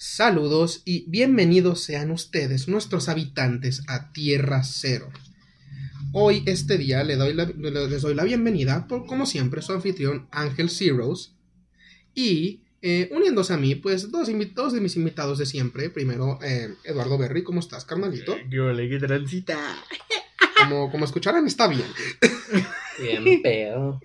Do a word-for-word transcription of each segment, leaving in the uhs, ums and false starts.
Saludos y bienvenidos sean ustedes, nuestros habitantes, a Tierra Cero. Hoy, este día, le doy la, les doy la bienvenida, por, como siempre, su anfitrión Ángel Zeros. Y eh, uniéndose a mí, pues, dos, dos de mis invitados de siempre. Primero, eh, Eduardo Berry, ¿cómo estás, carnalito? ¡Qué ole, qué transita! Como, como escucharán, está bien. Bien pedo.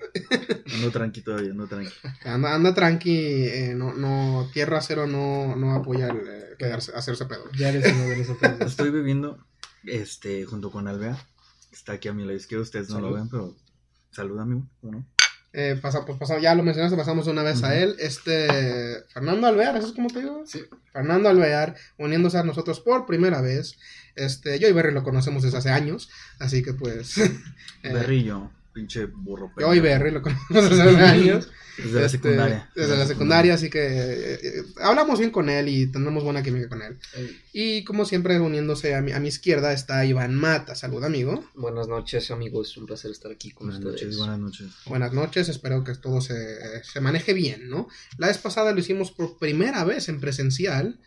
No tranqui todavía, no tranqui. Anda, anda tranqui, eh, no, no, Tierra Cero no, no apoya el eh, quedarse, hacerse pedo. Ya eres uno de esos pedos. Estoy bebiendo, este, junto con Alvea. Está aquí a mi lado izquierdo, ustedes no Salud. Lo ven, pero saluda, amigo, ¿o no? Eh, pasa, pues pasa, ya lo mencionaste, pasamos una vez uh-huh. a él. Este, Fernando Alvear, ¿eso es como te digo? Sí. Fernando Alvear, uniéndose a nosotros por primera vez. Este, yo y Berry lo conocemos desde hace años, así que pues... eh, Berry y yo, pinche burro. Yo y Berry lo conocemos desde hace años. Desde la este, secundaria. Desde la secundaria, así que eh, eh, hablamos bien con él y tenemos buena química con él. Hey. Y como siempre, uniéndose a mi, a mi izquierda está Iván Mata. Salud, amigo. Buenas noches, amigos. Un placer estar aquí con buenas ustedes. Noches, buenas noches. Buenas noches. Espero que todo se, se maneje bien, ¿no? La vez pasada lo hicimos por primera vez en presencial,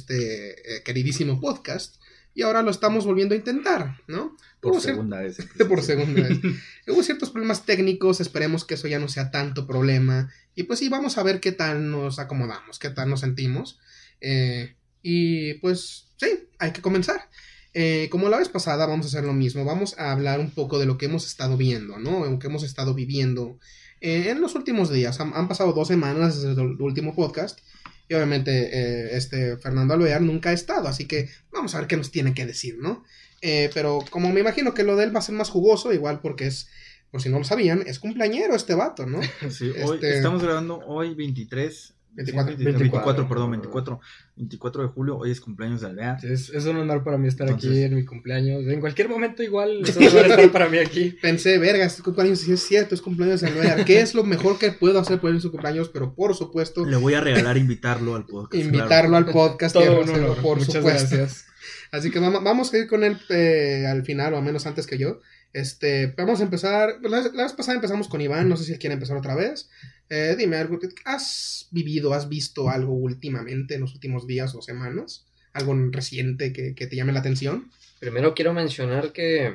este eh, queridísimo podcast. Y ahora lo estamos volviendo a intentar, ¿no? Por Hubo segunda cier- vez. Por segunda vez. Hubo ciertos problemas técnicos, esperemos que eso ya no sea tanto problema. Y pues sí, vamos a ver qué tal nos acomodamos, qué tal nos sentimos. Eh, y pues sí, hay que comenzar. Eh, como la vez pasada, vamos a hacer lo mismo. Vamos a hablar un poco de lo que hemos estado viendo, ¿no? Lo que hemos estado viviendo eh, en los últimos días. Han, han pasado dos semanas desde el último podcast. Y obviamente eh, este Fernando Alvear nunca ha estado, así que vamos a ver qué nos tiene que decir, ¿no? Eh, pero como me imagino que lo de él va a ser más jugoso, igual porque es, por si no lo sabían, es cumpleañero este vato, ¿no? Sí, hoy este... estamos grabando hoy veintitrés, veinticuatro, veinticuatro, veinticuatro, perdón, veinticuatro, veinticuatro de julio, hoy es cumpleaños de Alvear. Es, es un honor para mí estar Entonces... aquí en mi cumpleaños, en cualquier momento igual es un honor estar para mí aquí. Pensé, verga, este cumpleaños sí es cierto, es cumpleaños de Alvear, ¿qué es lo mejor que puedo hacer por él en su cumpleaños? Pero por supuesto... Le voy a regalar invitarlo al podcast. Invitarlo claro. al podcast, todo un honor, por muchas supuesto. Gracias. Así que vamos, vamos a ir con él eh, al final, o al menos antes que yo. Este, vamos a empezar, la, la vez pasada empezamos con Iván, no sé si él quiere empezar otra vez. Eh, dime algo, ¿has vivido, has visto algo últimamente en los últimos días o semanas? ¿Algo reciente que, que te llame la atención? Primero quiero mencionar que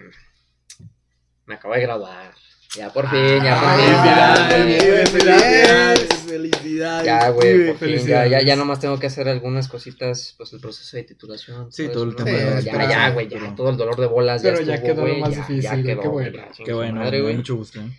me acabo de graduar. Ya por fin, ya por fin. Felicidades, felicidades, felicidades. Ya, güey, por fin, ya, ya, ya nomás tengo que hacer algunas cositas, pues el proceso de titulación. Sí, todo el tema. tema. ¿no? Ya, ya, güey, ya, todo el dolor de bolas. Pero ya, ya estuvo, quedó güey, lo más ya, difícil, ya quedó, qué bueno. Ya, qué bueno, madre, me da mucho gusto. ¿eh?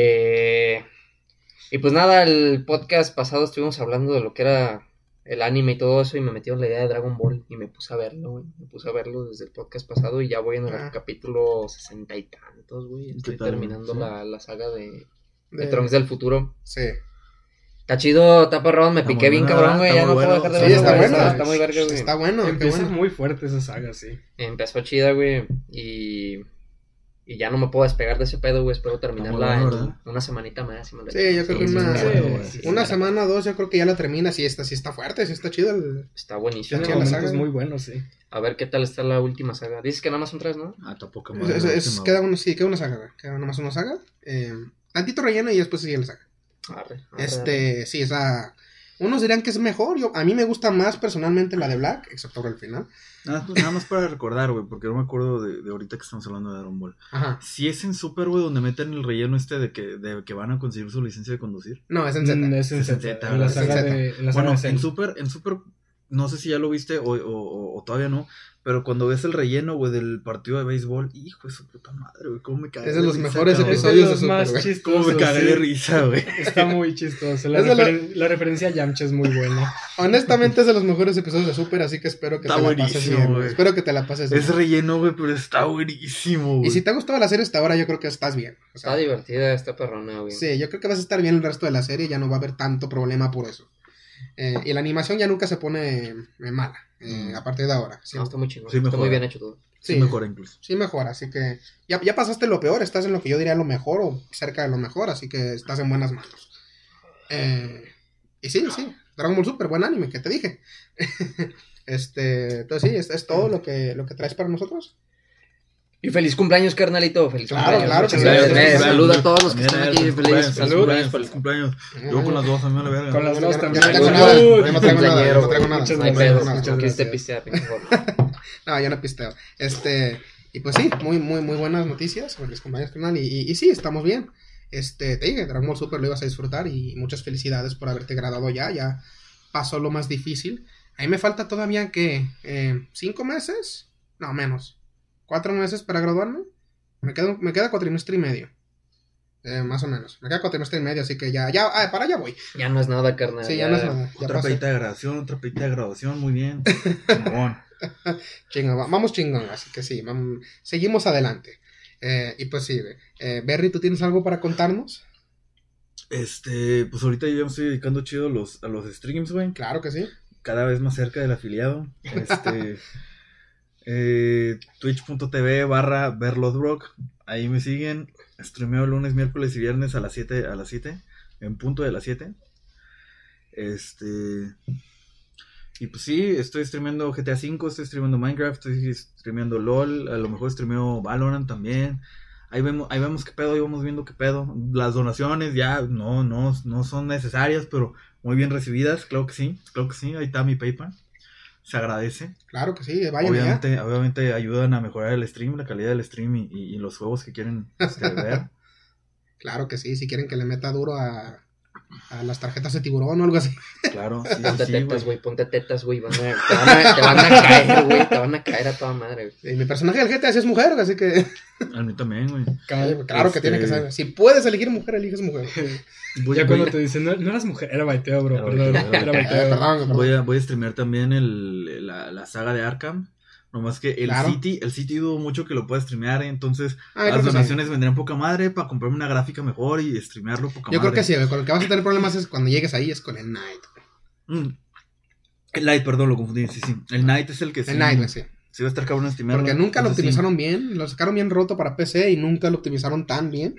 Eh, y pues nada, el podcast pasado estuvimos hablando de lo que era el anime y todo eso, y me metieron la idea de Dragon Ball y me puse a verlo, güey. Me puse a verlo desde el podcast pasado y ya voy en el ah. capítulo sesenta y tantos, güey. Estoy tal, terminando ¿sí? la, la saga de, de... de Trunks del futuro. Sí. Está chido, está perrón, me está piqué bien cabrón, güey. Ya no bueno. puedo dejar de sí, verlo. Está bueno, está, está muy verga, güey. Está bueno. Empieza bueno. muy fuerte esa saga, sí. Empezó chida, güey. Y. Y ya no me puedo despegar de ese pedo, güey. Espero terminarla bueno, en una semanita más. Si me sí, yo creo que una, sí, sí, sí, una sí, semana o dos, yo creo que ya la termina. Sí, está, sí está fuerte, sí está chido. El... Está buenísimo. Tiene momentos muy buenos, sí. A ver qué tal está la última saga. Dices que nada más son tres, ¿no? Ah, tampoco. Es, es, es, queda uno, sí, queda una saga. Queda nada más una saga. Eh, tantito relleno y después sigue la saga. Arre, arre, este, arre. sí, esa... Unos dirán que es mejor, yo, a mí me gusta más personalmente la de Black, excepto por el final. Nada, nada más para recordar, güey, porque no me acuerdo de, de ahorita que estamos hablando de Dragon Ball. Ajá. Si es en Super, güey, donde meten el relleno este de que, de que van a conseguir su licencia de conducir. No, es en Z. Mm, es en Z, Z, en la saga de, en la saga bueno, de en Super, en Super, no sé si ya lo viste o, o, o, o todavía no, pero cuando ves el relleno, güey, del partido de béisbol, hijo de su puta madre, güey, cómo me cagué es de los risa, mejores cabrón. episodios de Super, más güey. chistosos. Cómo me cagué sí. de risa, güey. Está muy chistoso. La, referen- la... la referencia a Yamcha es muy buena. Honestamente es de los mejores episodios de Super, así que espero que está te la pases bien. Güey. Espero que te la pases bien. Es relleno, güey, pero está buenísimo, güey. Y si te ha gustado la serie hasta ahora, yo creo que estás bien. O sea, está divertida esta perrona, güey. Sí, yo creo que vas a estar bien el resto de la serie, ya no va a haber tanto problema por eso. Eh, y la animación ya nunca se pone eh, mala, eh, mm. a partir de ahora. Sí, no, está muy chingón, sí, está muy bien hecho todo. Sí, sí mejora incluso. Sí mejora, así que ya, ya pasaste lo peor, estás en lo que yo diría lo mejor o cerca de lo mejor, así que estás en buenas manos. Eh, y sí, sí, Dragon Ball Super, buen anime, que te dije. este, entonces sí, es, es todo lo que, lo que traes para nosotros. Y feliz cumpleaños, carnalito. Feliz Claro, cumpleaños. claro, Muchas sí, gracias. sí, Eh, sí, sí. Saluda a todos los que Mira, están aquí. feliz Feliz, cumpleaños, feliz feliz cumpleaños. feliz cumpleaños. Yo con las dos, a mí me la verga. Con las dos Yo también. no tengo Salud. nada, yo no traigo nada, yo no Quinceañero, traigo güey. nada. Muchas No hay no traigo pedo. nada. Muchas No quisiste gracias. pistear, pinche gordo. No, yo no pisteo. Este, y pues sí, muy, muy, muy buenas noticias. Feliz cumpleaños, carnal. Y, y, y sí, estamos bien. Este, te dije, Dragon Ball Super lo ibas a disfrutar y muchas felicidades por haberte graduado ya. Ya pasó lo más difícil. A mí me falta todavía, que eh, ¿Cinco meses? No, menos. ¿Cuatro meses para graduarme? Me queda, me queda cuatrimestre y medio. Eh, más o menos. Me queda cuatrimestre y medio, así que ya, ya, ah, para allá voy. Ya no es nada, carnal. Sí, ya no es nada. Ya Otra pasó. pedita de graduación, otra pedita de graduación, muy bien. Chingón. Chingón, va- vamos chingón, así que sí, vamos, seguimos adelante. Eh, y pues sí, eh, Berry, ¿tú tienes algo para contarnos? Este, pues ahorita yo ya me estoy dedicando chido a los, a los streams, güey. Claro que sí. Cada vez más cerca del afiliado. Este, eh, twitch.tv barra Berlodrock. Ahí me siguen. Streameo lunes, miércoles y viernes a las siete, a las siete, en punto de las siete. Este, y pues sí, estoy streameando G T A cinco, estoy streameando Minecraft, estoy streameando LOL, a lo mejor streameo Valorant también. Ahí vemos, ahí vemos qué pedo, ahí vamos viendo qué pedo. Las donaciones ya no, no, no son necesarias, pero muy bien recibidas, claro que sí, claro que sí, ahí está mi PayPal. Se agradece. Claro que sí, vayan allá. Obviamente, obviamente ayudan a mejorar el stream, la calidad del stream y, y, y los juegos que quieren este, ver. Claro que sí, si quieren que le meta duro a, a las tarjetas de tiburón o algo así. Claro, sí, Ponte sí, tetas, güey. güey. Ponte tetas, güey. Van a- Te van a te van a caer, güey. Te van a caer a toda madre, güey. Y mi personaje del G T A sí es mujer, así que A mí también, güey. claro que Este- tiene que ser. Si puedes elegir mujer, eliges mujer. Voy, Ya voy- cuando te dicen, no, no eras mujer, era baiteo, bro, Era perdón, baiteo, era era Eh, baiteo. perdón, perdón. voy a, voy a streamear también el, la, la saga de Arkham. Nomás que el Claro. City, el City dudo mucho que lo pueda streamear, ¿eh? Entonces Ah, yo creo las que sí. donaciones vendrían poca madre para comprarme una gráfica mejor y streamearlo poca Yo madre. creo que sí, güey, con el que vas a tener problemas es cuando llegues ahí, es con el Knight. Mm. El Night, perdón, lo confundí, sí, sí. El Night es el que sí. El Knight, güey, sí. Sí va a estar cabrón streamearlo. Porque nunca lo Entonces, sí. optimizaron bien, lo sacaron bien roto para P C y nunca lo optimizaron tan bien.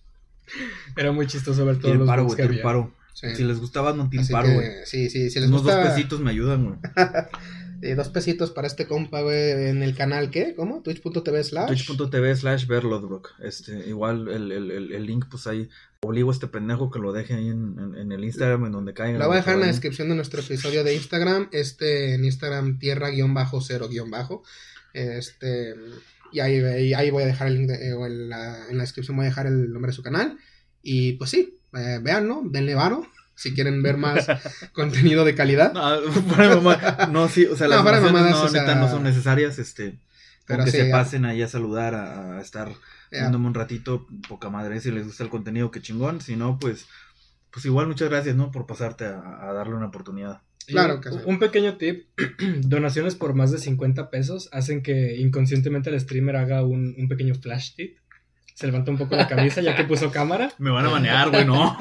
Era muy chistoso ver todos Tiene los paro, bugs güey, que tiene había. paro. Sí. Si les gustaba, no tiene Así paro, que, güey. sí, sí, si les Unos gusta, dos pesitos me ayudan, güey. eh, dos pesitos para este compa, güey, en el canal, ¿qué? ¿Cómo? Twitch.tv slash. Twitch.tv slash Berlodrock. Este, igual el, el, el, el link, pues ahí obligo a este pendejo que lo deje ahí en, en, en el Instagram, en donde caiga. Lo voy a dejar en la descripción de nuestro episodio de Instagram. Este, en Instagram, tierra-cero-bajo. Este, y ahí, ahí, ahí voy a dejar el link, de, eh, o en, la, en la descripción voy a dejar el nombre de su canal. Y pues sí, eh, véanlo, denle varo. Si quieren ver más contenido de calidad. No, fuera de mamá. No, sí, o sea, No, las fuera de donaciones mamadas, no, o sea, neta, no son necesarias, este. pero Con que sí, se ya. pasen ahí a saludar, a, a estar Ya. viéndome un ratito, poca madre. Si les gusta el contenido, qué chingón. Si no, pues, pues igual muchas gracias, ¿no? Por pasarte a, a darle una oportunidad. Y Claro un- que sí. Un pequeño tip, donaciones por más de cincuenta pesos hacen que inconscientemente el streamer haga un, un pequeño flash tip. Se levanta un poco la camisa ya que puso cámara. Me van a banear, güey, ¿no?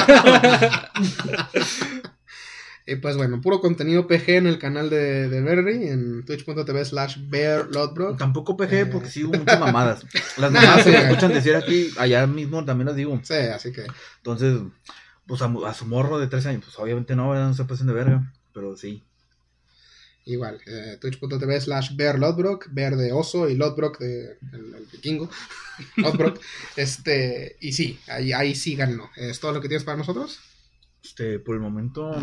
Y pues bueno, puro contenido P G en el canal de, de Berry, en twitch.tv slash bearlodbrock. Tampoco P G, Eh. porque sí digo muchas mamadas. Las Nah, mamadas sí. que me escuchan decir aquí, allá mismo también las digo. Sí, así que Entonces, pues a, a su morro de trece años, pues obviamente no, ¿verdad? No se pasen de verga, pero sí. igual, eh, twitch.tv slash bearlodbrock, bear de oso y lodbrock de el, el vikingo. Lodbrock. Este, y sí, ahí, ahí síganlo. ¿Es todo lo que tienes para nosotros? Este, por el momento,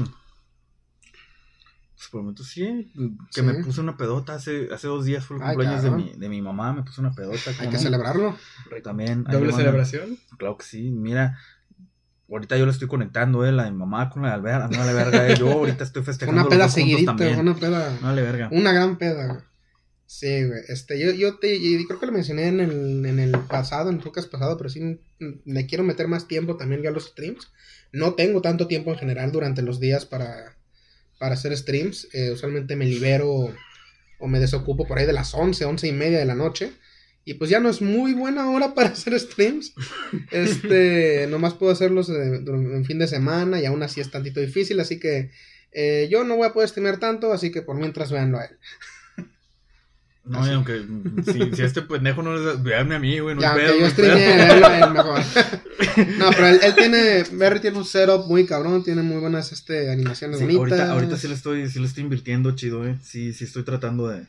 pues por el momento sí, que Sí. me puse una pedota hace, hace dos días, fue el Ay, cumpleaños de cabrón. mi, de mi mamá, me puse una pedota. Hay ¿cómo que no? celebrarlo. También. ahí Doble le mando- celebración. Claro que sí, mira, ahorita yo le estoy conectando, eh, la de mi mamá con la de Albert, no vale verga, eh, yo ahorita estoy festejando Una peda los dos juntos seguidita, también. una peda. No vale verga. Una gran peda, güey. Sí, güey. Este, yo, yo te, y creo que lo mencioné en el, en el pasado, en el podcast pasado, pero sí mm, le quiero meter más tiempo también ya a los streams. No tengo tanto tiempo en general durante los días para, para hacer streams. Eh, usualmente me libero o, o me desocupo por ahí de las once, once y media de la noche. Y pues ya no es muy buena hora para hacer streams. Este, nomás puedo hacerlos eh, dur- en fin de semana y aún así es tantito difícil. Así que eh, yo no voy a poder streamear tanto, así que por mientras véanlo a él. No, y aunque si, si a este pendejo no les veanme a mí, güey, no Ya, hay aunque pedo, yo no hay pedo. streamee, verlo a él mejor. No, pero él, él tiene, Berry tiene un setup muy cabrón, tiene muy buenas este, animaciones Sí, bonitas. ahorita, ahorita sí le estoy, sí le estoy invirtiendo chido, eh. Sí, sí estoy tratando de,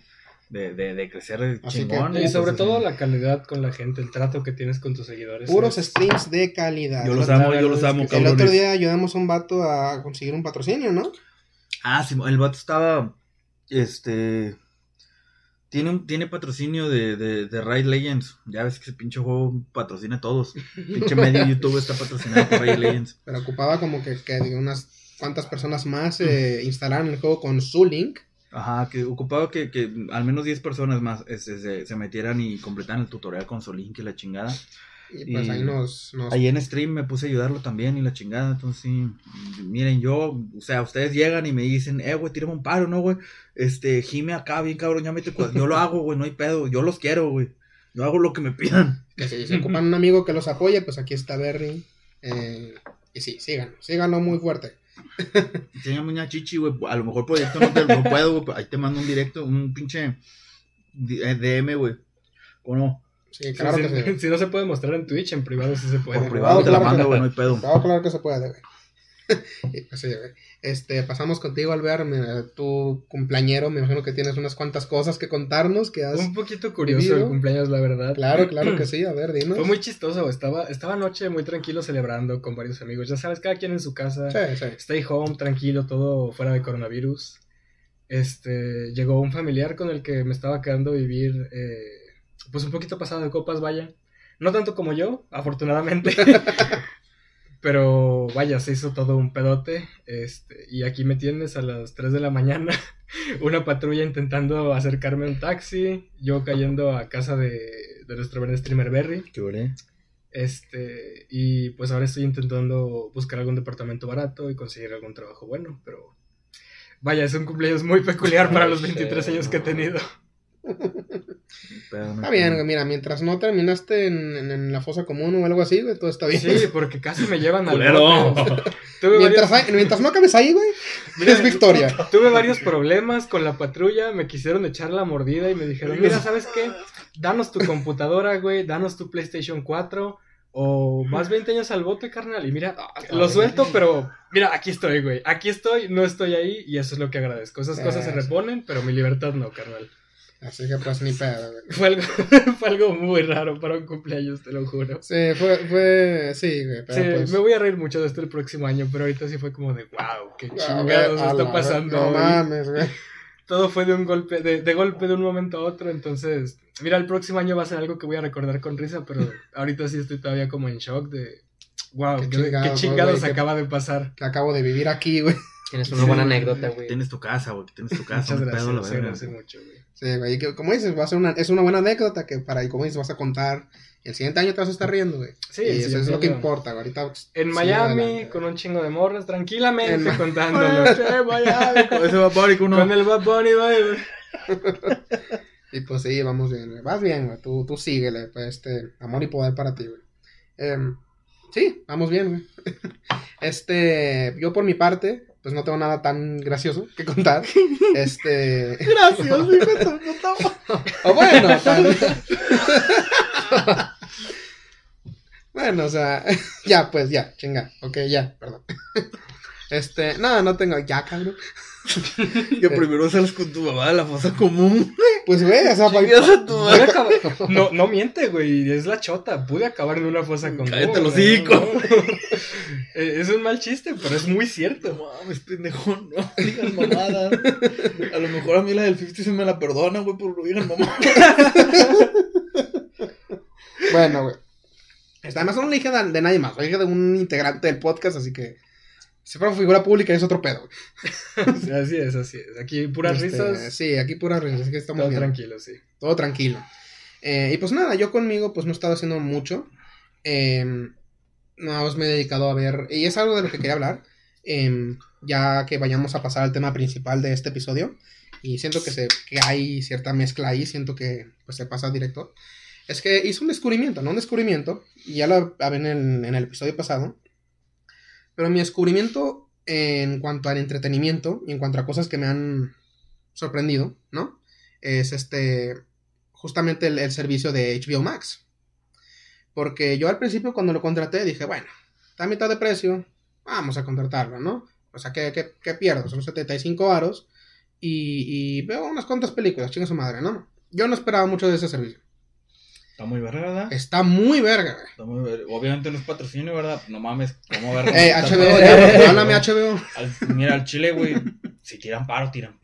de, de, de crecer Así chingón. que- Y sobre Entonces, todo sí. la calidad con la gente, el trato que tienes con tus seguidores. Puros es- streams de calidad. Yo El los otro- amo, yo los amo, El cabrones. otro día ayudamos a un vato a conseguir un patrocinio, ¿no? Ah, sí, el vato estaba, este, tiene un, tiene patrocinio de, de, de Raid Legends. Ya ves que ese pinche juego patrocina a todos. Pinche medio YouTube está patrocinado por Raid Legends. Pero ocupaba como que, que unas cuantas personas más eh, instalaran el juego con su link. Ajá, que ocupaba que, que al menos diez personas más este, se, se metieran y completaran el tutorial con su link y la chingada. Y pues Y ahí nos... nos... Ahí en stream me puse a ayudarlo también y la chingada, entonces sí, miren, yo, o sea, ustedes llegan y me dicen, eh, güey, tírame un paro, ¿no, güey? Este, gime acá, bien cabrón, ya mete cua-". Yo lo hago, güey, no hay pedo, yo los quiero, güey, yo hago lo que me pidan. Que si se ocupan un amigo que los apoye, pues aquí está Berry. Eh, y sí, síganlo, síganlo muy fuerte. Enséñame una chichi, güey, a lo mejor por directo no te no puedo, güey, pero ahí te mando un directo, un pinche D M, güey, ¿o no? Sí, Sí, claro sí, que sí. si no se puede mostrar en Twitch, en privado sí se puede. Por privado te la claro que mando, no. güey, no hay pedo. Claro, claro que se puede, güey. Y pues sí, güey. Este, pasamos contigo, Albert, mira, tu cumpleañero, me imagino que tienes unas cuantas cosas que contarnos, que has... Un poquito curioso vivido. el cumpleaños, la verdad. Claro, claro que sí, a ver, dinos. Fue muy chistoso, estaba, estaba anoche muy tranquilo celebrando con varios amigos. Ya sabes, cada quien en su casa. Sí, sí. Stay home, tranquilo, todo fuera de coronavirus. Este, llegó un familiar con el que me estaba quedando a vivir, eh, pues un poquito pasado de copas, vaya. No tanto como yo, afortunadamente. Pero vaya, se hizo todo un pedote. Este, y aquí me tienes a las tres de la mañana. Una patrulla intentando acercarme a un taxi. Yo cayendo a casa de, de nuestro buen streamer Berry. ¿Qué güey? Este, y pues ahora estoy intentando buscar algún departamento barato y conseguir algún trabajo bueno, pero vaya, es un cumpleaños muy peculiar para los veintitrés años que he tenido. Está bien, güey, mira, mientras no terminaste en, en, en la fosa común o algo así, güey, todo está bien. Sí, porque casi me llevan al Culero. bote. Tuve Mientras, varios, hay- mientras no acabes ahí, güey, Mira, es victoria. tuve varios problemas con la patrulla, me quisieron echar la mordida y me dijeron, mira, ¿sabes qué? Danos tu computadora, güey, danos tu PlayStation cuatro o vas veinte años al bote, carnal. Y mira, lo suelto, pero mira, aquí estoy, güey, aquí estoy, no estoy ahí y eso es lo que agradezco. Esas Sí, cosas se sí. reponen, pero mi libertad no, carnal. Así que pues ni pedo, güey. Fue algo, fue algo muy raro para un cumpleaños, te lo juro. Sí, fue, fue, sí, güey, pero Sí, pues... me voy a reír mucho de esto el próximo año, pero ahorita sí fue como de wow, qué a ver, chingados a está la- pasando. No hoy. mames, güey. Todo fue de un golpe, de, de golpe de un momento a otro, entonces, mira, el próximo año va a ser algo que voy a recordar con risa, pero ahorita sí estoy todavía como en shock de wow, Qué qué, chingados, qué chingados güey, qué- acaba de pasar. Que acabo de vivir aquí, güey. Tienes una buena anécdota, güey. Tienes tu casa, güey, tienes tu casa, Muchas no hay pedo, la gracias, se verga. agradece mucho, güey. Sí, güey, y que, como dices, va a ser una, es una buena anécdota que para, y como dices, vas a contar. Y el siguiente año te vas a estar riendo, güey. Sí, y el eso es siguiente lo que año. importa, güey. Ahorita, pues, En sigue Miami, adelante, con güey. un chingo de morras, tranquilamente En- contándolo. Che, Miami, con ese vapor y con Con uno. el Bad Bunny, güey. Y pues sí, vamos bien, güey. Vas bien, güey. Tú, tú síguele, pues, este, amor y poder para ti, güey. Em, sí, vamos bien, güey. Este, yo por mi parte, pues no tengo nada tan gracioso que contar. Este. Gracias, hijo de tu puta madre. O bueno, tan- bueno, o sea, ya, pues, ya, chinga. Ok, ya, perdón. Este, no, no tengo, ya, cabrón. Que primero sales con tu mamá de la fosa común. Pues, güey, o sea, pa- Chingas a tu Pude madre. acabar- No, no miente, güey, es la chota. Pude acabar en una fosa con Cállate el hocico. Eh, Es un mal chiste, pero es muy cierto. No mames, pendejo, no digas mamadas. A lo mejor a mí la del cincuenta se me la perdona, güey, por no digan mamadas. bueno, güey. Este, además, no lo dije de, de nadie más, lo dije de un integrante del podcast, así que si fuera figura pública es otro pedo, güey. Sí, así es, así es. Aquí puras Este, risas. Sí, aquí puras risas, así que estamos Todo bien. tranquilo, sí. Todo tranquilo. Eh, y pues nada, yo conmigo pues no he estado haciendo mucho. Eh, no, os me he dedicado a ver, y es algo de lo que quería hablar, eh, ya que vayamos a pasar al tema principal de este episodio. Y siento que, se, que hay cierta mezcla ahí, siento que pues se pasa directo. Es que hice un descubrimiento, ¿no? Un descubrimiento, y ya lo hablé en el, en el episodio pasado. Pero mi descubrimiento en cuanto al entretenimiento y en cuanto a cosas que me han sorprendido, ¿no? Es este, justamente el, el servicio de H B O Max. Porque yo al principio cuando lo contraté dije, bueno, está a mitad de precio, vamos a contratarlo, ¿no? O sea, ¿qué, qué, qué pierdo? Son setenta y cinco varos y, y veo unas cuantas películas, chinga su madre, ¿no? Yo no esperaba mucho de ese servicio. Está muy verga, ¿verdad? Está muy verga, güey. Está muy verga. Obviamente no es patrocinio, ¿verdad? No mames, ¿cómo verga? Eh, H B O, ya, háblame H B O. Al, mira, al Chile, güey, si tiran paro, tiran.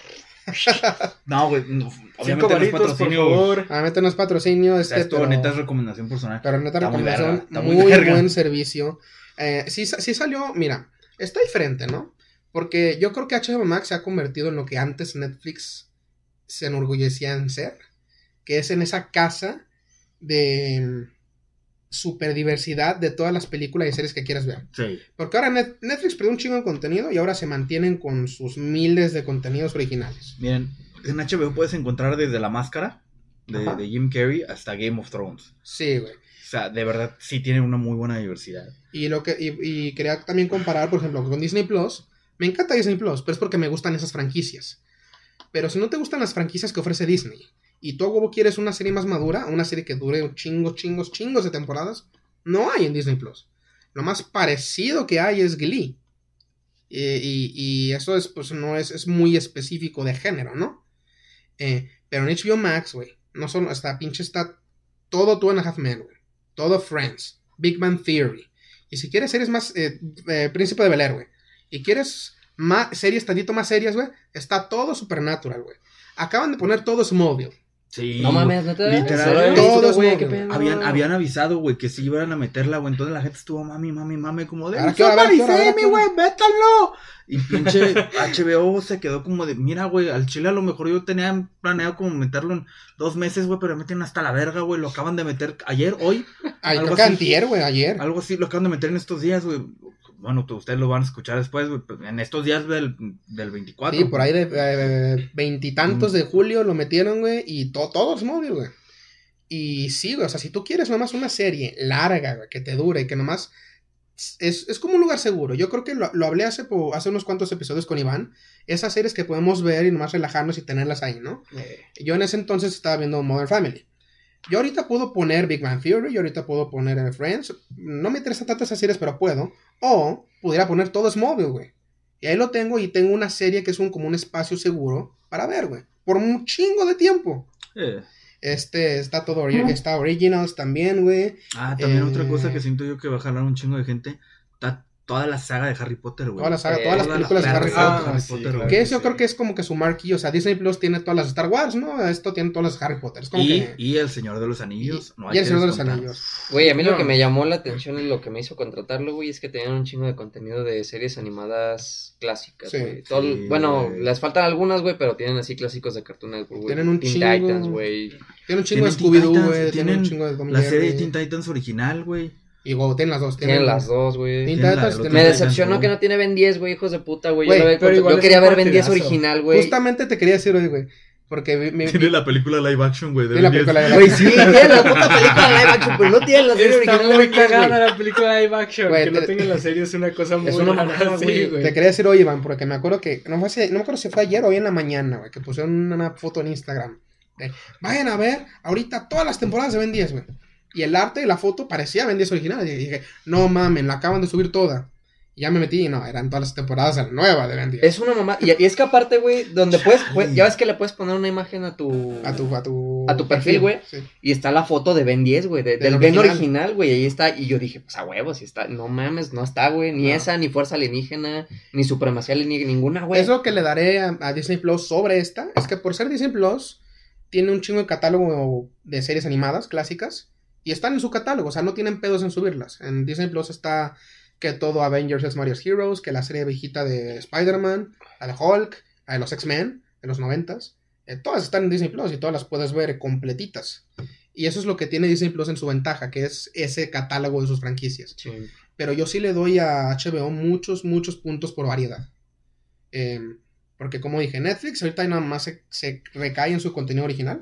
No, güey, no, Cinco obviamente no es varitos, por patrocinio, güey. favor. Obviamente no es patrocinio, O este, sea, esto pero, neta es recomendación personal. pero neta Está muy recomendación, verga, está muy, muy verga. buen servicio. Eh, sí, sí salió, mira, está diferente, ¿no? Porque yo creo que H B O Max se ha convertido en lo que antes Netflix se enorgullecía en ser, que es en esa casa de super diversidad de todas las películas y series que quieras ver. Sí. Porque ahora Net- Netflix perdió un chingo de contenido y ahora se mantienen con sus miles de contenidos originales. Miren, en H B O puedes encontrar desde La Máscara de, Ajá. de Jim Carrey hasta Game of Thrones. Sí, güey. O sea, de verdad, sí tienen una muy buena diversidad. Y lo que y, y quería también comparar, por ejemplo, con Disney Plus. Me encanta Disney Plus, pero es porque me gustan esas franquicias. Pero si no te gustan las franquicias que ofrece Disney y tú a huevo quieres una serie más madura, una serie que dure chingos, chingos, chingos de temporadas, no hay en Disney Plus. Lo más parecido que hay es Glee. Y, y, y eso es, pues, no es, es muy específico de género, ¿no? Eh, pero en H B O Max, güey, no solo está, pinche está todo Two and a Half Men, güey. Todo Friends, Big Bang Theory. Y si quieres series más, eh, eh, Príncipe de Bel-Air, güey. Y quieres más series tantito más serias, güey, está todo Supernatural, güey. Acaban de poner todo Smallville. Sí. No mames, no te Literal, todo es güey, nuevo, qué güey. pedo. Habían, habían avisado, güey, que si iban a meterla, güey. Entonces la gente estuvo mami, mami, mami, como de. ¿A qué hora, a ver, qué hora, a ver, Semi, qué hora? güey, métanlo. Y pinche H B O se quedó como de, mira, güey, al Chile a lo mejor yo tenía planeado como meterlo en dos meses, güey, pero meten hasta la verga, güey. Lo acaban de meter ayer, hoy. Ay, Algo creo que así. antier, güey, ayer. Algo así, lo acaban de meter en estos días, güey. Bueno, pues, ustedes lo van a escuchar después, güey. Pero en estos días del, del veinticuatro. Sí, por ahí de veintitantos de, de julio lo metieron, güey, y to, todo Smallville, güey. Y sí, güey, o sea, si tú quieres nomás una serie larga, güey, que te dure y que nomás es, es como un lugar seguro. Yo creo que lo, lo hablé hace, po, hace unos cuantos episodios con Iván. Esas series que podemos ver y nomás relajarnos y tenerlas ahí, ¿no? Eh, Yo en ese entonces estaba viendo Modern Family. Yo ahorita puedo poner Big Bang Theory, yo ahorita puedo poner eh, Friends. No me interesa tanto esas series, pero puedo. O pudiera poner todo Smallville, güey. Y ahí lo tengo y tengo una serie que es un, como un espacio seguro para ver, güey. Por un chingo de tiempo. Eh. Este, está todo, ori- está Originals también, güey. Ah, también Eh, otra cosa que siento yo que va a jalar un chingo de gente. Está toda la saga de Harry Potter, güey. Toda la saga, Eh, todas las Toda la películas de perra Harry saga Potter. de Harry sí, Potter, claro. güey. Que eso yo sí. creo que es como que su marquillo. O sea, Disney Plus tiene todas las Star Wars, ¿no? Esto tiene todas las Harry Potter. Es como Y, que... y El Señor de los Anillos. y- no y hay El que Señor de los descontar. Anillos. Güey, a mí lo No. que me llamó la atención y lo que me hizo contratarlo, güey, es que tenían un chingo de contenido de series animadas clásicas, Sí. güey. Todo- Sí, bueno, güey. les faltan algunas, güey, pero tienen así clásicos de Cartoon Network, güey. Tienen un Teen chingo. Titans, güey. Tiene un chingo de Tienen Teen Scooby-Doo, Titans, güey. Tiene un tienen chingo de Tom y La serie de Jerry. Teen Titans original, güey. Y wow, tienen las dos. Tienen las dos, güey. Teen Tienen la Titans, del tienen- Me Teen decepcionó Titans, que no tiene Ben diez, güey, hijos de puta, güey. Yo, Güey, lo había pero cont- igual yo es quería un ver Ben diez partidazo. original, güey. Justamente te quería decir hoy, güey. Porque me, me- Tiene la película live action, güey. de Tiene la Ben diez. película de Güey, sí, tiene la puta película live action, pero no tiene la serie Está original de muy Ben diez, cagada güey. la película live action. Güey, que no te- tengan la serie es una cosa muy Es una rara, mamada, sí, güey. te quería decir hoy, Iván, porque me acuerdo que. No, fue hace- no me acuerdo si fue ayer o hoy en la mañana, güey. Que pusieron una foto en Instagram. de, vayan a ver ahorita todas las temporadas de Ben diez, güey. Y el arte de la foto parecía Ben diez original. Y dije, no mamen, la acaban de subir toda. Y ya me metí y no, eran todas las temporadas nuevas de Ben diez. Es una mamá. Y, y es que aparte, güey, donde puedes, Chale. güey, ya ves que le puedes poner una imagen a tu. A tu, a tu. A tu perfil, güey. Sí. Y está la foto de Ben diez, güey, de- Del del Ben original. original, güey, ahí está. Y yo dije, pues a huevos, sí está. No mames, no está, güey. Ni No. esa, ni Fuerza Alienígena, ni Supremacía Alienígena, ninguna, güey. Es lo que le daré a, a Disney Plus sobre esta. Es que por ser Disney Plus, tiene un chingo de catálogo de series animadas clásicas. Y están en su catálogo, o sea, no tienen pedos en subirlas. En Disney Plus está que todo Avengers es Mario's Heroes, que la serie viejita de Spider-Man, la de Hulk, la de los X-Men, de los noventas. Eh, todas están en Disney Plus y todas las puedes ver completitas. Y eso es lo que tiene Disney Plus en su ventaja, que es ese catálogo de sus franquicias. Sí. Pero yo sí le doy a H B O muchos, muchos puntos por variedad. Eh, porque como dije, Netflix ahorita nada más se, se recae en su contenido original.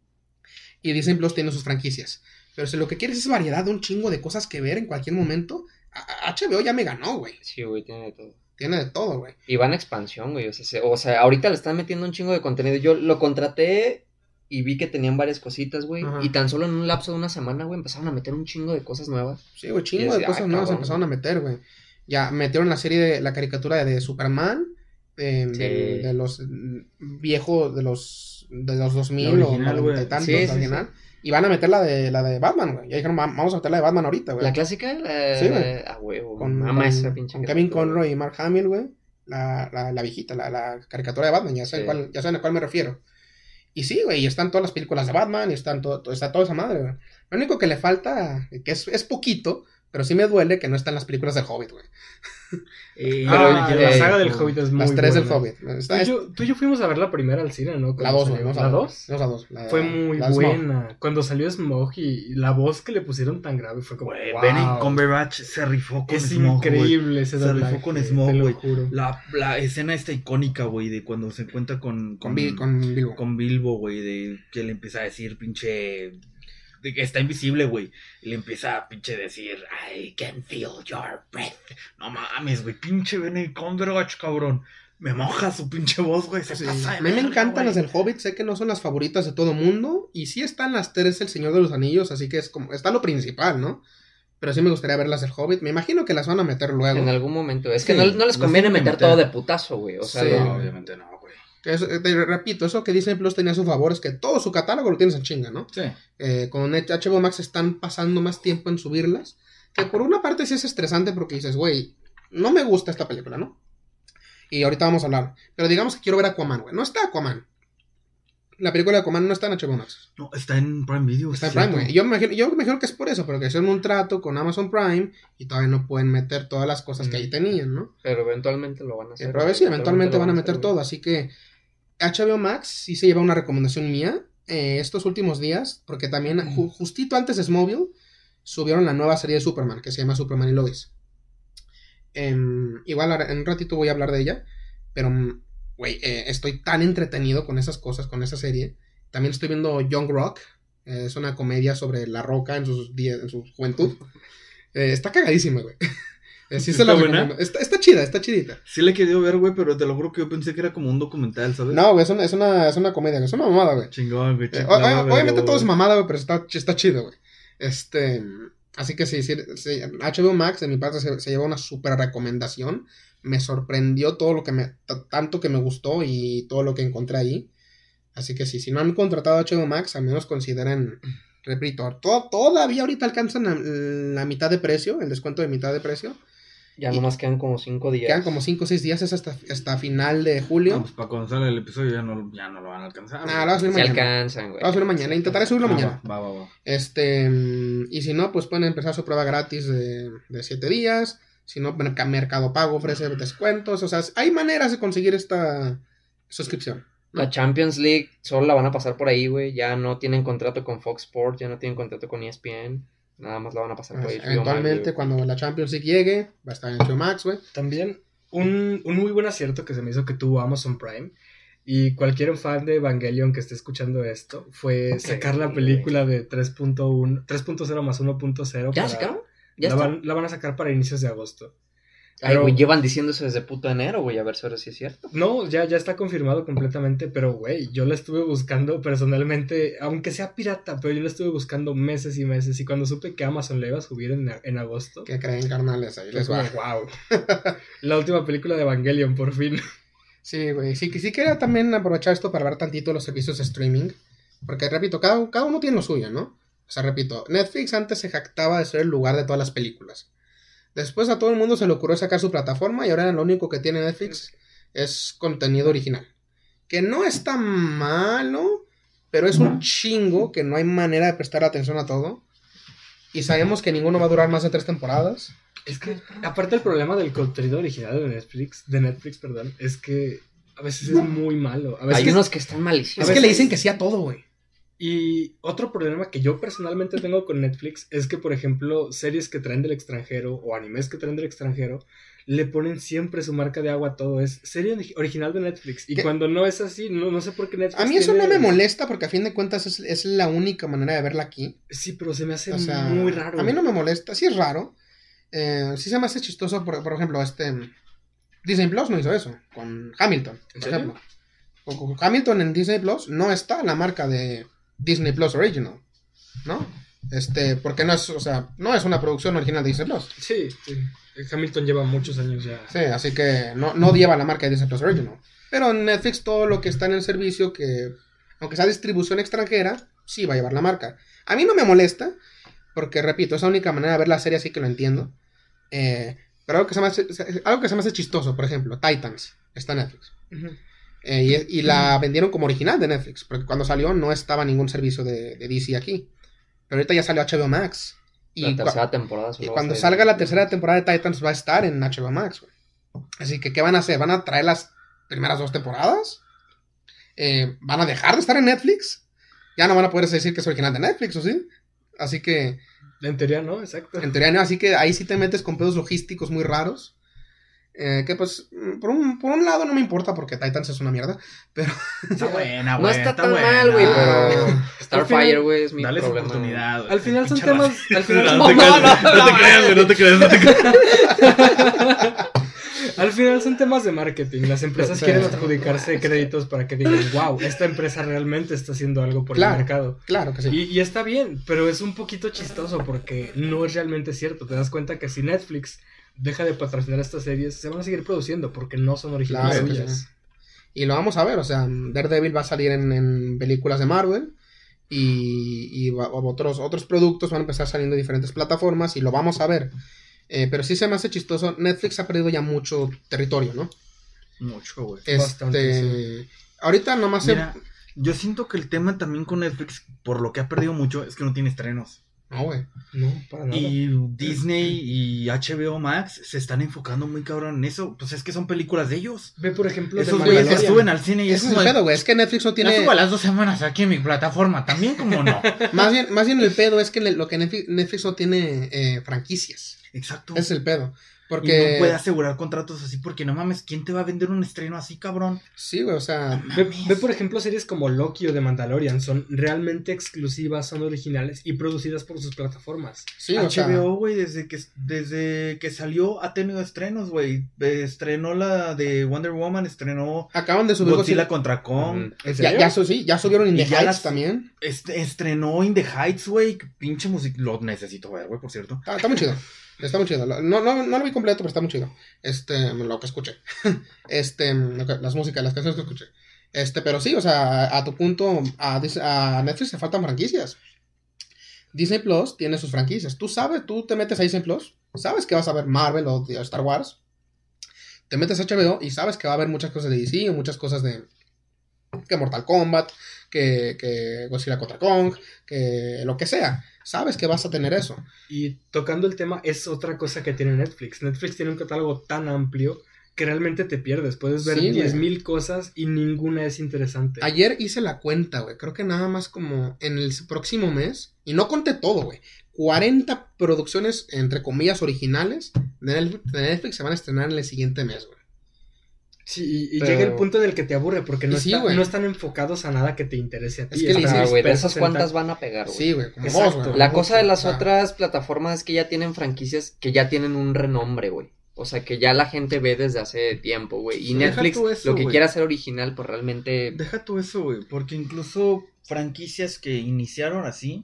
Y Disney Plus tiene sus franquicias. Pero si lo que quieres es variedad de un chingo de cosas que ver en cualquier momento, a- a- H B O ya me ganó, güey. Sí, güey, tiene de todo. Tiene de todo, güey. Y van a expansión, güey. O sea, se- o sea, ahorita le están metiendo un chingo de contenido. Yo lo contraté y vi que tenían varias cositas, güey. Ajá. Y tan solo en un lapso de una semana, güey, empezaron a meter un chingo de cosas nuevas. Sí, güey, Y chingo así, de cosas ah, nuevas cabrón. empezaron a meter, güey. Ya metieron la serie de la caricatura de Superman. eh, Sí. de, de los viejos, de los de los dos mil La o original, noventa y güey. tantos, Sí, la sí, original. Y van a meter la de, la de Batman, güey. Ya dijeron, "Va- vamos a meter la de Batman ahorita, güey. ¿La clásica? La... Sí, güey. A huevo. Con, Mama con- esa pinche con Kevin caricatura. Conroy y Mark Hamill, güey. La, la, la viejita, la, la caricatura de Batman, ya saben, Sí. cuál, ya saben a cuál me refiero. Y sí, güey, y están todas las películas de Batman, y están todo, todo- está toda esa madre, güey. Lo único que le falta, que es, es poquito, pero sí me duele que no están las películas del Hobbit, güey. Eh, Pero, Ah, la eh, saga del Hobbit es muy Las tres del buena. Hobbit. Tú Está, y, yo, tú y yo fuimos a ver la primera al cine, ¿no? la Cuando dos, güey. salió. vamos a ¿La ver. dos? Vamos a dos. La- Fue muy la Smog. buena. Cuando salió Smog y, y la voz que le pusieron tan grave fue como. Güey, wow. Benedict Cumberbatch se rifó con Es Smoke, güey. increíble ese Se doblaje, rifó con te Smoke, lo güey. juro. La, la escena esta icónica, güey, de cuando se encuentra con... Con, Bi- con Bilbo. con Bilbo, güey, de que le empieza a decir pinche... de que está invisible, güey. Y le empieza a pinche decir, I can feel your breath. No mames, güey, pinche Benedict Cumberbatch, cabrón. Me moja su pinche voz, güey. Se Sí. pasa de A mí me verga, encantan güey. las del Hobbit, sé que no son las favoritas de todo mundo, y sí están las tres del Señor de los Anillos, así que es como, está lo principal, ¿no? Pero sí me gustaría ver las del Hobbit, me imagino que las van a meter luego. En algún momento. Es Sí, que no, no les las conviene tienen que meter meter. todo de putazo, güey. O sea, Sí. lo- No, obviamente no, güey. Que eso, eh, te repito, eso que Disney Plus tenía a su favor es que todo su catálogo lo tienes en chinga, ¿no? Sí. Eh, con H B O Max están pasando más tiempo en subirlas, que por una parte sí es estresante porque dices, güey, no me gusta esta película, ¿no? Y ahorita vamos a hablar. Pero digamos que quiero ver Aquaman, güey. No está Aquaman. La película de Aquaman no está en H B O Max. No, está en Prime Video. Está en sí, Prime, cierto. güey. Yo me imagino, yo me imagino que es por eso, porque hicieron un trato con Amazon Prime y todavía no pueden meter todas las cosas que ahí tenían, ¿no? Pero eventualmente lo van a Eh, hacer. pero a ver si eventualmente lo van a hacer, meter güey. todo, así que H B O Max sí se lleva una recomendación mía eh, estos últimos días, porque también ju- justito antes de Smallville subieron la nueva serie de Superman, que se llama Superman y Lois. Em, igual ahora- en un ratito voy a hablar de ella, pero, mm, güey, eh, estoy tan entretenido con esas cosas, con esa serie. También estoy viendo Young Rock, eh, es una comedia sobre La Roca en sus días, en su juventud. Eh, está cagadísima, güey. Eh, sí se ¿Está la buena? recomiendo. Está, está chida, está chidita. Sí le he querido ver, güey, pero te lo juro que yo pensé que era como un documental, ¿sabes? No, güey, es una, es una, es una comedia, güey, es una mamada, güey. Chingón, güey. Eh, chingón, o- la voy a o- ver, obviamente güey. todo es mamada, güey, pero está, está chido, güey. Este, así que sí, sí, sí, H B O Max de mi parte se, se lleva una super recomendación. Me sorprendió todo lo que me, t- tanto que me gustó y todo lo que encontré ahí. Así que sí, si no han contratado H B O Max, al menos consideren, repito, to- todavía ahorita alcanzan la, la mitad de precio, el descuento de mitad de precio. Ya Y- nomás quedan como cinco días. Quedan como cinco o seis días, es hasta, hasta final de No, julio. pues para cuando salga el episodio ya no, ya no lo van a alcanzar. Ah, lo vas a subir Se mañana. alcanzan, güey. Lo vas a subir mañana, intentaré subirlo Ah, mañana. Va, va, va. Este, mm, y si no, pues pueden empezar su prueba gratis de, de siete días. Si no, Merc- Mercado Pago ofrece descuentos. O sea, hay maneras de conseguir esta suscripción. La Champions League solo la van a pasar por ahí, güey. Ya no tienen contrato con Fox Sports, ya no tienen contrato con E S P N. Nada más la van a pasar por ahí. Pues, eventualmente, cuando la Champions League llegue, va a estar en H B O Max, güey. También un, un muy buen acierto que se me hizo que tuvo Amazon Prime. Y cualquier fan de Evangelion que esté escuchando esto fue sacar la película de tres punto uno, tres punto cero más uno punto cero. ¿Ya para- sacaron? ¿Ya la, está? van, la van a sacar para inicios de agosto. Ay, Pero- güey, llevan diciendo eso desde puto enero, güey. A ver si ahora sí es cierto. No, ya, ya está confirmado completamente, pero güey, yo la estuve buscando personalmente, aunque sea pirata, pero yo la estuve buscando meses y meses. Y cuando supe que Amazon la iba a subir en, en agosto, Que creen, carnales, ahí fue les va. como, wow. La última película de Evangelion, por fin. Sí, güey. Sí, sí quería también aprovechar esto para ver tantito los servicios de streaming. Porque, repito, cada, cada uno tiene lo suyo, ¿no? O sea, repito, Netflix antes se jactaba de ser el lugar de todas las películas. Después a todo el mundo se le ocurrió sacar su plataforma y ahora lo único que tiene Netflix es contenido original. Que no está malo, pero es un chingo que no hay manera de prestar atención a todo. Y sabemos que ninguno va a durar más de tres temporadas. Es que, aparte el problema del contenido original de Netflix, de Netflix, perdón, es que a veces es muy malo. A veces Hay unos que están malísimos. Es que le dicen que sí a todo, güey. Y otro problema que yo personalmente tengo con Netflix es que, por ejemplo, series que traen del extranjero o animes que traen del extranjero le ponen siempre su marca de agua a todo. Es serie ori- original de Netflix. Y ¿Qué? cuando no es así, no, no sé por qué Netflix. A mí eso tiene- no me molesta porque a fin de cuentas es, es la única manera de verla aquí. Sí, pero se me hace O sea, muy raro. A mí no me molesta, sí es raro. Eh, sí se me hace chistoso, por, por ejemplo, este Disney Plus no hizo eso, con Hamilton, ¿En por serio? ejemplo. Con, con Hamilton en Disney Plus no está la marca de Disney Plus Original, ¿no? Este, porque no es, o sea, no es una producción original de Disney Plus. Sí, sí. Hamilton lleva muchos años ya. Sí, así que no, no lleva la marca de Disney Plus Original. Pero en Netflix todo lo que está en el servicio, que aunque sea distribución extranjera, sí va a llevar la marca. A mí no me molesta, porque repito, es la única manera de ver la serie, así que lo entiendo. Eh, pero algo que, se me hace, algo que se me hace chistoso, por ejemplo, Titans, está en Netflix. Uh-huh. Eh, y, y la vendieron como original de Netflix, porque cuando salió no estaba ningún servicio de, de D C aquí. Pero ahorita ya salió H B O Max. Y la tercera cua- temporada. Y cuando salga la tercera temporada de Titans va a estar en H B O Max, güey. Así que, ¿qué van a hacer? ¿Van a traer las primeras dos temporadas? Eh, ¿Van a dejar de estar en Netflix? Ya no van a poder decir que es original de Netflix, ¿o sí? Así que, En teoría no, exacto. en teoría no. Así que ahí sí te metes con pedos logísticos muy raros. Eh, que pues, por un, por un lado no me importa porque Titans es una mierda. Pero, Está buena, No güey. está está tan buena. mal, güey, Ah. pero Starfire, güey, es mi Dale su problema. oportunidad, güey. Al final son Pinche temas. raza. Al final, No, te creas, no te creas, güey, no te creas, no te creas. al final son temas de marketing. Las empresas Sí. quieren adjudicarse créditos para que digan, wow, esta empresa realmente está haciendo algo por Claro. el mercado. claro que sí. Y, y está bien, pero es un poquito chistoso porque no es realmente cierto. Te das cuenta que si Netflix deja de patrocinar estas series, se van a seguir produciendo porque no son originales Claro que suyas. sí. Y lo vamos a ver, o sea, Daredevil va a salir en, en películas de Marvel y, y va- otros, otros productos van a empezar saliendo de diferentes plataformas y lo vamos a ver. Eh, pero sí se me hace chistoso, Netflix ha perdido ya mucho territorio, ¿no? Mucho, güey. Este, Bastante, ahorita nomás se... Mira, yo siento que el tema también con Netflix, por lo que ha perdido mucho, es que no tiene estrenos. No, güey. No, para nada. Y Disney y H B O Max se están enfocando muy cabrón en eso. Pues es que son películas de ellos. Ve, por ejemplo, Esos de güeyes que Mandalorian. suben al cine y Ese es es el como de, pedo, güey, es que Netflix no la tiene... subo a las dos semanas aquí en mi plataforma. También como no. Más bien, más bien el pedo es que le- lo que Netflix, Netflix no tiene eh, franquicias. Exacto. Ese es el pedo. Y Porque... no puede asegurar contratos así porque no mames, ¿quién te va a vender un estreno así, cabrón? Sí, güey, o sea... Ve, ve, por ejemplo, series como Loki o The Mandalorian. Son realmente exclusivas, son originales y producidas por sus plataformas. Sí, o sea... H B O, güey, desde que, desde que salió ha tenido estrenos, güey. Eh, Estrenó la de Wonder Woman, estrenó Acaban de subir Godzilla Godzilla... contra Kong. Ujú. ¿En Ya, serio? ya, su- sí, ya subieron In Y the ya Heights las- también. Este, estrenó In the Heights, güey. que Pinche música. Lo necesito ver, güey, por cierto. Está, está muy chido. Está muy chido. No, no, no lo vi completo, pero está muy chido. Este, lo que escuché. Este, lo que- las músicas, las canciones que escuché. Este, pero sí, o sea, a, a tu punto, a, Dis- a Netflix le faltan franquicias. Disney Plus tiene sus franquicias. Tú sabes, tú te metes a Disney Plus, sabes que vas a ver Marvel o de- Star Wars. Te metes a H B O y sabes que va a haber muchas cosas de D C o muchas cosas de que Mortal Kombat, que, que Godzilla contra Kong, que lo que sea. Sabes que vas a tener eso. Y tocando el tema, es otra cosa que tiene Netflix. Netflix tiene un catálogo tan amplio que realmente te pierdes. Puedes ver Sí, güey. diez mil cosas y ninguna es interesante. Ayer hice la cuenta, güey. Creo que nada más como en el próximo mes. Y no conté todo, güey. cuarenta producciones, entre comillas, originales de Netflix, de Netflix se van a estrenar en el siguiente mes, güey. Sí, y, y Pero- llega el punto en el que te aburre porque no, Y sí, está- güey. no están enfocados a nada que te interese a ti. Es que le Están hice- Ah, güey, de dispersos esas en cuántas tan- van a pegar, güey. Sí, güey. Como Exacto. vos, güey. La como cosa vos, de las o sea, otras plataformas es que ya tienen franquicias que ya tienen un renombre, güey. O sea, que ya la gente ve desde hace tiempo, güey. Y Sí, Netflix, deja tú eso, lo que güey. quiera hacer original, pues realmente... Deja tú eso, güey. Porque incluso franquicias que iniciaron así.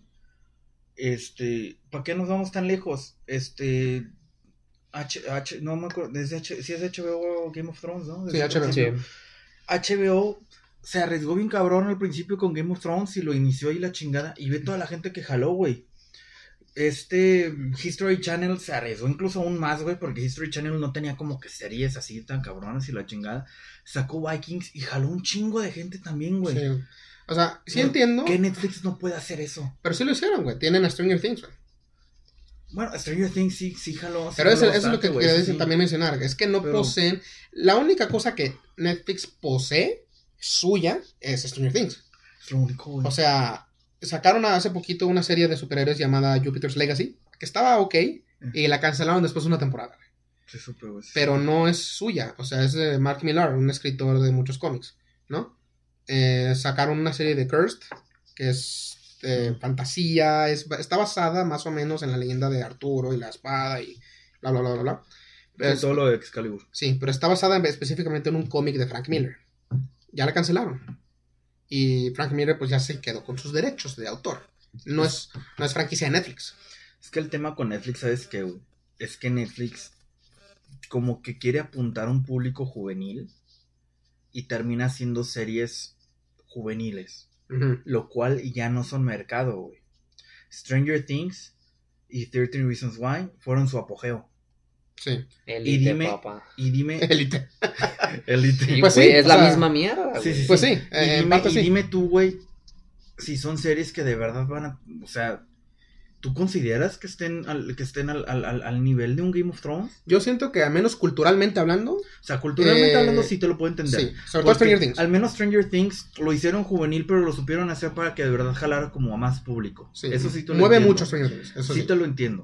Este. ¿Para qué nos vamos tan lejos? Este. H, H, no me acuerdo. Desde H, si es H B O Game of Thrones, ¿no? Sí, Desde H B O. Sí. H B O se arriesgó bien cabrón al principio con Game of Thrones y lo inició ahí la chingada. Y ve toda la gente que jaló, güey. Este History Channel se arriesgó incluso aún más, güey, porque History Channel no tenía como que series así tan cabronas y la chingada. Sacó Vikings y jaló un chingo de gente también, güey. Sí. O sea, sí Bueno, entiendo. ¿Qué Netflix no puede hacer eso? Pero sí lo hicieron, güey. Tienen a Stranger Things, güey. Bueno, Stranger Things sí, sí jaló. sí Pero eso, jaló eso es lo bastante, que güey, quería eso sí. también mencionar. Es que no Pero- poseen. La única cosa que Netflix posee suya es Stranger Things. Es lo único, güey. O sea, sacaron hace poquito una serie de superhéroes llamada Jupiter's Legacy, que estaba ok, y la cancelaron después de una temporada. Sí, supe, güey, sí. Pero no es suya, o sea, es de Mark Millar, un escritor de muchos cómics, ¿no? Eh, sacaron una serie de Cursed, que es eh, fantasía, es, está basada más o menos en la leyenda de Arturo y la espada y bla, bla, bla, bla, bla. Fue Es- todo lo de Excalibur. Sí, pero está basada en- específicamente en un cómic de Frank Miller. Ya la cancelaron. Y Frank Miller pues ya se quedó con sus derechos de autor. No es, no es franquicia de Netflix. Es que el tema con Netflix, ¿sabes qué, güey? Es que Netflix como que quiere apuntar a un público juvenil y termina haciendo series juveniles, Uh-huh. lo cual ya no son mercado, güey. Stranger Things y thirteen Reasons Why fueron su apogeo. Sí. Elite, Y dime, papá. y dime, Elite. Elite. Sí, Pues güey, sí, es o la sea, misma mierda, Sí, güey. sí, Pues sí, Y eh, en dime, parte y sí. dime tú, güey, si son series que de verdad van a, o sea, ¿tú consideras que estén al, que estén al, al, al, al nivel de un Game of Thrones? Yo siento que al menos culturalmente hablando, O sea, culturalmente Eh, hablando sí te lo puedo entender. sí, sobre todo Porque Stranger Things. Al menos Stranger Things lo hicieron juvenil, pero lo supieron hacer para que de verdad jalara como a más público. Sí. Eso sí te lo Mueve entiendo. mucho Stranger Things, eso sí sí. te lo entiendo.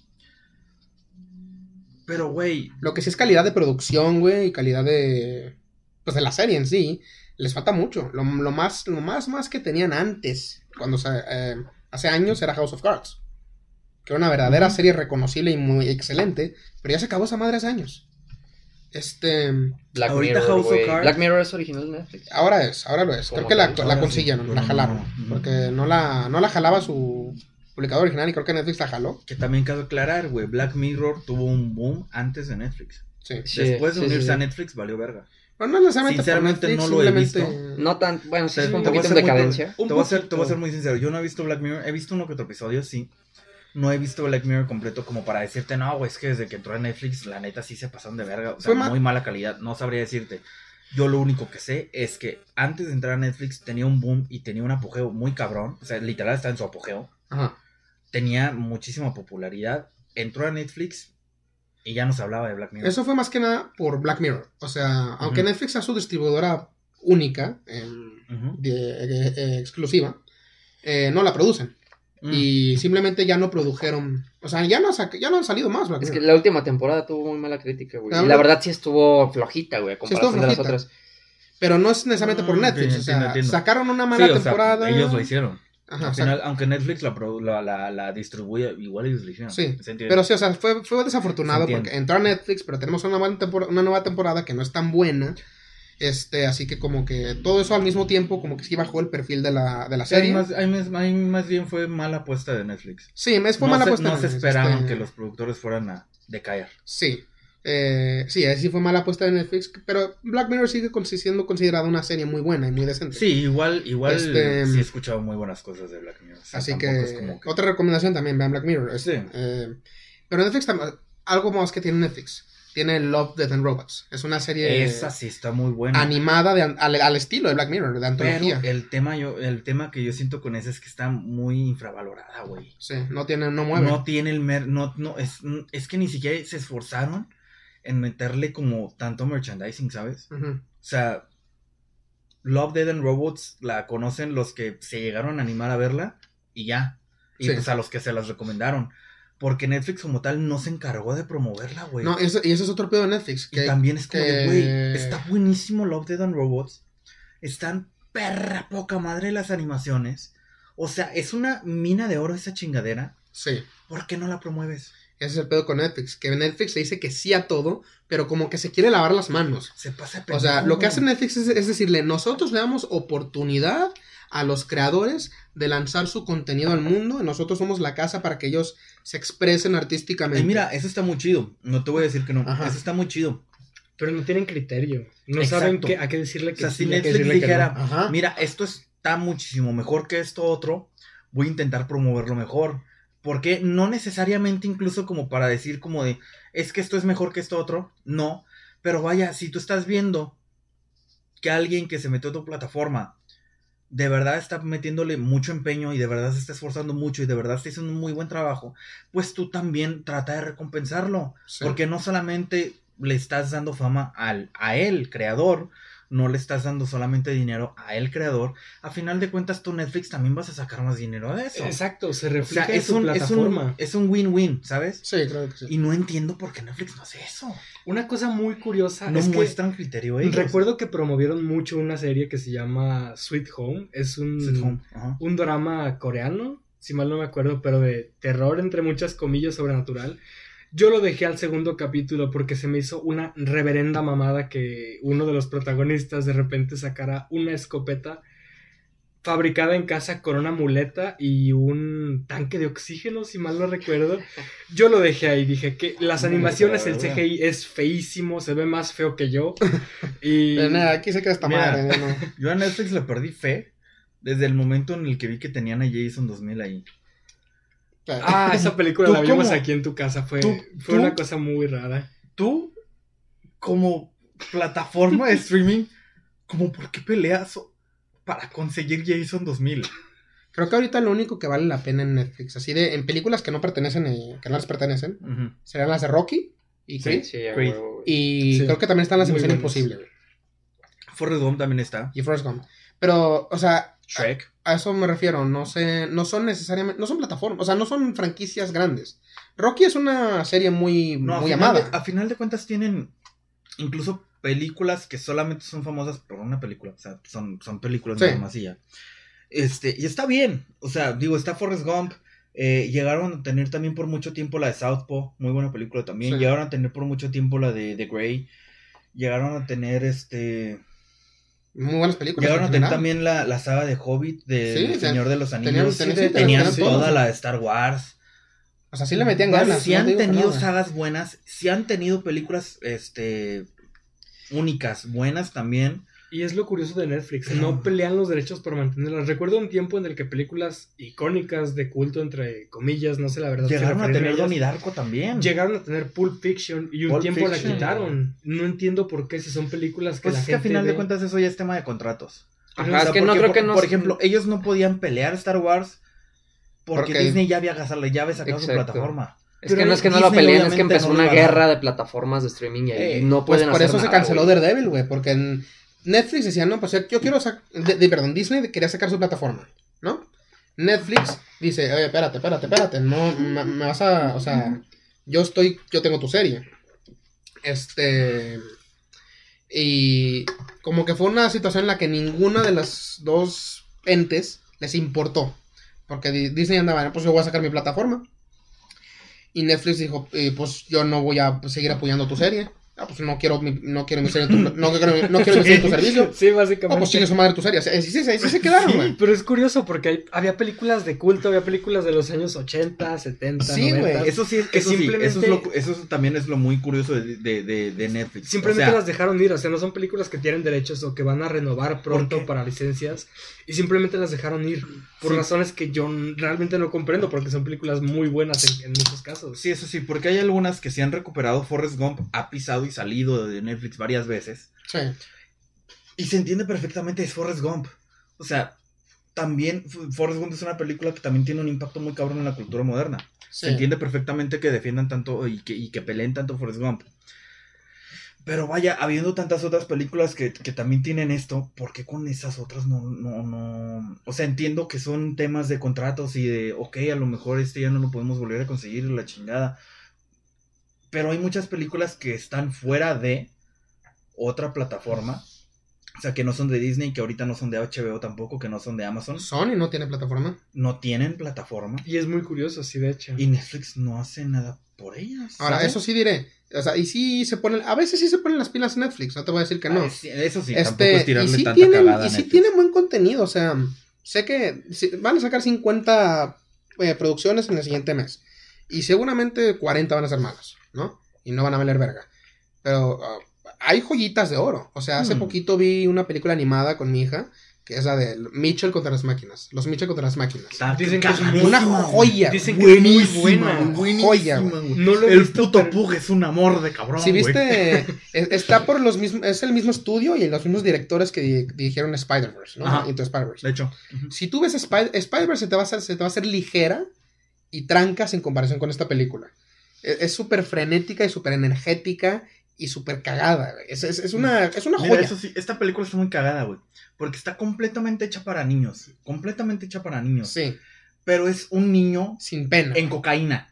Pero, güey, Lo que sí es calidad de producción, güey, y calidad de... Pues de la serie en sí, les falta mucho. Lo, lo más, lo más, más que tenían antes, cuando se, eh, hace años, era House of Cards. Que era una verdadera Ujú. serie reconocible y muy excelente, pero ya se acabó esa madre hace años. Este... Black Ahorita Mirror, House of güey. Cards- Black Mirror es original de Netflix. Ahora es, ahora lo es. ¿Cómo Creo que la, crees? la Ahora consiguieron, sí, la no, jalaron. no, no. Porque no la, no la jalaba su publicador original y creo que Netflix la jaló. que también cabe aclarar, güey, Black Mirror tuvo un boom antes de Netflix. Sí. Sí, Después de sí, unirse sí, a sí. Netflix, valió verga. Pero no necesariamente por Sinceramente, Netflix, no lo he simplemente- No tan, bueno, sí, Te- es un te voy a poquito ser en muy- decadencia. Un Te voy, a ser, poquito. te voy a ser muy sincero, yo no he visto Black Mirror, he visto uno que otro episodio, sí. No he visto Black Mirror completo como para decirte, no, güey, es que desde que entró a Netflix, la neta sí se pasaron de verga. O sea, Fue ma- muy mala calidad, no sabría decirte. Yo lo único que sé es que antes de entrar a Netflix tenía un boom y tenía un apogeo muy cabrón. O sea, literal está en su apogeo. Ajá. Tenía muchísima popularidad. Entró a Netflix y ya no se hablaba de Black Mirror. Eso fue más que nada por Black Mirror. O sea, aunque Ujú. Netflix es su distribuidora única, eh, Ujú. de- eh, eh, exclusiva, eh, no la producen. Mm. Y simplemente ya no produjeron. O sea, ya no, sac- ya no han salido más Black Es que Mirror. la última temporada tuvo muy mala crítica, güey. La Y la verdad- verdad sí estuvo flojita, güey, a estuvo comparación de las flojita. otras. Pero no es necesariamente por Mm, Netflix. sí, o sea, entiendo, entiendo. sacaron una mala Sí, o sea, temporada. ellos lo hicieron. Ajá, Al o sea, final, aunque Netflix la, produ- la, la, la distribuye, igual ellos lo hicieron. sí. ¿Se entiende? Pero sí, o sea, fue, fue desafortunado Se entiende. porque entró a Netflix, pero tenemos una, nueva tempor- una nueva temporada que no es tan buena. Este, así que como que todo eso al mismo tiempo, como que sí bajó el perfil de la, de la Sí, ahí serie. más, ahí más, ahí más bien fue mala apuesta de Netflix. Sí, me fue no mala se, apuesta. no en se Netflix, esperaban este, que los productores fueran a decaer. Sí. Eh, sí, ahí sí fue mala apuesta de Netflix, pero Black Mirror sigue con- siendo considerada una serie muy buena y muy decente. Sí, igual, igual Este, sí he escuchado muy buenas cosas de Black Mirror. O sea, Así tampoco que, es como que- otra recomendación también, vean Black Mirror. este, Sí. eh, pero Netflix tam- algo más que tiene Netflix. Tiene Love, Death and Robots. Es una serie Esa sí está muy buena. animada de, an- al, al estilo de Black Mirror, de Pero antología. el tema, yo, el tema que yo siento con esa es que está muy infravalorada, güey. Sí, no tiene, no mueve. No tiene el mer... No, no, es, es que ni siquiera se esforzaron en meterle como tanto merchandising, ¿sabes? Ujú. O sea, Love, Dead and Robots la conocen los que se llegaron a animar a verla y ya. Y Sí. pues a los que se las recomendaron. Porque Netflix como tal no se encargó de promoverla, güey. No, eso, y eso es otro pedo de Netflix. y que- también es como de, que- güey, está buenísimo Love, Dead and Robots. Están perra poca madre las animaciones. O sea, es una mina de oro esa chingadera. Sí, ¿Por qué no la promueves? ese es el pedo con Netflix. Que Netflix se dice que sí a todo, pero como que se quiere lavar las manos. Se pasa de O sea, pendejo, lo que güey. hace Netflix es, es decirle, nosotros le damos oportunidad a los creadores de lanzar su contenido al mundo, y nosotros somos la casa para que ellos se expresen artísticamente. Ay, mira, eso está muy chido. No te voy a decir que no. Ajá. Eso está muy chido. Pero no tienen criterio. No Exacto. saben qué, a qué decirle O que sea, sí, si a qué Netflix decirle que dijera, no. Ajá. mira, esto está muchísimo mejor que esto otro, voy a intentar promoverlo mejor. Porque no necesariamente incluso como para decir como de, es que esto es mejor que esto otro, no. Pero vaya, si tú estás viendo que alguien que se metió a tu plataforma de verdad está metiéndole mucho empeño y de verdad se está esforzando mucho y de verdad está haciendo un muy buen trabajo, pues tú también trata de recompensarlo. Sí. Porque no solamente le estás dando fama al, a él, creador, no le estás dando solamente dinero a el creador. A final de cuentas, tú Netflix también vas a sacar más dinero de eso. Exacto, se O refleja sea, en es su un, es, plataforma. un, es un win-win, ¿sabes? Sí, claro que sí. Y no entiendo por qué Netflix no hace eso. Una cosa muy curiosa No es que muestran criterio ellos. recuerdo que promovieron mucho una serie que se llama Sweet Home. Es un, Sweet Home, ajá. un drama coreano, si mal no me acuerdo, pero de terror, entre muchas comillas, sobrenatural. Yo lo dejé al segundo capítulo porque se me hizo una reverenda mamada que uno de los protagonistas de repente sacara una escopeta fabricada en casa con una muleta y un tanque de oxígeno, si mal no recuerdo. Yo lo dejé ahí, dije que las animaciones, el C G I es feísimo, se ve más feo que yo. Y Pero nada, aquí se queda esta Mira. madre. ¿no? Yo a Netflix le perdí fe desde el momento en el que vi que tenían a Jason dos mil ahí. Ah, esa película ¿Tú la vimos cómo? aquí en tu casa, fue, ¿Tú- fue tú? una cosa muy rara. Tú, como plataforma de streaming, como por qué peleas para conseguir Jason dos mil. Creo que ahorita lo único que vale la pena en Netflix, así de en películas que no pertenecen, eh, que no les pertenecen, Ujú. serían las de Rocky y Sí, Creed. Sí, a Creed. huevo, güey. Y Sí, creo que también están las de muy Misión buenas. Imposible, güey. Forrest Gump también está. Y Forrest Gump. Pero, o sea, Shrek. a eso me refiero, no sé, no son necesariamente, no son plataformas, o sea, no son franquicias grandes. Rocky es una serie muy, No, a muy final, de, amada. a final de cuentas tienen incluso películas que solamente son famosas por una película. O sea, son, son películas Sí. nada más y ya. Este, y está bien. O sea, digo, está Forrest Gump. Eh, llegaron a tener también por mucho tiempo la de Southpaw. Muy buena película también. Sí. Llegaron a tener por mucho tiempo la de The Grey. Llegaron a tener este. Muy buenas películas. Llegaron en a tener general. también la, la saga de Hobbit, de Sí, El ten- Señor de los Anillos. tenían- Sí, tenían- de- sí, tenían tenían todas. toda la de Star Wars. O sea, sí le metían ganas. Si no han te digo que tenido no, güey. sagas buenas, si han tenido películas este únicas, buenas también. Y es lo curioso de Netflix, no pelean los derechos por mantenerlas. Recuerdo un tiempo en el que películas icónicas de culto, entre comillas, no sé la verdad. si Llegaron a referirme tener ellas, Donnie Darko también. Llegaron a tener Pulp Fiction y un Pulp tiempo Fiction. la quitaron. No entiendo por qué, si son películas que Pues la es que a gente final de ve. cuentas eso ya es tema de contratos. Ajá, O sea, es que no porque, creo por, que no Por se- ejemplo, ellos no podían pelear Star Wars porque, Porque- Disney ya había, gasado- ya había sacado su Exacto. plataforma. Es Pero que no es que no Disney lo peleen, es que obviamente empezó no lo una iba a dar. guerra de plataformas de streaming y ahí Eh, no Pues pueden por hacer eso se nada, canceló güey. Daredevil, güey, porque en Netflix decía, no, pues yo quiero sacar, perdón, Disney quería sacar su plataforma, ¿no? Netflix dice, oye, espérate, espérate, espérate, no, me, me vas a, o sea, yo estoy, yo tengo tu serie. Este, y como que fue una situación en la que ninguna de las dos entes les importó, porque Di- Disney andaba, pues yo voy a sacar mi plataforma. Y Netflix dijo, eh, pues yo no voy a seguir apoyando tu serie. Ah, pues no quiero mi, no quiero mi serie en tu, no quiero, no quiero mi serie en tu servicio. Sí, Ah, básicamente. pues sigue su madre tu serie. Así, así, así, así se quedaron, Sí, güey. pero es curioso porque hay- había películas de culto, había películas de los años ochenta, setenta, Sí, noventa. güey. Eso sí, es- Que eso, sí, simplemente- eso, es lo, eso también es lo muy curioso de, de, de, de Netflix. Simplemente O sea, las dejaron ir, o sea, no son películas que tienen derechos o que van a renovar pronto qué? para licencias, y simplemente las dejaron ir por Sí. razones que yo n- realmente no comprendo, porque son películas muy buenas en, en muchos casos. Sí, eso sí, porque hay algunas que se han recuperado. Forrest Gump ha pisado y salido de Netflix varias veces. Sí. Y se entiende perfectamente, es Forrest Gump. O sea, también F- Forrest Gump es una película que también tiene un impacto muy cabrón en la cultura moderna. Sí. Se entiende perfectamente que defiendan tanto y que, y que peleen tanto Forrest Gump. Pero vaya, habiendo tantas otras películas que, que también tienen esto, ¿por qué con esas otras no, no, no? O sea, entiendo que son temas de contratos y de, ok, a lo mejor este ya no lo podemos volver a conseguir, la chingada. Pero hay muchas películas que están fuera de otra plataforma. O sea, que no son de Disney, que ahorita no son de H B O tampoco, que no son de Amazon. Sony no tiene plataforma. No tienen plataforma. Y es muy curioso, sí, de hecho. Y Netflix no hace nada por ellas. Ahora, ¿sabes? eso sí diré. O sea, y sí se ponen, a veces sí se ponen las pilas en Netflix, no te voy a decir que no. Ah, sí, eso sí, tampoco Este, es tirarle y sí tanta tienen, cagada a y sí Netflix. tienen buen contenido, o sea, sé que si- van a sacar cincuenta eh, producciones en el siguiente mes. Y seguramente cuarenta van a ser malas, ¿no? Y no van a valer verga. Pero ah, hay joyitas de oro. O sea, hace Hmm. poquito vi una película animada con mi hija, que es la de Mitchell contra las máquinas. Los Mitchell contra las máquinas. Está Dicen que es cagadísima, Una güey. joya. Dicen que es muy Buenísima, buena. buenísima, Joya, güey. No lo he El visto, puto pero- Pug es un amor de cabrón, Si güey. viste, es- está por los mismos, es el mismo estudio y los mismos directores que di- dirigieron Spider-Verse, ¿no? Ajá. Into Spider-Verse. De hecho. Ujú. Si tú ves Spy- Spider-Verse se te va a hacer, se te va a hacer ligera y trancas en comparación con esta película. Es es súper frenética y súper energética y súper cagada, güey. Es, es, es una, es una Mira, joya. eso sí, esta película está muy cagada, güey. Porque está completamente hecha para niños. Completamente hecha para niños. Sí, Pero es un niño sin pena. en cocaína.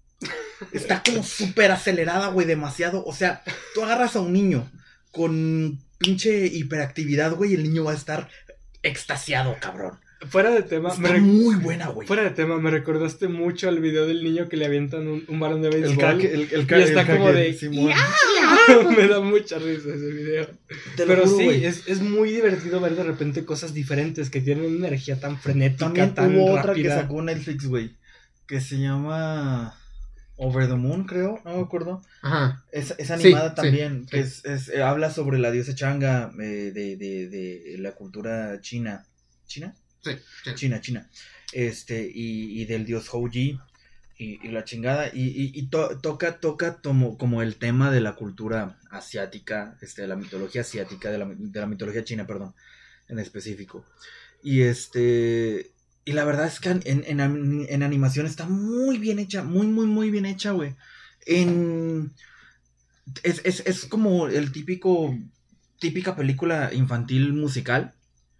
Está como súper acelerada, güey, demasiado. O sea, tú agarras a un niño con pinche hiperactividad, güey, y el niño va a estar extasiado, cabrón. Fuera de tema, Está me rec- muy buena, güey. fuera de tema, me recordaste mucho al video del niño que le avientan un, un balón de El béisbol. craque, el, el y craque, está el craque, como de... Simón. me da mucha risa ese video. Te lo Pero juro, sí, güey. es, es muy divertido ver de repente cosas diferentes que tienen una energía tan frenética, También tan hubo otra rápida. que sacó Netflix, güey, que se llama Over the Moon, creo, no me acuerdo. Ajá. Es, es Sí, animada sí, también, que sí. Es, es, eh, habla sobre la diosa Changa eh, de, de, de la cultura china. ¿China? Sí, sí. China, China. Este, y, y del dios Houji y, y la chingada. Y, y, y to, toca, toca como, como el tema de la cultura asiática, este, de la mitología asiática, de la, de la mitología china, perdón, en específico. Y este. Y la verdad es que en, en, en animación está muy bien hecha, muy, muy, muy bien hecha, güey. En. Es, es, es como el típico. Típica película infantil musical.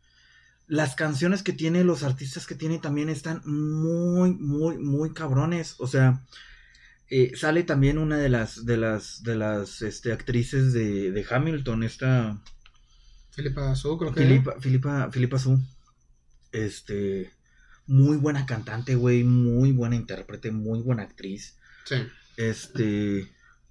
Las canciones que tiene, los artistas que tiene también están muy, muy, muy cabrones. O sea, eh, sale también una de las, de las, de las, este, actrices de, de Hamilton, esta Filipa Su, creo que. Filipa, Filipa, Filipa Su. Este, muy buena cantante, güey, muy buena intérprete, muy buena actriz. Sí. Este,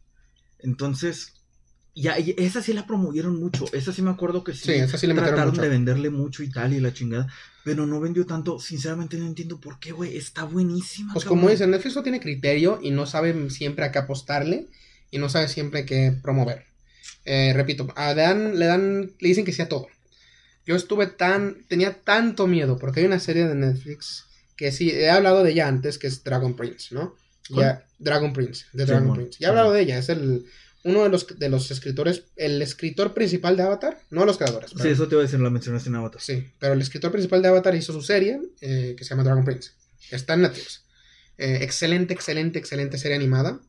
entonces, ya, y esa sí la promovieron mucho. Esa sí me acuerdo que sí, Sí, esa sí le metieron trataron mucho. de venderle mucho y tal y la chingada, pero no vendió tanto. Sinceramente no entiendo por qué, güey. Está buenísima. Pues cabrón. como dicen, Netflix no tiene criterio y no sabe siempre a qué apostarle y no sabe siempre qué promover. Eh, repito, a Dan, le dan, le dicen que sea todo. Yo estuve tan, tenía tanto miedo porque hay una serie de Netflix que sí, he hablado de ella antes, que es Dragon Prince, ¿no? ¿Cuál? Ya, Dragon Prince, de Sí, Dragon bueno, Prince. Ya he sí, hablado bueno. de ella, es el uno de los, de los escritores, el escritor principal de Avatar, no los creadores. Sí, pero- eso te iba a decir, la mencionaste en Avatar. Sí, pero el escritor principal de Avatar hizo su serie eh, que se llama Dragon Prince. Está en Netflix. Eh, excelente, excelente, excelente serie animada.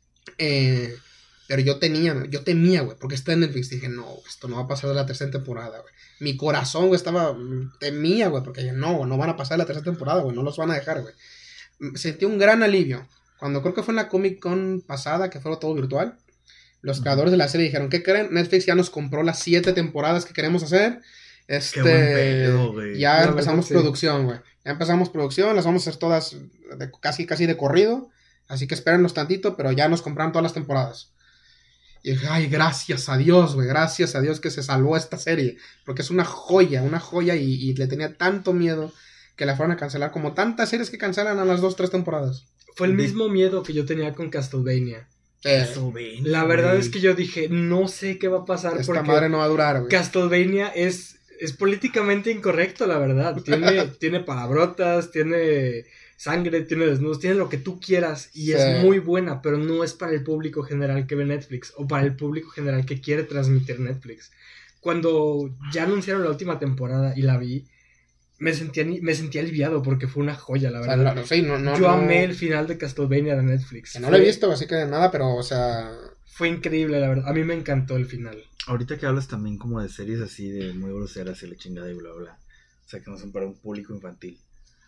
Eh, pero yo tenía, yo temía, güey, porque está en Netflix. Dije, no, esto no va a pasar de la tercera temporada, güey. Mi corazón, güey, estaba, temía, güey, porque dije, no, no van a pasar de la tercera temporada, güey, no los van a dejar, güey. Sentí un gran alivio. Cuando creo que fue en la Comic Con pasada, que fue todo virtual, los creadores de la serie dijeron, ¿qué creen? Netflix ya nos compró las siete temporadas que queremos hacer. Este, Qué buen pedo, güey. ya La empezamos verdad, sí. producción, güey. Ya empezamos producción, las vamos a hacer todas de- casi, casi de corrido. Así que espérenos tantito, pero ya nos compraron todas las temporadas. Y dije, ay, gracias a Dios, güey, gracias a Dios que se salvó esta serie. Porque es una joya, una joya y, y le tenía tanto miedo que la fueron a cancelar, como tantas series que cancelan a las dos, tres temporadas. Fue el De- mismo miedo que yo tenía con Castlevania. Eh, Eso, ven, La verdad güey. es que yo dije, no sé qué va a pasar esta porque madre no va a durar, güey. Castlevania es, es políticamente incorrecto, la verdad. Tiene, tiene palabrotas, tiene sangre, tiene desnudos, tiene lo que tú quieras y Sí. es muy buena, pero no es para el público general que ve Netflix o para el público general que quiere transmitir Netflix. Cuando ya anunciaron la última temporada y la vi, me sentí, ani- me sentí aliviado porque fue una joya, la O sea, verdad. no, sí, no, no, yo no- amé el final de Castlevania de Netflix. que no lo he Fue- visto, así que nada, pero, o sea... Fue increíble, la verdad. A mí me encantó el final. Ahorita que hablas también como de series así de muy groseras y la chingada y bla bla. O sea que no son para un público infantil.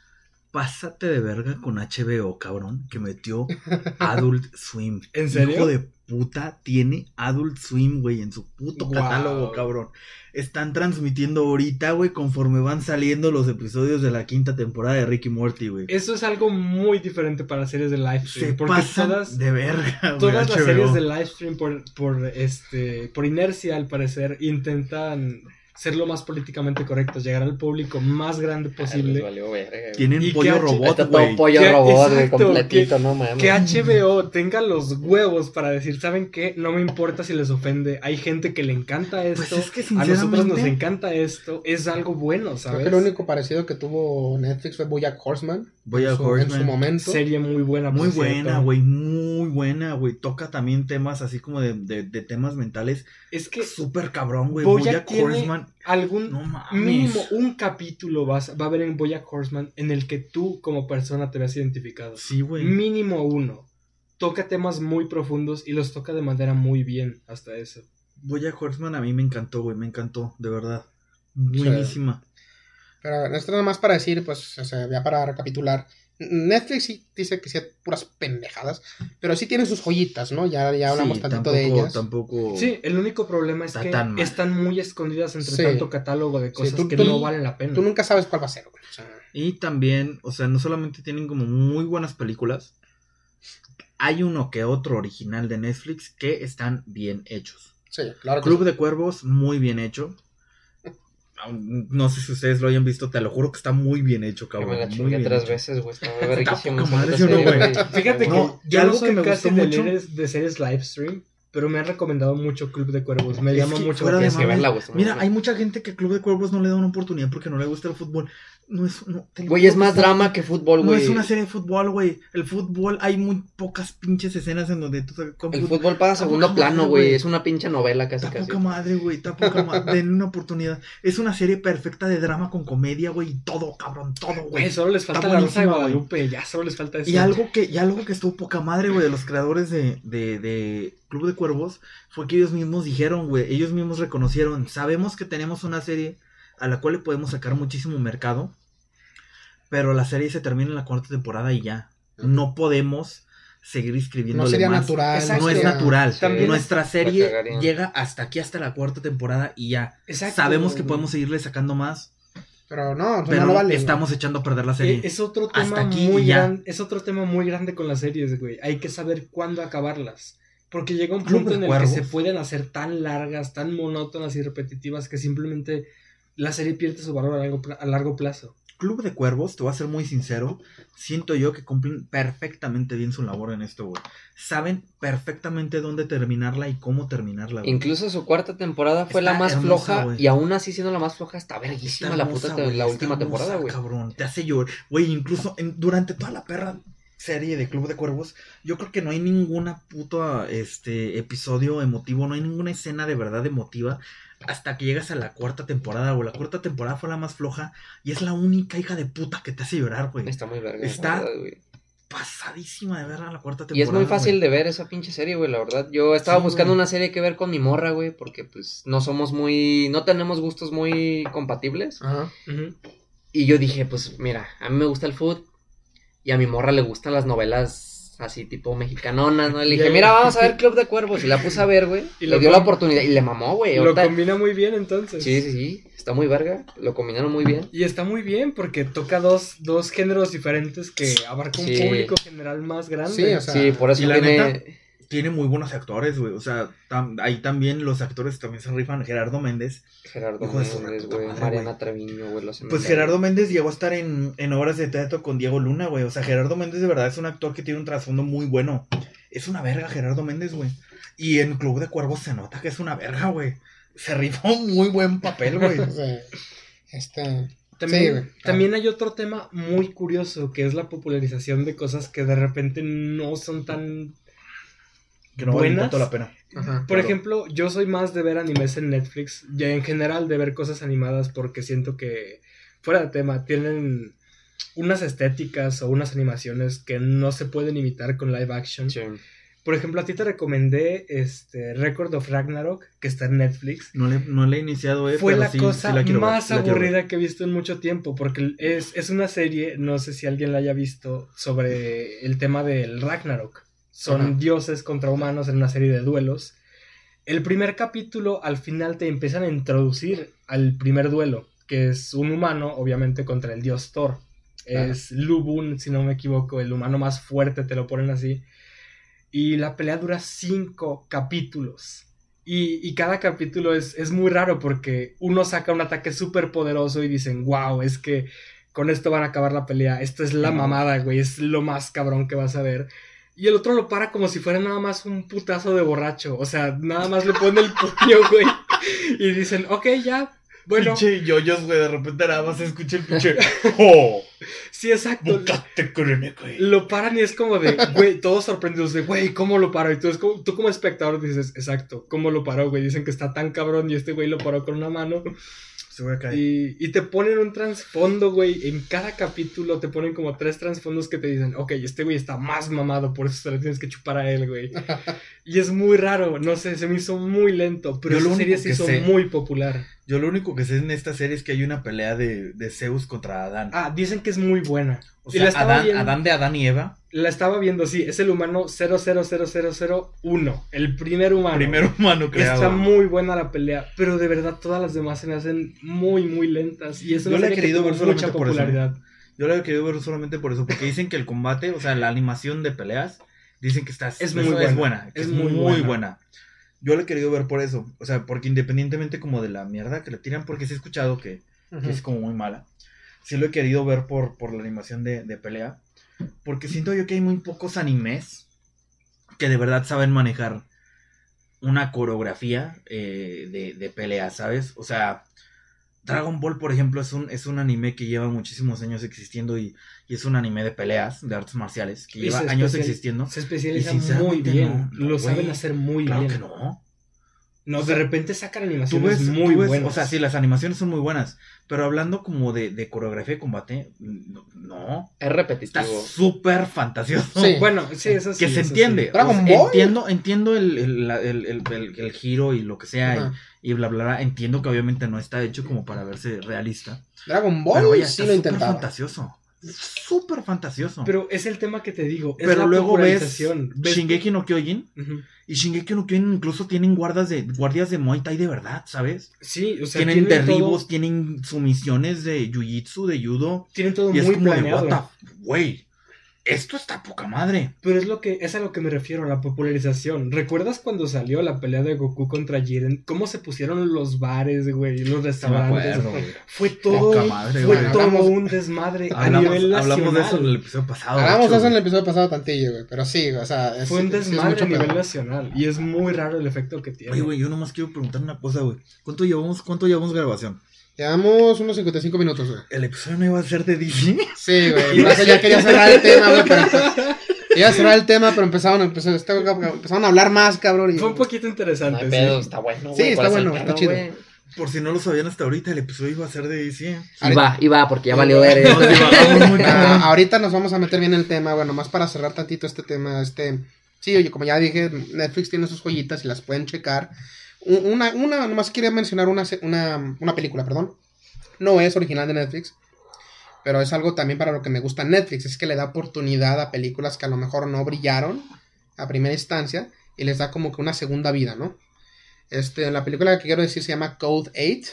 Pásate de verga con H B O, cabrón, que metió Adult Swim. ¿En serio? Hijo de puta, tiene Adult Swim, güey, en su puto Guau. catálogo, cabrón. Están transmitiendo ahorita, güey, conforme van saliendo los episodios de la quinta temporada de Rick y Morty, güey. Eso es algo muy diferente para las series de live stream. Se porque pasan todas, de verga, güey, todas las H B O. series de live stream por, por este por inercia al parecer intentan ser lo más políticamente correctos, llegar al público más grande Les posible. valió verga, güey. Tienen ¿Y pollo qué robot, Está todo güey. pollo Que- robot, güey, exacto, completito, que- no mames. Que H B O tenga los huevos para decir, ¿saben qué? No me importa si les ofende. Hay gente que le encanta esto. Pues es que a nosotros nos sinceramente- encanta esto. Es algo bueno, Creo ¿sabes? que lo único parecido que tuvo Netflix fue BoJack Horseman. BoJack en su, Horseman. En su momento. Serie muy buena. Muy por cierto. buena, güey, muy buena, güey. Toca también temas así como de, de, de temas mentales. Es que Súper cabrón, güey. BoJack BoJack tiene Horseman. algún No mames. mínimo un capítulo vas, va a haber en BoJack Horseman en el que tú como persona te veas identificado. Sí, güey. Mínimo uno. Toca temas muy profundos y los toca de manera muy bien hasta eso. BoJack Horseman a mí me encantó, güey. Me encantó, de verdad. Buenísima. Pero esto nada más para decir, pues, o sea, ya para recapitular, Netflix sí dice que sí, puras pendejadas, pero sí tienen sus joyitas, ¿no? Ya, ya hablamos Sí, tantito tampoco, de ellas. Tampoco... Sí, el único problema es Está que tan mal. están muy escondidas entre Sí. tanto catálogo de cosas Sí, tú- que tú- no valen la pena. Tú nunca sabes cuál va a ser, güey. O sea, Y también, o sea, no solamente tienen como muy buenas películas, hay uno que otro original de Netflix que están bien hechos. sí, claro que Club sí. de Cuervos, muy bien hecho. No sé si ustedes lo hayan visto, te lo juro que está muy bien hecho, Yo cabrón. me la muy chingué bien tres hecho. veces, güey. Estaba verguísima poca esa madre, puta ¿sí o no, serie, güey? Fíjate que No, yo algo no soy que me casi gustó de, mucho- leer- de series live stream, pero me han recomendado mucho Club de Cuervos. Me Es llama que mucho fuera la de tienes que atención. verla, güey, está muy Mira, buena. hay mucha gente que Club de Cuervos no le da una oportunidad porque no le gusta el fútbol. No es, no, te lo Güey, juro es que más está- drama que fútbol, No güey. es una serie de fútbol, güey. El fútbol, hay muy pocas pinches escenas en donde tú sabes con El fútbol pasa a Está segundo poca plano, madre, güey. güey. Es una pinche novela casi, Está casi. poca madre, güey. Está poca madre. Denle una oportunidad. Es una serie perfecta de drama con comedia, güey. Y todo, cabrón. Todo, Güey, güey. solo les falta Está la Rosa de buenísima, güey. Guadalupe. Ya solo les falta eso. Y algo que, y algo que estuvo poca madre, güey, de los creadores de, de, de Club de Cuervos, fue que ellos mismos dijeron, güey, ellos mismos reconocieron, sabemos que tenemos una serie a la cual le podemos sacar muchísimo mercado, pero la serie se termina en la cuarta temporada y ya. No podemos seguir escribiéndole No sería más. natural. Exacto. No es sería- natural. También Nuestra la serie cagarían. llega hasta aquí, hasta la cuarta temporada y ya. Exacto, Sabemos que güey. podemos seguirle sacando más, Pero no, pero no, no vale. estamos echando a perder la Eh, serie. Es otro Hasta tema aquí muy y ya. grande. Es otro tema muy grande con las series, güey. Hay que saber cuándo acabarlas. Porque llega un Club punto de en el Cuervos. que se pueden hacer tan largas, tan monótonas y repetitivas que simplemente la serie pierde su valor a largo, pla- a largo plazo. Club de Cuervos, te voy a ser muy sincero, siento yo que cumplen perfectamente bien su labor en esto, güey. Saben perfectamente dónde terminarla y cómo terminarla, güey. Incluso su cuarta temporada fue Está la más hermosa, floja. güey. Y aún así, siendo la más floja, está Está verguísima la hermosa, puta te- güey, la está última hermosa, temporada, güey. Cabrón, te hace llorar. Güey, incluso en- durante toda la perra serie de Club de Cuervos, yo creo que no hay ninguna puta este episodio emotivo, no hay ninguna escena de verdad emotiva hasta que llegas a la cuarta temporada, güey. La cuarta temporada fue la más floja y es la única hija de puta que te hace llorar, güey. Está muy verga. Está la verdad, güey. Pasadísima de ver a la cuarta temporada. Y es muy fácil güey. de ver esa pinche serie, güey, la verdad. Yo estaba Sí, buscando güey. una serie que ver con mi morra, güey, porque pues no somos muy, no tenemos gustos muy compatibles. Ajá. Ujú. Y yo dije, pues mira, a mí me gusta el food y a mi morra le gustan las novelas así tipo mexicanonas, ¿no? Le dije, Ya, mira, ya. vamos a ver Club de Cuervos. Y la puse a ver, güey. Y Le lo dio la com- oportunidad y le mamó, güey. Lo Ahorita- combina muy bien entonces. Sí, sí, sí. Está muy verga. Lo combinaron muy bien. Y está muy bien porque toca dos, dos géneros diferentes que abarca un Sí. público general más grande. Sí, o sea, Sí, por eso y la tiene... neta, Tiene muy buenos actores, güey. O sea, tam- ahí también los actores también se rifan. Gerardo Méndez. Gerardo Hijo de su Méndez, puta güey. madre, Mariana güey. Treviño, güey. Los Pues Gerardo Méndez llegó a estar en, en obras de teatro con Diego Luna, güey. O sea, Gerardo Méndez de verdad es un actor que tiene un trasfondo muy bueno. Es una verga Gerardo Méndez, güey. Y en Club de Cuervos se nota que es una verga, güey. Se rifó un muy buen papel, güey. sí. Este. También, Sí, güey. también hay otro tema muy curioso que es la popularización de cosas que de repente no son tan Que no vale buenas. tanto la pena. Ajá. Por Claro. ejemplo, yo soy más de ver animes en Netflix, ya en general de ver cosas animadas porque siento que, fuera de tema, tienen unas estéticas o unas animaciones que no se pueden imitar con live action. Sí. Por ejemplo, a ti te recomendé este Record of Ragnarok, que está en Netflix. No le, no le he iniciado, eh. Fue pero la sí, cosa sí la quiero ver, más sí la quiero ver. aburrida que he visto en mucho tiempo, porque es, es una serie, no sé si alguien la haya visto, sobre el tema del Ragnarok. Son Ajá. dioses contra humanos en una serie de duelos. El primer capítulo, al final te empiezan a introducir al primer duelo, que es un humano, obviamente, contra el dios Thor. Claro. Es Lubun, si no me equivoco, el humano más fuerte, te lo ponen así. Y la pelea dura cinco capítulos. Y, y cada capítulo es, es muy raro porque uno saca un ataque súper poderoso y dicen, wow, es que con esto van a acabar la pelea. Esto es la No. mamada, güey, es lo más cabrón que vas a ver. Y el otro lo para como si fuera nada más un putazo de borracho. O sea, nada más le pone el puño, güey. Y dicen, ok, ya, bueno. Pinche yoyos, güey. De repente nada más se escucha el pinche. ¡Oh! Sí, exacto. Búscate, créeme, güey. Lo paran y es como de, güey, todos sorprendidos de, güey, ¿cómo lo paró? Y tú, es como, tú como espectador dices, exacto, ¿cómo lo paró, güey? Dicen que está tan cabrón y este güey lo paró con una mano. Se voy a caer. Y, y te ponen un trasfondo, güey. En cada capítulo te ponen como tres trasfondos que te dicen, ok, este güey está más mamado, por eso te lo tienes que chupar a él, güey. Y es muy raro, no sé, se me hizo muy lento, pero Yo lo esa serie único se que hizo sé- muy popular. Yo lo único que sé en esta serie es que hay una pelea de, de Zeus contra Adán. Ah, dicen que es muy buena. o y sea, la estaba Adán, viendo- Adán de Adán y Eva. La estaba viendo, sí, es el humano cero cero cero cero cero uno, el primer humano. Primer humano creado. Está muy buena la pelea, pero de verdad todas las demás se me hacen muy, muy lentas. Y eso Yo es la he querido ver solamente mucha por eso. popularidad. Yo lo he querido ver solamente por eso, porque dicen que el combate, o sea, la animación de peleas, dicen que está Es muy es buena. buena, que Es es muy muy, buena. buena. Yo lo he querido ver por eso, o sea, porque independientemente como de la mierda que le tiran, porque sí he escuchado que, que Ujú. es como muy mala, sí lo he querido ver por, por la animación de, de pelea, porque siento yo que hay muy pocos animes que de verdad saben manejar una coreografía eh, de, de pelea, ¿sabes? O sea, Dragon Ball, por ejemplo, es un, es un anime que lleva muchísimos años existiendo y, y es un anime de peleas, de artes marciales, que Y lleva se años especial- existiendo. Se especializan Y muy sinceramente bien. no, no, lo güey. saben hacer muy Claro bien. que no. No, O de sea, repente sacan Tú animaciones ves, muy tú ves- buenas. o sea, sí, las animaciones son muy buenas, pero hablando como de, de coreografía de combate, no, no. Es Está repetitivo. súper fantasioso. Sí. Bueno, sí, eso sí. Que se eso entiende. sí. Dragon O sea, Ball. Entiendo, entiendo el, el, la- el, el, el- el giro y lo que sea Ajá. y, y bla, bla, bla. Entiendo que obviamente no está hecho como para verse realista. Dragon Ball Pero vaya, sí está lo súper intentaba. fantasioso. Súper fantasioso. Pero es el tema que te digo. Es Pero la luego ves popularización. Ves- Shingeki no Kyojin. Ujú. Y Shingeki no Kyojin incluso tienen guardas de, guardias de Muay Thai de verdad, ¿sabes? Sí, o sea, tienen tienen derribos, todo, tienen sumisiones de Jiu-Jitsu, de Judo. tienen todo Y es muy como planeado. de, what the, güey, esto está poca madre. Pero es lo que es a lo que me refiero, a la popularización. ¿Recuerdas cuando salió la pelea de Goku contra Jiren? ¿Cómo se pusieron los bares, güey? Los restaurantes. güey. Fue todo, Poca madre, fue güey. todo Hablamos- un desmadre a Hablamos, nivel nacional. hablamos de eso en el episodio pasado. Hablamos de de eso en el hecho, episodio pasado tantillo, güey. Pero sí, o sea, es, Fue un sí es desmadre mucho a nivel pedo. nacional. Y es muy raro el efecto que tiene. Oye, güey, yo nomás quiero preguntar una cosa, güey. ¿Cuánto llevamos, cuánto llevamos grabación? Llevamos unos cincuenta y cinco minutos, güey. ¿El episodio no iba a ser de D C? Sí, güey. Por eso ya quería cerrar el tema, güey. Pero quería cerrar el tema, pero empezaron, empezaron, empezaron a hablar más, cabrón. Y... Fue un poquito No interesante. hay pedo, sí. está bueno. Sí, güey, está ¿cuál es el bueno, está pedo, chido. güey? Por si no lo sabían hasta ahorita, el episodio iba a ser de D C. Y va, y va, porque ya valió ver. Nos divagamos muy Ah, cabrón. ahorita nos vamos a meter bien en el tema, bueno, más para cerrar tantito este tema, este, sí, oye, como ya dije, Netflix tiene sus joyitas y las pueden checar. Un- Una, una, nomás quería mencionar una, se- una, una película, perdón, no es original de Netflix, pero es algo también para lo que me gusta Netflix, es que le da oportunidad a películas que a lo mejor no brillaron a primera instancia y les da como que una segunda vida, ¿no? Este, la película que quiero decir se llama Code ocho,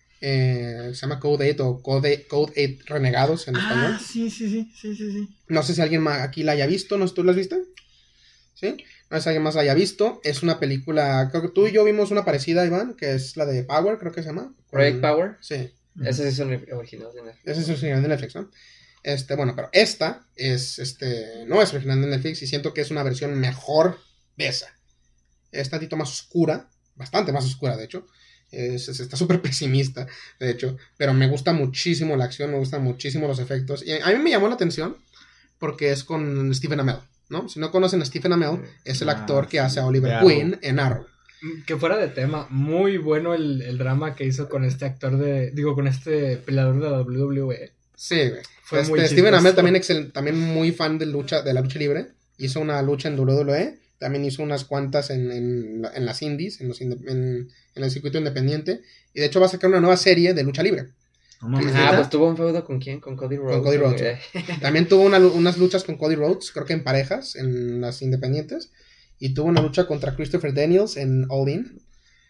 eh, se llama Code ocho o Code, Code ocho Renegados en español. Ah, sí, sí, sí, sí, sí, sí. No sé si alguien más aquí la haya visto, ¿no? ¿Tú la has visto? ¿Sí? No sé si alguien más la haya visto. Es una película, creo que tú y yo vimos una parecida, Iván, que es la de Power, creo que se llama. Project Con- Power. Sí, Ese sí son originales de Netflix. ese es original de Netflix, ¿no? Este, bueno, pero esta es, este, no es original de Netflix y siento que es una versión mejor de esa. Es tantito más oscura, bastante más oscura, de hecho. Es, es- está súper pesimista, de hecho. Pero me gusta muchísimo la acción, me gustan muchísimo los efectos. Y a mí me llamó la atención porque es con Stephen Amell, ¿no? Si no conocen a Stephen Amell, es el Ah, actor que sí, hace a Oliver de Arrow. Queen en Arrow. Que fuera de tema, muy bueno el, el drama que hizo con este actor de. Digo, con este peleador de la W W E. Sí, güey. Fue Este, muy Stephen chistoso. Amell también, excel- también muy fan de, lucha, de la lucha libre. Hizo una lucha en W W E. También hizo unas cuantas en, en, la- en las indies, en, los inde- en, en el circuito independiente. Y de hecho va a sacar una nueva serie de lucha libre. No mames, Ah, ¿neta? pues tuvo un feudo con quién, con Cody Rhodes. Cody Rhodes. güey. También tuvo una lu- unas luchas con Cody Rhodes, creo que en parejas, en las independientes. Y tuvo una lucha contra Christopher Daniels en All In.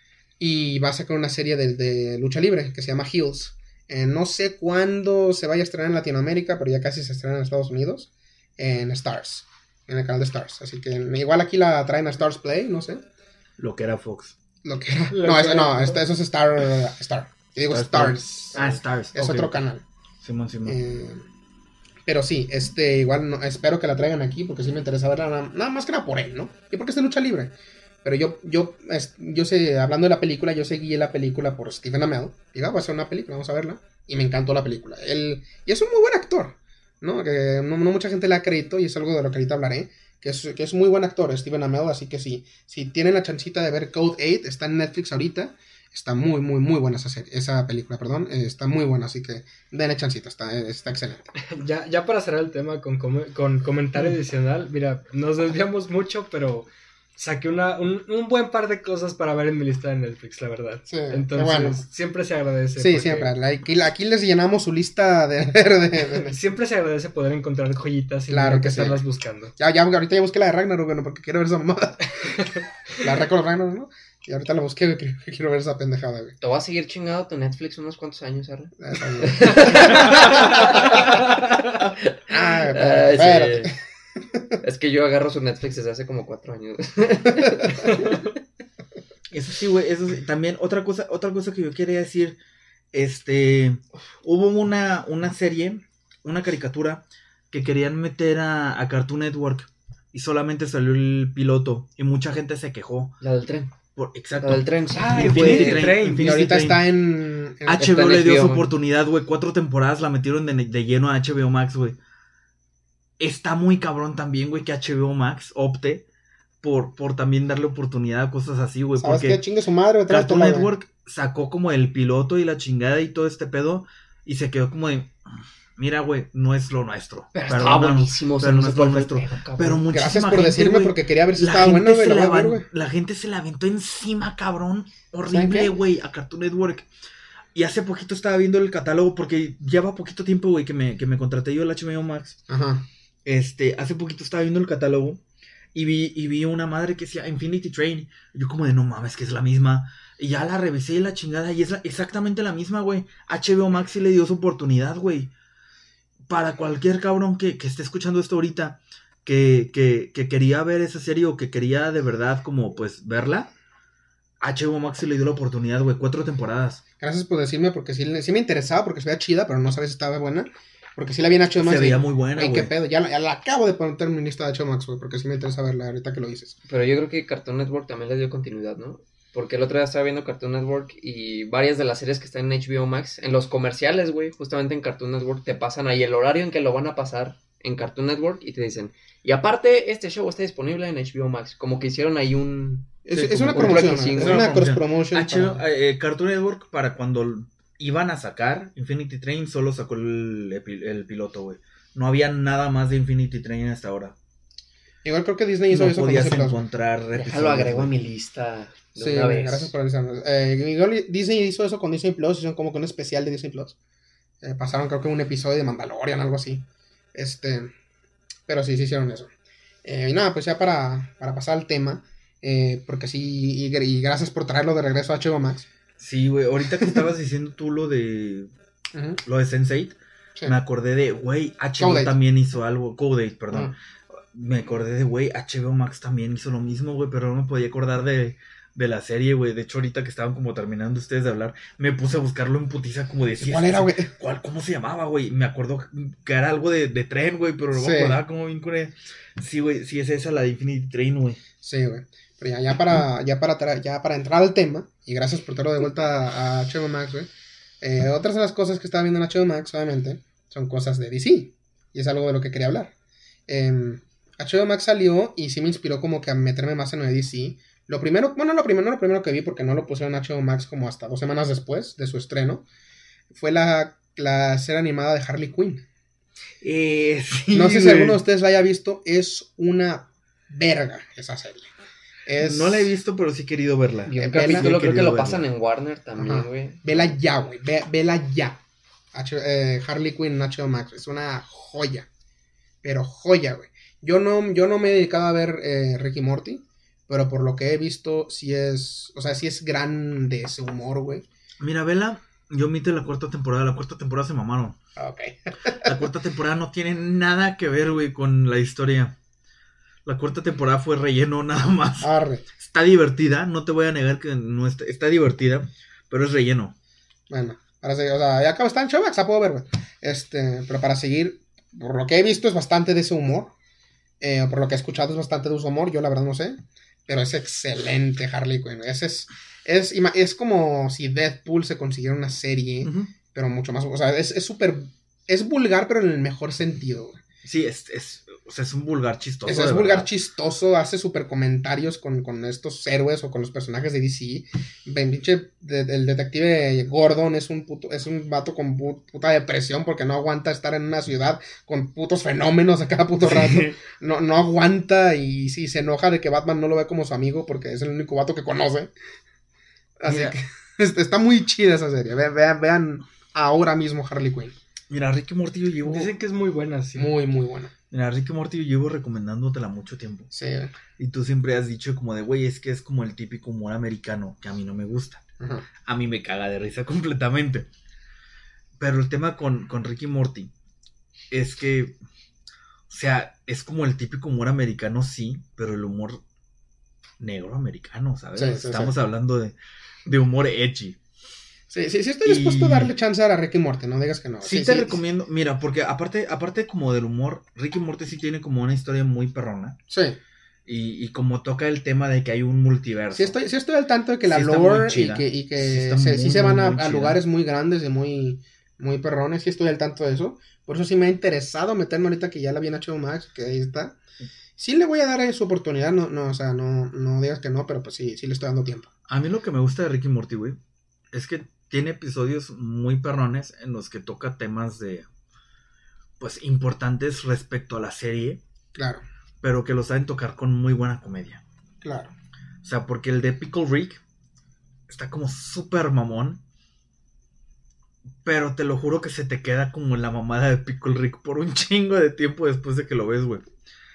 Y va a sacar una serie de, de lucha libre que se llama Heels. Eh, no sé cuándo se vaya a estrenar en Latinoamérica, pero ya casi se estrena en Estados Unidos. En Stars, en el canal de Stars. Así que igual aquí la traen a Stars Play, no sé. Lo que era Fox. Lo que era. Lo No, que eso, era. no este- eso es Star. Star. Yo digo Star Stars. Ah, Stars. Es ok. otro canal. Simón, Simón. Eh, pero sí, este, igual no, espero que la traigan aquí porque sí me interesa verla, nada, nada más que nada por él, ¿no? Y porque es de lucha libre. Pero yo, yo, es- yo sé, hablando de la película, yo seguí la película por Stephen Amell. Digo, ah, va a ser una película, vamos a verla. Y me encantó la película. Él, y es un muy buen actor, ¿no? Que no, no mucha gente le acreditó y es algo de lo que ahorita hablaré. Que es, que es muy buen actor, Stephen Amell. Así que sí, si tienen la chancita de ver Code ocho, está en Netflix ahorita. Está muy, muy, muy buena esa serie, esa película, perdón. Eh, está muy buena, así que denle chancita, está, está excelente. Ya, ya para cerrar el tema con, com- con comentario adicional, mira, nos desviamos mucho, pero saqué una, un, un buen par de cosas para ver en mi lista de Netflix, la verdad. Sí, Entonces, bueno. siempre se agradece. Sí, porque siempre. Aquí, aquí les llenamos su lista de... de, de, de... Siempre se agradece poder encontrar joyitas y Claro no que que sí. estarlas buscando. Ya, ya, ahorita ya busqué la de Ragnarok, bueno, porque quiero ver esa mamada. La Record Ragnarok, ¿no? Y ahorita la busqué, güey, quiero ver esa pendejada, güey. Te voy a seguir chingado tu Netflix unos cuantos años, Arre. Ah, está bien. Ah, Ay, espérate. sí. Es que yo agarro su Netflix desde hace como cuatro años. Eso sí, güey, eso sí. También otra cosa, otra cosa que yo quería decir, este, hubo una, una serie, una caricatura que querían meter a, a Cartoon Network y solamente salió el piloto y mucha gente se quejó. La del tren. Por, exacto. La del tren, sí. Ah, Infinity Infinity Train, Train. Infinity Y ahorita Train. está en... en- H B O Está en le dio H B O, su güey. oportunidad, güey. Cuatro temporadas la metieron de, de lleno a H B O Max, güey. Está muy cabrón también, güey, que H B O Max opte por, por también darle oportunidad a cosas así, güey. ¿Sabes qué? Porque Chingue su madre, güey. tráete Cartoon la, güey. Network sacó como el piloto y la chingada y todo este pedo y se quedó como de... Mira, güey, no es lo nuestro. Pero estaba Perdónanos, buenísimo. pero o sea, no sé es cuál lo fue el nuestro. pedo, cabrón. Pero muchísima Gracias por gente, decirme, güey, porque quería ver si la estaba gente bueno, güey. se La la voy a ver, van- güey. La gente se la aventó encima, cabrón. ¿Saben Horrible, qué? güey, a Cartoon Network. Y hace poquito estaba viendo el catálogo porque lleva poquito tiempo, güey, que me, que me contraté yo el H B O Max. Ajá. Este, hace poquito estaba viendo el catálogo y vi, y vi una madre que decía Infinity Train. Y yo como de, no mames, que es la misma. Y ya la revisé y la chingada y es la- exactamente la misma, güey. H B O Max sí le dio su oportunidad, güey. Para cualquier cabrón que, que esté escuchando esto ahorita, que, que, que quería ver esa serie o que quería de verdad como pues verla, H B O Max sí le dio la oportunidad, güey. Cuatro temporadas. Gracias por decirme, porque sí, sí me interesaba, porque se veía chida, pero no sabía si estaba buena. Porque sí la vi en H B O Max. Se y- veía muy buena, Güey, qué güey. pedo. Ya, la- ya la acabo de poner en mi lista de H B O Max, güey, porque sí me interesa verla ahorita que lo dices. Pero yo creo que Cartoon Network también le dio continuidad, ¿no? Porque el otro día estaba viendo Cartoon Network y varias de las series que están en H B O Max, en los comerciales, güey, justamente en Cartoon Network te pasan ahí el horario en que lo van a pasar en Cartoon Network y te dicen, y aparte este show está disponible en H B O Max, como que hicieron ahí un... Es, Sí, es como una un promoción, tracking, es güey. una Una cross promoción. promotion. H B O, para- eh, Cartoon Network para cuando iban a sacar Infinity Train solo sacó el, epi- el piloto, güey. No había nada más de Infinity Train hasta ahora. Igual creo que Disney hizo No eso con podías Disney Plus. encontrar Déjalo, episodios, agrego a güey. mi lista de Sí, una vez. gracias por avisarnos. Eh, igual Disney hizo eso con Disney Plus, hicieron como que un especial de Disney Plus. Eh, pasaron creo que un episodio de Mandalorian, algo así. Este, pero sí, sí hicieron eso. Eh, y nada, pues ya para, para pasar al tema, eh, porque sí, y, y gracias por traerlo de regreso a H B O Max. Sí, güey, ahorita que estabas diciendo tú lo de Ujú, lo de sense eight, sí. me acordé de, güey, H B O Code eight. también hizo algo, Code eight, perdón. Ujú. Me acordé de, güey, H B O Max también hizo lo mismo, güey, pero no me podía acordar de, de la serie, güey. De hecho, ahorita que estaban como terminando ustedes de hablar, me puse a buscarlo en putiza como de... sí, ¿Cuál sí, era, sí, güey? ¿Cuál, ¿Cómo se llamaba, güey? Me acuerdo que era algo de, de tren, güey, pero no Sí. me acordaba cómo bien con él. Sí, güey, sí es esa la de Infinity Train, güey. Sí, güey. Pero ya, ya para, ya para tra- ya para entrar al tema, y gracias por traerlo de vuelta a, a H B O Max, güey. Eh, otras de las cosas que estaba viendo en H B O Max, obviamente, son cosas de D C. Y es algo de lo que quería hablar. Eh, H B O Max salió y sí me inspiró como que a meterme más en lo de D C. Lo primero, bueno, lo primero, no lo primero que vi, porque no lo pusieron en H B O Max como hasta dos semanas después de su estreno, fue la, la serie animada de Harley Quinn. Eh, sí, No sé si güey. alguno de ustedes la haya visto, es una verga esa serie. Es... No la he visto, pero sí he querido verla. Y un Eh, capítulo vela- creo que querido lo pasan verla. en Warner también, Ajá. güey. Vela ya, güey. Ve, vela ya. H- eh, Harley Quinn en H B O Max. Es una joya. Pero joya, güey. Yo no, yo no me he dedicado a ver eh, Ricky Morty. Pero por lo que he visto, sí es. O sea, sí es grande ese humor, güey. Mira, Vela, yo omité la cuarta temporada. La cuarta temporada se mamaron. Ah, ok. La cuarta temporada no tiene nada que ver, güey, con la historia. La cuarta temporada fue relleno nada más. Arre. Está divertida, no te voy a negar que no está, está divertida, pero es relleno. Bueno, para seguir. O sea, ya acabo, está en H B O Max, la puedo ver, güey. Este, pero para seguir. Por lo que he visto es bastante de ese humor. Eh, por lo que he escuchado es bastante de su humor. Yo la verdad no sé. Pero es excelente Harley Quinn. Ese es, es, ima- es como si Deadpool se consiguiera una serie, Ujú. pero mucho más. O sea, es súper. Es, vulgar, pero en el mejor sentido, güey. Sí, es, es, O sea, es un vulgar chistoso. Es, de es vulgar verdad. chistoso, hace super comentarios con, con estos héroes o con los personajes de D C. Ven, pinche, de- el detective Gordon es un puto, es un vato con pu- puta depresión porque no aguanta estar en una ciudad con putos fenómenos a cada puto rato. No, no aguanta y sí se enoja de que Batman no lo ve como su amigo porque es el único vato que conoce. Así Mira. que está está muy chida esa serie. Ve- vean, vean ahora mismo Harley Quinn. Mira, Rick y Morty yo llevo... Dicen que es muy buena, sí. Muy, muy bueno. Mira, Rick y Morty yo llevo recomendándotela mucho tiempo. Sí. Y tú siempre has dicho como de, güey, es que es como el típico humor americano, que a mí no me gusta. Ajá. A mí me caga de risa completamente. Pero el tema con, con Rick y Morty es que, o sea, es como el típico humor americano, sí, pero el humor negro americano, ¿sabes? Sí, sí, Estamos sí. hablando de, de humor edgy. Sí, sí, sí estoy dispuesto Y- a darle chance a Rick y Morty, no digas que no. Sí, te recomiendo, mira, porque aparte, aparte como del humor, Rick y Morty sí tiene como una historia muy perrona. Sí, Y, y como toca el tema de que hay un multiverso. sí estoy, sí estoy al tanto de que la Sí está muy lore y chida. que, y que Sí está se- muy, sí se van muy, a, muy a chida. lugares muy grandes y muy, muy perrones, sí estoy al tanto de eso. Por eso sí me ha interesado meterme ahorita que ya la vi en H B O Max, que ahí está. Sí le voy a dar eh, su oportunidad, no, no, o sea, no, no digas que no, pero pues sí, sí le estoy dando tiempo. A mí lo que me gusta de Rick y Morty, güey, es que tiene episodios muy perrones en los que toca temas de, pues, importantes respecto a la serie, Claro, pero que lo saben tocar con muy buena comedia. claro. O sea, porque el de Pickle Rick está como súper mamón, pero te lo juro que se te queda como la mamada de Pickle Rick por un chingo de tiempo después de que lo ves, güey.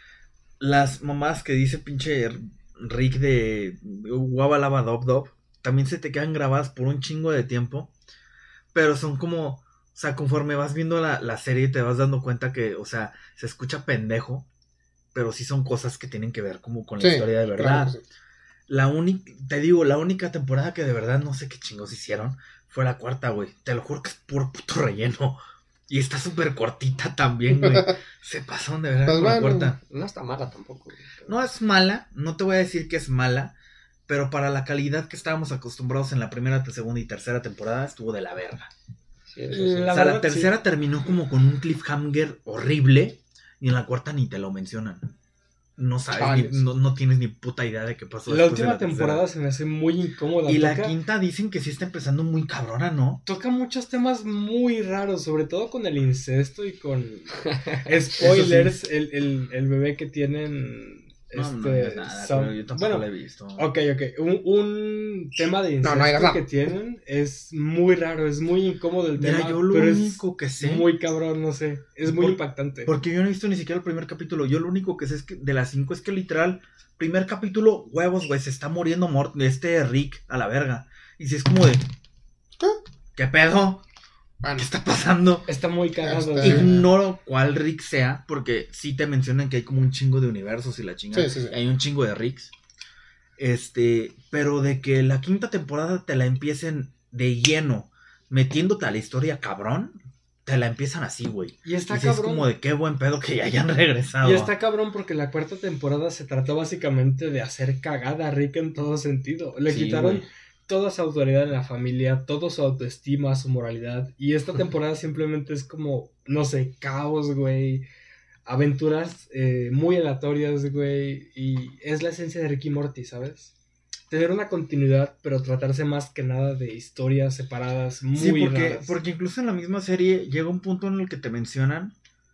Las mamadas que dice pinche Rick de Waba Lava Dob Dob también se te quedan grabadas por un chingo de tiempo, pero son como, o sea, conforme vas viendo la, la serie te vas dando cuenta que, o sea, se escucha pendejo, pero sí son cosas que tienen que ver como con la Sí, historia de verdad. claro que sí. La única, te digo, la única temporada que de verdad no sé qué chingos hicieron fue la cuarta, güey. Te lo juro que es puro puto relleno. Y está súper cortita también, güey. Se pasaron de verdad Pues con la bueno. cuarta. No está mala tampoco. güey. No es mala, no te voy a decir que es mala, pero para la calidad que estábamos acostumbrados en la primera, segunda y tercera temporada estuvo de la verga. Sí, eso sí. La o sea, la verdad, tercera sí. terminó como con un cliffhanger horrible y en la cuarta ni te lo mencionan. No sabes, Chales. ni- no, no tienes ni puta idea de qué pasó. La después de última tercera. temporada se me hace muy incómoda. Y la toca, quinta dicen que sí está empezando muy cabrona, ¿no? toca muchos temas muy raros, sobre todo con el incesto y con spoilers. El, el, el bebé que tienen. No, este, no digas nada, Sam- pero yo tampoco bueno, la he visto. ok, ok. Un, un tema de No, incesto no digas nada. que tienen es muy raro, es muy incómodo el Mira, tema. yo lo pero único que es sé, muy cabrón, no sé. Es muy Por- impactante. porque yo no he visto ni siquiera el primer capítulo, yo lo único que sé es que de las cinco es que literal, primer capítulo, huevos, güey, se está muriendo Mort este Rick a la verga. Y si es como de, ¿Qué? ¿qué pedo? Bueno, ¿Qué está pasando? Está muy cagado. Este- sí. Ignoro cuál Rick sea, porque sí te mencionan que hay como un chingo de universos y la chingada. Sí, sí, sí. Hay un chingo de Ricks. Este, pero de que la quinta temporada te la empiecen de lleno, metiéndote a la historia cabrón, te la empiezan así, güey. Y está Y sí es cabrón. como de qué buen pedo que ya hayan regresado. Y está cabrón porque la cuarta temporada se trató básicamente de hacer cagada a Rick en todo sentido. Le Sí, quitaron güey. toda su autoridad en la familia, toda su autoestima, su moralidad. Y esta temporada simplemente es como, no sé, caos, güey. Aventuras eh, muy aleatorias, güey. Y es la esencia de Rick y Morty, ¿sabes? Tener una continuidad, pero tratarse más que nada de historias separadas muy Sí, porque, raras. porque incluso en la misma serie llega un punto en el que te mencionan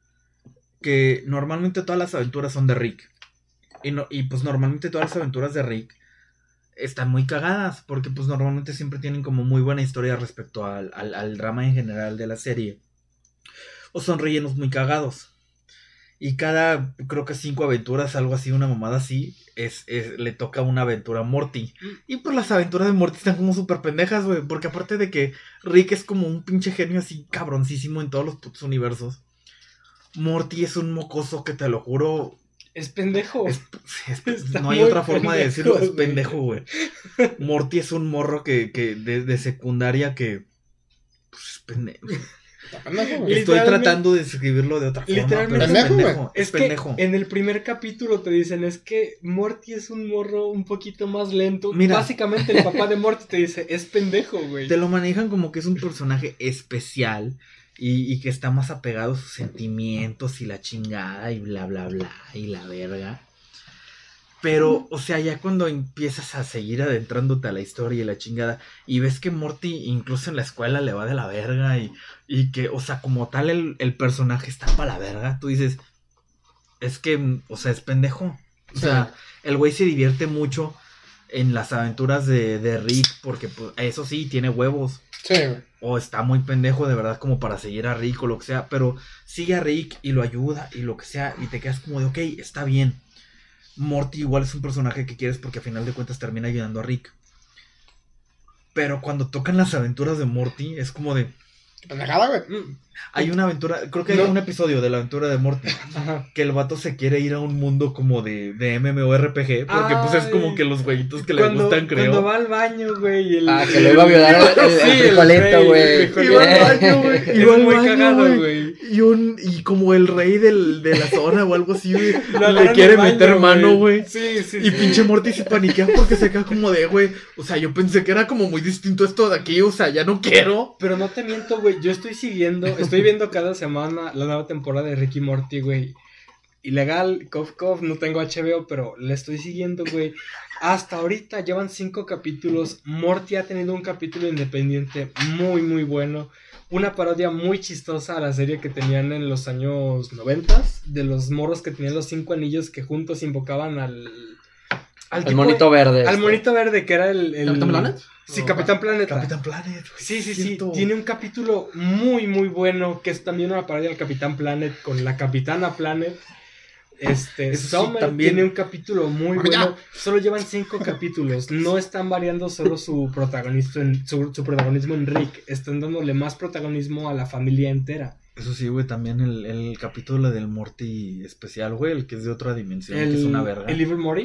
que normalmente todas las aventuras son de Rick. Y, no, y pues normalmente todas las aventuras de Rick están muy cagadas, porque pues normalmente siempre tienen como muy buena historia respecto al, al, al drama en general de la serie. O son rellenos muy cagados. Y cada, creo que cinco aventuras, algo así, una mamada así, es, es, le toca una aventura a Morty. Y pues las aventuras de Morty están como súper pendejas, güey. Porque aparte de que Rick es como un pinche genio así cabroncísimo en todos los putos universos, Morty es un mocoso que te lo juro. Es pendejo. Es, es- Está no hay muy otra forma de decirlo, es pendejo, pendejo, güey. Morty es un morro que, que de, de secundaria que. Pues es pendejo. está pendejo, güey. Y- Estoy Literalmente- tratando de describirlo de otra forma. Literalmente- Pero es Pendejo, pendejo. güey. Es, Es que pendejo. en el primer capítulo te dicen es que Morty es un morro un poquito más lento. Mira. Básicamente el papá de Morty te dice es pendejo, güey. Te lo manejan como que es un personaje especial y, y que está más apegado a sus sentimientos y la chingada y bla, bla, bla, y la verga. Pero, o sea, ya cuando empiezas a seguir adentrándote a la historia y la chingada, y ves que Morty incluso en la escuela le va de la verga, y, y que, o sea, como tal el, el personaje está para la verga, tú dices, es que, o sea, es pendejo. O sea, el güey se divierte mucho en las aventuras de, de Rick, porque, pues, eso sí, tiene huevos. Sí, güey. O está muy pendejo de verdad como para seguir a Rick o lo que sea, pero sigue a Rick y lo ayuda y lo que sea, y te quedas como de, ok, está bien. Morty igual es un personaje que quieres porque a final de cuentas termina ayudando a Rick. Pero cuando tocan las aventuras de Morty es como de... Qué pendejada, güey. Mm, hay una aventura, creo que hay No. un episodio de la aventura de Morty Ajá. que el vato se quiere ir a un mundo como de, de MMORPG, porque pues es Ay, como que los güeyitos que Cuando, le gustan, creo. cuando va al baño, güey. y El, Ah, que lo iba a violar el, el, Sí, el el frijolito, güey. el frijolito. Iba al baño, güey. Es Iba al muy baño, cagado, güey. güey. Y un y como el rey del, de la zona o algo así, güey, Lo le agarran quiere al baño, meter mano, güey. Sí, sí, Y sí. pinche Morty se paniquea porque se queda como de, güey, o sea, yo pensé que era como muy distinto esto de aquí, o sea, ya no quiero. Pero no te miento, güey. Yo estoy siguiendo, estoy viendo cada semana la nueva temporada de Ricky Morty, güey. Ilegal, cof, cof, no tengo H B O, pero le estoy siguiendo, güey. Hasta ahorita llevan cinco capítulos. Morty ha tenido un capítulo independiente muy, muy bueno. Una parodia muy chistosa a la serie que tenían en los años noventas. De los moros que tenían los cinco anillos que juntos invocaban al... Al tipo monito de- verde. Al este. monito verde, que era el... el ¿Capitán Planet? Sí, ¿O Capitán Planeta. Capitán Planet, güey. Sí, sí, sí. Cierto. Tiene un capítulo muy, muy bueno, que es también una parodia del Capitán Planet con la Capitana Planet. Este, Eso sí, Summer también. tiene un capítulo muy Oye, bueno. Solo llevan cinco capítulos. No están variando solo su protagonismo en, su, su protagonismo en Rick. Están dándole más protagonismo a la familia entera. Eso sí, güey, también el, el capítulo del Morty especial, güey, el que es de otra dimensión, El, que es una verga. el Evil Morty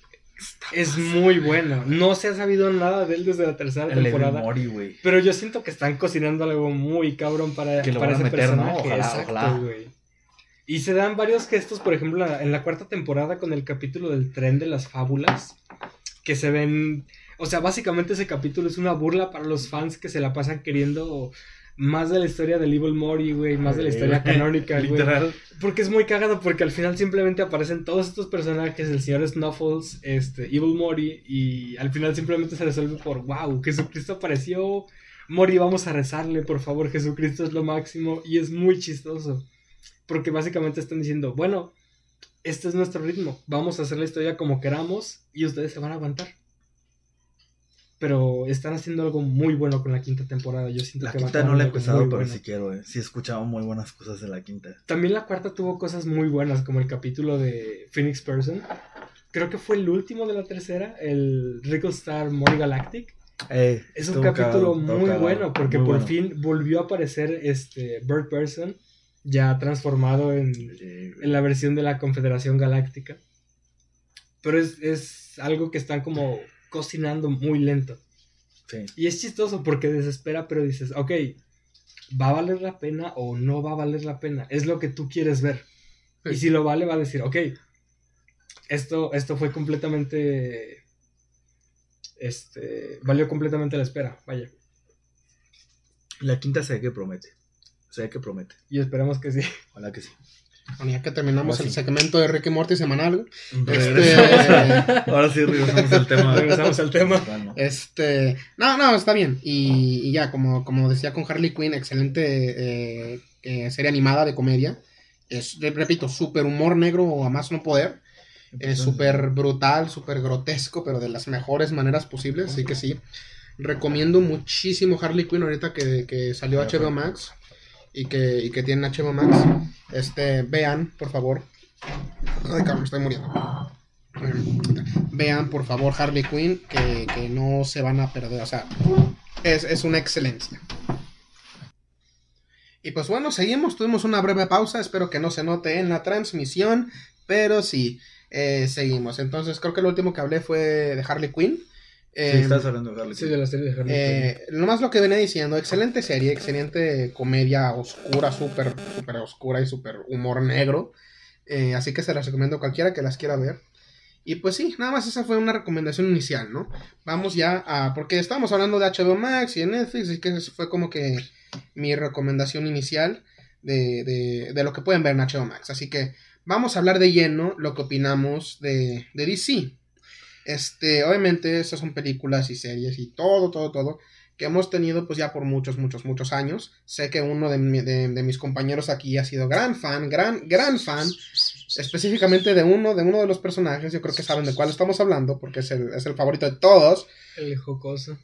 es muy bueno. No se ha sabido nada de él desde la tercera El Evil temporada. Morty, güey. Pero yo siento que están cocinando algo muy cabrón para, Que lo para van a ese meter, ¿no? personaje. Ojalá, Exacto, ojalá. güey. Y se dan varios gestos, por ejemplo, la- en la cuarta temporada con el capítulo del tren de las fábulas, que se ven... O sea, básicamente ese capítulo es una burla para los fans que se la pasan queriendo más de la historia del Evil Morty, güey, más de la historia Güey, canónica, güey. Literal. Porque es muy cagado, porque al final simplemente aparecen todos estos personajes, el señor Snuffles, este, Evil Morty, y al final simplemente se resuelve por, wow, Jesucristo apareció, Morty, vamos a rezarle, por favor, Jesucristo es lo máximo, y es muy chistoso, porque básicamente están diciendo, bueno, este es nuestro ritmo, vamos a hacer la historia como queramos, y ustedes se van a aguantar. Pero están haciendo algo muy bueno con la quinta temporada, yo siento La que va a quinta quedar no la he algo empezado, muy pero bueno. sí quiero, eh. Sí he escuchado muy buenas cosas de la quinta. También la cuarta tuvo cosas muy buenas, como el capítulo de Phoenix Person. Creo que fue el último de la tercera, el Wrinkle Star Morty Galactic. Eh, Es un estuvo capítulo cagado, estuvo muy cagado, bueno, porque muy por bueno. fin volvió a aparecer este Bird Person, ya transformado en, en la versión de la Confederación Galáctica. Pero es, es algo que están como cocinando muy lento. Sí. Y es chistoso porque desespera, pero dices, ok, ¿va a valer la pena o no va a valer la pena? Es lo que tú quieres ver. Sí. Y si lo vale, va a decir, ok, esto, esto fue completamente... Este, valió completamente la espera, vaya. La quinta sé que promete. Sé que promete. Y esperamos que sí. Ojalá que sí. Bueno, ya que terminamos Ahora el sí. segmento de Ricky Morty semanal, Regresamos. este, Ahora sí regresamos al tema. Regresamos al tema. Bueno. este, no, no, está bien. Y, y ya, como, como decía con Harley Quinn, excelente eh, eh, serie animada de comedia. Es, re- repito, súper humor negro a más no poder. Es súper brutal, súper grotesco, pero de las mejores maneras posibles. Así que sí, recomiendo muchísimo Harley Quinn ahorita que, que salió H B O Max y que, y que tienen H B O Max. Este, vean, por favor. Ay, cabrón, me estoy muriendo. Vean, por favor, Harley Quinn, que, que no se van a perder. O sea, es, es una excelencia. Y pues bueno, seguimos. Tuvimos una breve pausa. Espero que no se note en la transmisión. Pero sí, eh, seguimos. Entonces, creo que lo último que hablé fue de Harley Quinn. Eh, Sí, estás hablando de Harley Sí, Quinn. de la serie de Harley eh, nomás lo que venía diciendo, excelente serie, excelente comedia oscura, súper, súper oscura y súper humor negro. Eh, así que se las recomiendo a cualquiera que las quiera ver. Y pues sí, nada más esa fue una recomendación inicial, ¿no? Vamos ya a... Porque estábamos hablando de H B O Max y de Netflix, y que eso fue como que mi recomendación inicial de, de, de lo que pueden ver en H B O Max. Así que vamos a hablar de lleno lo que opinamos de, de D C. Este, obviamente, estas son películas y series y todo, todo, todo que hemos tenido pues ya por muchos, muchos, muchos años. Sé que uno de, mi, de, de mis compañeros aquí ha sido gran fan, gran, gran fan, específicamente de uno, de uno de los personajes. Yo creo que saben de cuál estamos hablando, porque es el, es el favorito de todos. El jocoso.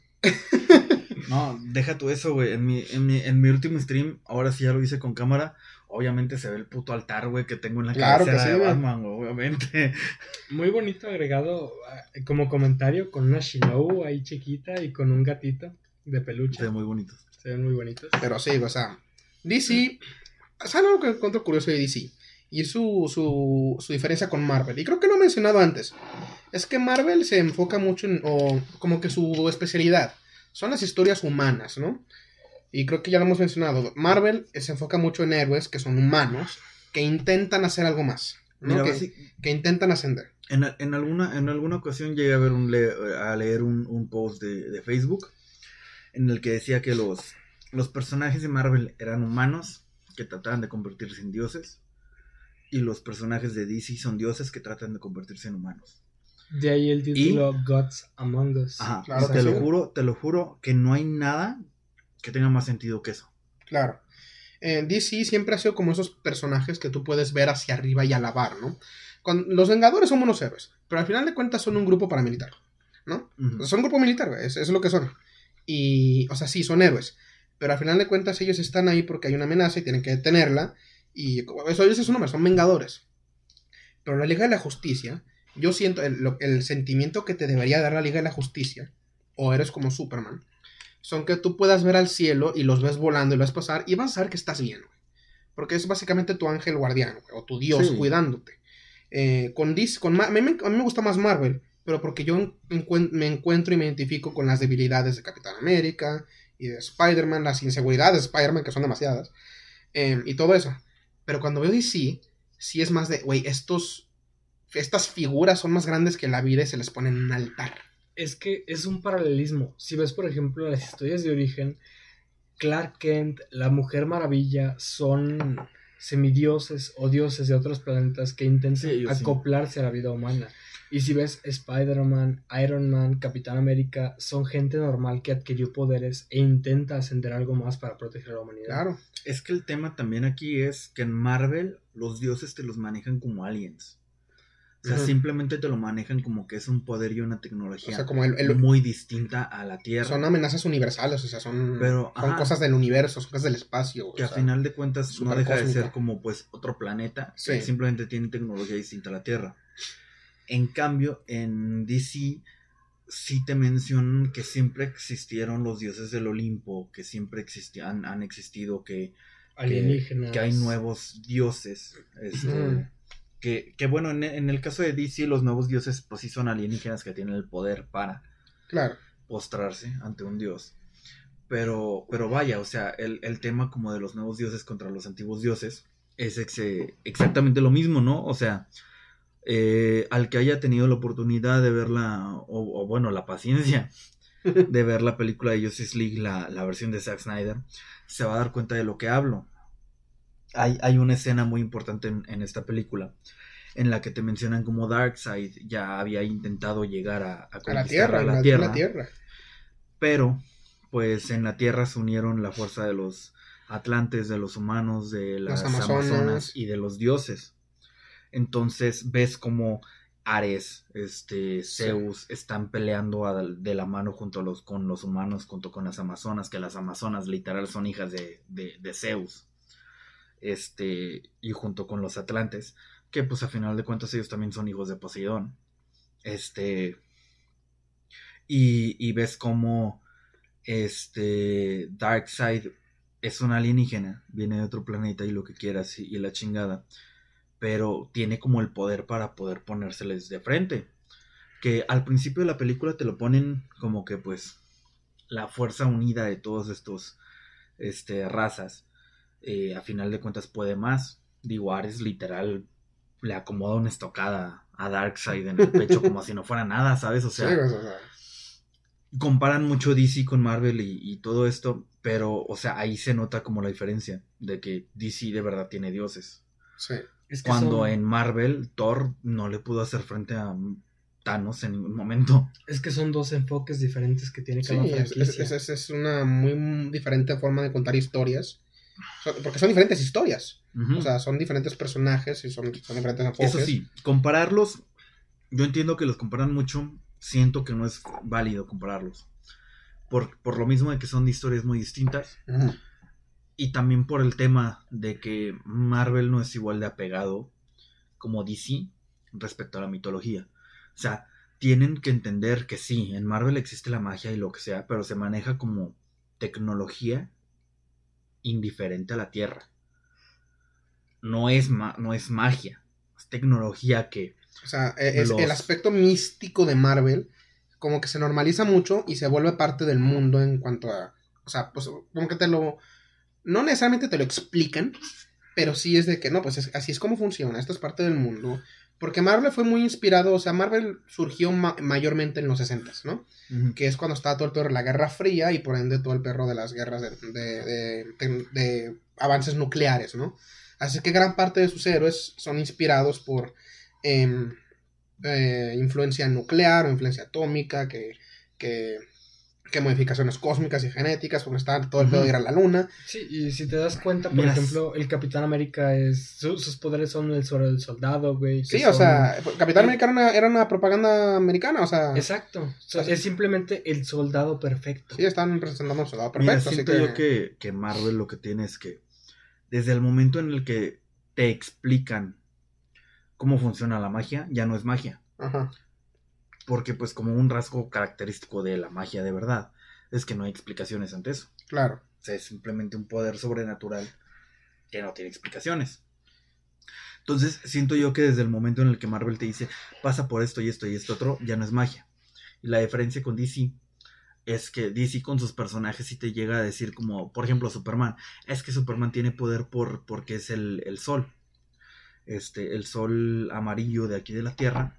No, deja tú eso, güey. En mi, en mi, en mi último stream, ahora sí ya lo hice con cámara. Obviamente se ve el puto altar, güey, que tengo en la Claro cabecera que sí, de güey. Batman, güey, obviamente. Muy bonito agregado eh, como comentario con una Shinou ahí chiquita y con un gatito de peluche. Se ve muy bonito. Se ven muy bonitos. Pero sí, o sea, D C, ¿saben algo que encuentro curioso de D C? Y su, su, su diferencia con Marvel. Y creo que lo he mencionado antes. Es que Marvel se enfoca mucho en, o como que su especialidad son las historias humanas, ¿no? Y creo que ya lo hemos mencionado. Marvel se enfoca mucho en héroes que son humanos, que intentan hacer algo más, ¿no? Mira, que, basi- que intentan ascender. En, en, alguna, en alguna ocasión llegué a ver un le- a leer un, un post de, de Facebook en el que decía que los, los personajes de Marvel eran humanos que trataban de convertirse en dioses y los personajes de D C son dioses que tratan de convertirse en humanos. De ahí el título Gods Among Us. Ajá, Claro y que te lo sí. juro, te lo juro que no hay nada que tenga más sentido que eso. Claro. Eh, D C siempre ha sido como esos personajes que tú puedes ver hacia arriba y alabar, ¿no? Con, los Vengadores son unos héroes, pero al final de cuentas son un grupo paramilitar, ¿no? Ujú. Son un grupo militar, güey, es, es lo que son. Y, o sea, sí, son héroes, pero al final de cuentas ellos están ahí porque hay una amenaza y tienen que detenerla. Y como- eso es su nombre, son Vengadores. Pero la Liga de la Justicia, yo siento el, lo- el sentimiento que te debería dar la Liga de la Justicia, o eres como Superman, son que tú puedas ver al cielo y los ves volando y los ves pasar y vas a saber que estás bien, güey. Porque es básicamente tu ángel guardián, güey, o tu Dios Sí. cuidándote. Eh, con Dis, con Ma- a, mí, me- a mí me gusta más Marvel, pero porque yo encuen- me encuentro y me identifico con las debilidades de Capitán América y de Spider-Man, las inseguridades de Spider-Man, que son demasiadas, eh, y todo eso. Pero cuando veo D C, sí es más de, güey, estos, estas figuras son más grandes que la vida y se les pone en un altar. Es que es un paralelismo. Si ves, por ejemplo, las historias de origen, Clark Kent, la Mujer Maravilla, son semidioses o dioses de otros planetas que intentan Sí, ellos sí. acoplarse a la vida humana. Y si ves Spider-Man, Iron Man, Capitán América, son gente normal que adquirió poderes e intenta ascender algo más para proteger a la humanidad. Claro. Es que el tema también aquí es que en Marvel los dioses te los manejan como aliens. O sea, Ujú. simplemente te lo manejan como que es un poder y una tecnología O sea, como el, el- muy distinta a la Tierra. son amenazas universales, o sea, son, Pero, son ajá. cosas del universo, son cosas del espacio. Que o a sea, final de cuentas no súper deja de cósmica. ser como pues otro planeta. Sí. Que simplemente tiene tecnología distinta a la Tierra. En cambio, en D C sí te mencionan que siempre existieron los dioses del Olimpo, que siempre existían, han existido, que, Alienígenas. que hay nuevos dioses. Este, Ujú. que, que bueno, en, en el caso de D C, los nuevos dioses pues sí son alienígenas que tienen el poder para Claro. postrarse ante un dios. Pero, pero vaya, o sea, el, el tema como de los nuevos dioses contra los antiguos dioses es ex- exactamente lo mismo, ¿no? O sea, eh, al que haya tenido la oportunidad de ver la, o, o bueno, la paciencia de ver la película de Justice League, la, la versión de Zack Snyder, se va a dar cuenta de lo que hablo. Hay, hay una escena muy importante en, en esta película en la que te mencionan como Darkseid ya había intentado llegar a, a A la conquistar Tierra, a a la la, Tierra, la Tierra. pero pues en la Tierra se unieron la fuerza de los Atlantes, de los humanos, de las Las Amazonas. Amazonas y de los dioses. Entonces ves como Ares, este, Zeus están peleando a- de la mano junto a los, con los humanos, junto con las Amazonas, que las Amazonas literal son hijas de, de, de Zeus. Este, y junto con los Atlantes, que pues a final de cuentas ellos también son hijos de Poseidón. Este, y, y ves como este Darkseid es un alienígena, viene de otro planeta y lo que quieras y, y la chingada, pero tiene como el poder para poder ponérseles de frente, que al principio de la película te lo ponen como que pues la fuerza unida de todos estos este, razas, eh, a final de cuentas puede más. Digo, Ares literal le acomoda una estocada a Darkseid en el pecho como si no fuera nada, ¿sabes? O sea, Sí, o sea, comparan mucho D C con Marvel y, y todo esto, pero, o sea, ahí se nota como la diferencia de que D C de verdad tiene dioses. Sí. Es que Cuando son, en Marvel, Thor no le pudo hacer frente a Thanos en ningún momento. es que son dos enfoques diferentes que tiene Sí, cada es, franquicia. es, es, es una muy diferente forma de contar historias. Son- porque son diferentes historias. Ujú. O sea, son diferentes personajes y son, son diferentes enfoques. Eso sí, compararlos, yo entiendo que los comparan mucho, siento que no es válido compararlos. Por, por lo mismo de que son historias muy distintas. Ujú. Y también por el tema de que Marvel no es igual de apegado como D C respecto a la mitología. O sea, tienen que entender que sí, en Marvel existe la magia y lo que sea, pero se maneja como tecnología indiferente a la Tierra. No es, ma- no es magia, es tecnología que... O sea, es, Los- el aspecto místico de Marvel como que se normaliza mucho y se vuelve parte del mundo en cuanto a... O sea, pues como que te lo... No necesariamente te lo explican, pero sí es de que, no, pues es- así es como funciona, esto es parte del mundo. Porque Marvel fue muy inspirado, o sea, Marvel surgió ma- mayormente en los sesentas, ¿no? Que es cuando estaba todo el perro de la Guerra Fría y por ende todo el perro de las guerras de, de, de, de- de avances nucleares, ¿no? Así que gran parte de sus héroes son inspirados por em, eh, influencia nuclear o influencia atómica, que, que, que modificaciones cósmicas y genéticas, porque está todo el pedo de ir a la luna. Sí, y si te das cuenta, por Mira, ejemplo, el Capitán América es... su- sus poderes son el suero del soldado, güey. que Sí, o son- sea, Capitán América era una, era una propaganda americana, o sea, Exacto. O sea, es simplemente el soldado perfecto. sí, están presentando un soldado Mira, perfecto. Así siento que, yo que, que Marvel lo que tiene es que desde el momento en el que te explican cómo funciona la magia, ya no es magia. Ajá, Porque pues como un rasgo característico de la magia de verdad es que no hay explicaciones ante eso. claro. O sea, es simplemente un poder sobrenatural que no tiene explicaciones. Entonces, siento yo que desde el momento en el que Marvel te dice, pasa por esto y esto y esto otro, ya no es magia. Y la diferencia con D C es que D C con sus personajes sí te llega a decir como, por ejemplo, Superman. Es que Superman tiene poder por, porque es el, el sol. Este, el sol amarillo de aquí de la Tierra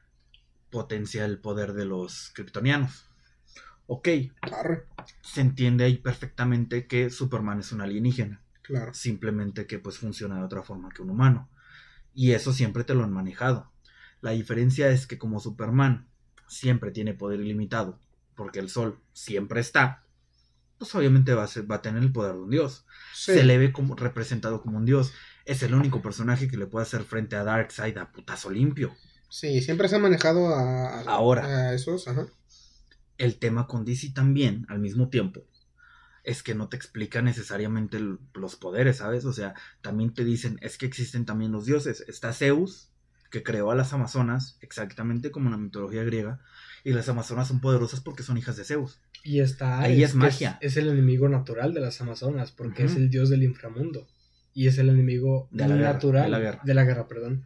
potencia el poder de los kryptonianos. Ok, Arre, se entiende ahí perfectamente que Superman es un alienígena. claro. Simplemente que pues funciona de otra forma que un humano. Y eso siempre te lo han manejado. La diferencia es que como Superman siempre tiene poder ilimitado, porque el sol siempre está, pues obviamente va a, ser, va a tener el poder de un dios. Sí. Se le ve como representado como un dios. Es el único personaje que le puede hacer frente a Darkseid a putazo limpio. Sí, siempre se ha manejado a, a- Ahora. a esos, ajá. El tema con D C también, al mismo tiempo, es que no te explica necesariamente el- los poderes, ¿sabes? O sea, también te dicen, es que existen también los dioses. Está Zeus, que creó a las Amazonas, exactamente como en la mitología griega, y las Amazonas son poderosas porque son hijas de Zeus. Y está Ahí Ares, es que magia. Es, es el enemigo natural de las Amazonas, porque Ujú. es el dios del inframundo. Y es el enemigo De la guerra, natural de la guerra. de la guerra, perdón.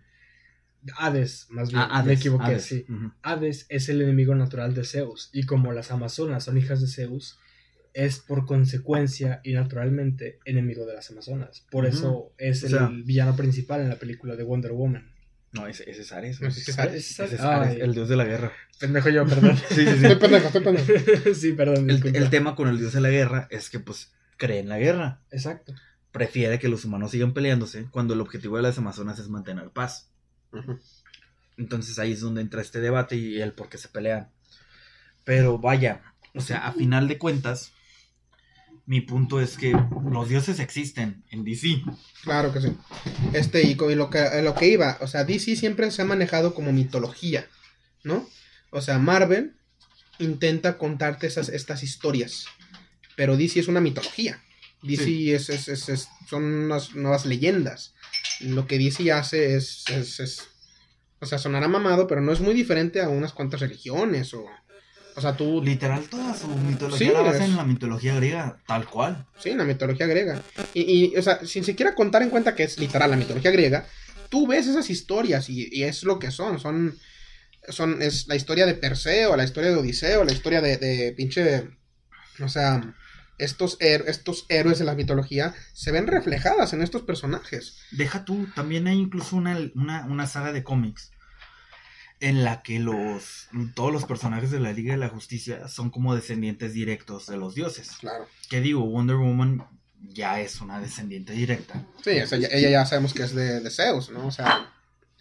Hades, más bien. Ah, Hades, me equivoqué, Hades, sí. ujú. Hades es el enemigo natural de Zeus. Y como las Amazonas son hijas de Zeus, es por consecuencia y naturalmente enemigo de las Amazonas. Por Ujú. eso es O el sea- villano principal en la película de Wonder Woman. No, ese, ese es Ares. No güey. sé si sabes. Es- Ese es Ay, Ares, el dios de la guerra. pendejo yo, perdón. Sí, sí, sí. Estoy pendejo, estoy pendejo. sí, perdón. El, disculpa. el tema con el dios de la guerra es que pues cree en la guerra. Exacto. Prefiere que los humanos sigan peleándose cuando el objetivo de las Amazonas es mantener paz. Ujú. Entonces ahí es donde entra este debate y el por qué se pelean. Pero vaya, o sea, a final de cuentas, mi punto es que los dioses existen en D C. Claro que sí. Este, y, co- y lo que, a lo que iba, o sea, D C siempre se ha manejado como mitología, ¿no? O sea, Marvel intenta contarte esas, estas historias, pero D C es una mitología. D C Sí. es, es, es, es- son unas nuevas leyendas. Lo que D C hace es, es, es, o sea, sonará mamado, pero no es muy diferente a unas cuantas religiones, o, o sea, tú, Literal, toda su mitología Sí, la basa es- en la mitología griega, tal cual. sí, en la mitología griega. Y, y, o sea, sin siquiera contar en cuenta que es literal la mitología griega, tú ves esas historias y, y es lo que son. Son, son, es la historia de Perseo, la historia de Odiseo, la historia de, de pinche, o sea, estos, her- estos héroes de la mitología se ven reflejadas en estos personajes. Deja tú, también hay incluso una, una, una saga de cómics en la que los todos los personajes de la Liga de la Justicia son como descendientes directos de los dioses. Claro. ¿Qué digo? Wonder Woman ya es una descendiente directa. Sí, o sea, ella, ella ya sabemos que es de, de Zeus, ¿no? O sea,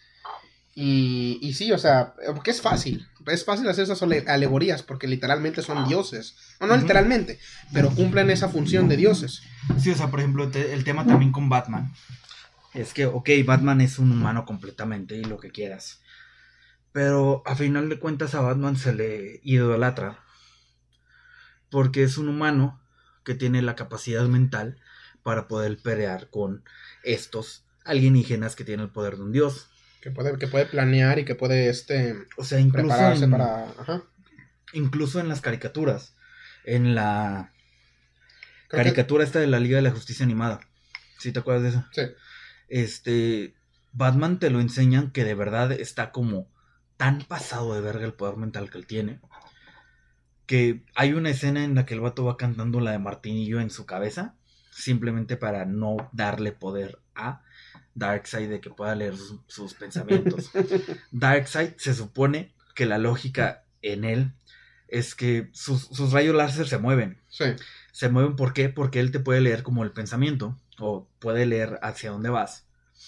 y, y sí, o sea, porque es fácil, es fácil hacer esas ale- alegorías, porque literalmente son dioses, no, no Ujú. literalmente, pero cumplen esa función de dioses. Sí, o sea, por ejemplo, te- el tema también con Batman es que, ok, Batman es un humano completamente y lo que quieras, pero a final de cuentas a Batman se le idolatra porque es un humano que tiene la capacidad mental para poder pelear con estos alienígenas que tienen el poder de un dios. Que puede, que puede planear y que puede, este, O sea, incluso prepararse en, para, ajá. incluso en las caricaturas, en la Creo que- caricatura esta de la Liga de la Justicia animada, ¿sí te acuerdas de eso? sí, Este, Batman te lo enseñan que de verdad está como tan pasado de verga el poder mental que él tiene, que hay una escena en la que el vato va cantando la de Martinillo en su cabeza, simplemente para no darle poder a Darkseid de que pueda leer sus, sus pensamientos. Darkseid se supone que la lógica en él es que sus, sus rayos láser se mueven. sí, Se mueven, ¿por qué? Porque él te puede leer como el pensamiento, o puede leer hacia dónde vas.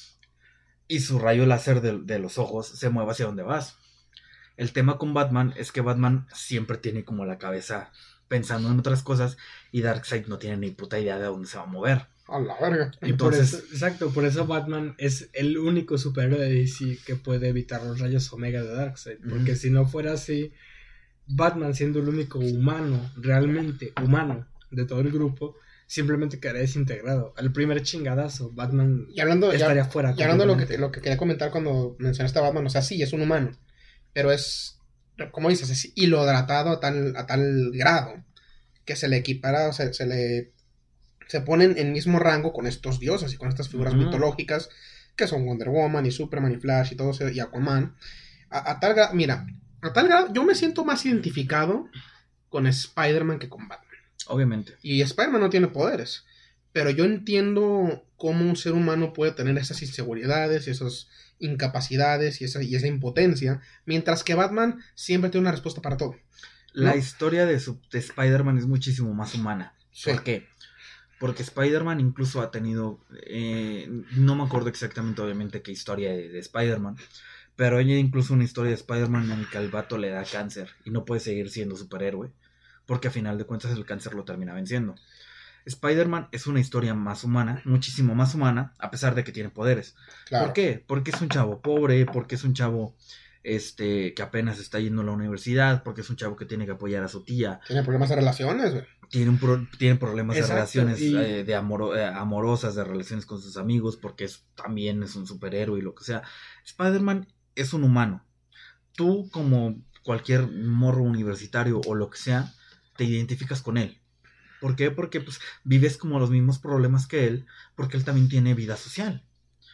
Y su rayo láser de, de los ojos se mueve hacia dónde vas. El tema con Batman es que Batman siempre tiene como la cabeza pensando en otras cosas y Darkseid no tiene ni puta idea de dónde se va a mover. a la verga. Y por Entonces- eso, exacto, por eso Batman es el único superhéroe de D C que puede evitar los rayos Omega de Darkseid. Porque Ujú. si no fuera así, Batman siendo el único humano, realmente humano de todo el grupo, simplemente quedaría desintegrado. Al primer chingadazo, Batman Y hablando, ya- estaría fuera. Y hablando de lo que, completamente. lo que quería comentar cuando mencionaste a Batman, o sea, sí, es un humano, pero es, como dices, es hidratado a tal, a tal grado que se le equipara, o sea, se le se ponen en mismo rango con estos dioses y con estas figuras Ujú. mitológicas que son Wonder Woman y Superman y Flash y todo eso, y Aquaman. A, a tal grado, mira, a tal grado, yo me siento más identificado con Spider-Man que con Batman. Obviamente. Y Spider-Man no tiene poderes. Pero yo entiendo cómo un ser humano puede tener esas inseguridades y esas incapacidades y esa, y esa impotencia. Mientras que Batman siempre tiene una respuesta para todo. La ¿No? historia de, su, de Spider-Man es muchísimo más humana. Sí. ¿Por qué? Porque Spider-Man incluso ha tenido, eh, no me acuerdo exactamente obviamente qué historia de, de Spider-Man, pero hay incluso una historia de Spider-Man en la que al vato le da cáncer y no puede seguir siendo superhéroe, porque a final de cuentas el cáncer lo termina venciendo. Spider-Man es una historia más humana, muchísimo más humana, a pesar de que tiene poderes. Claro. ¿Por qué? Porque es un chavo pobre, porque es un chavo este, que apenas está yendo a la universidad, porque es un chavo que tiene que apoyar a su tía, Tiene problemas de relaciones, güey. tiene, un pro- tiene problemas Exacto, de relaciones y- eh, de amoro- eh, amorosas, de relaciones con sus amigos, porque es, también es un superhéroe y lo que sea. Spider-Man es un humano. Tú, como cualquier morro universitario o lo que sea, te identificas con él. ¿Por qué? Porque pues, vives como los mismos problemas que él, porque él también tiene vida social.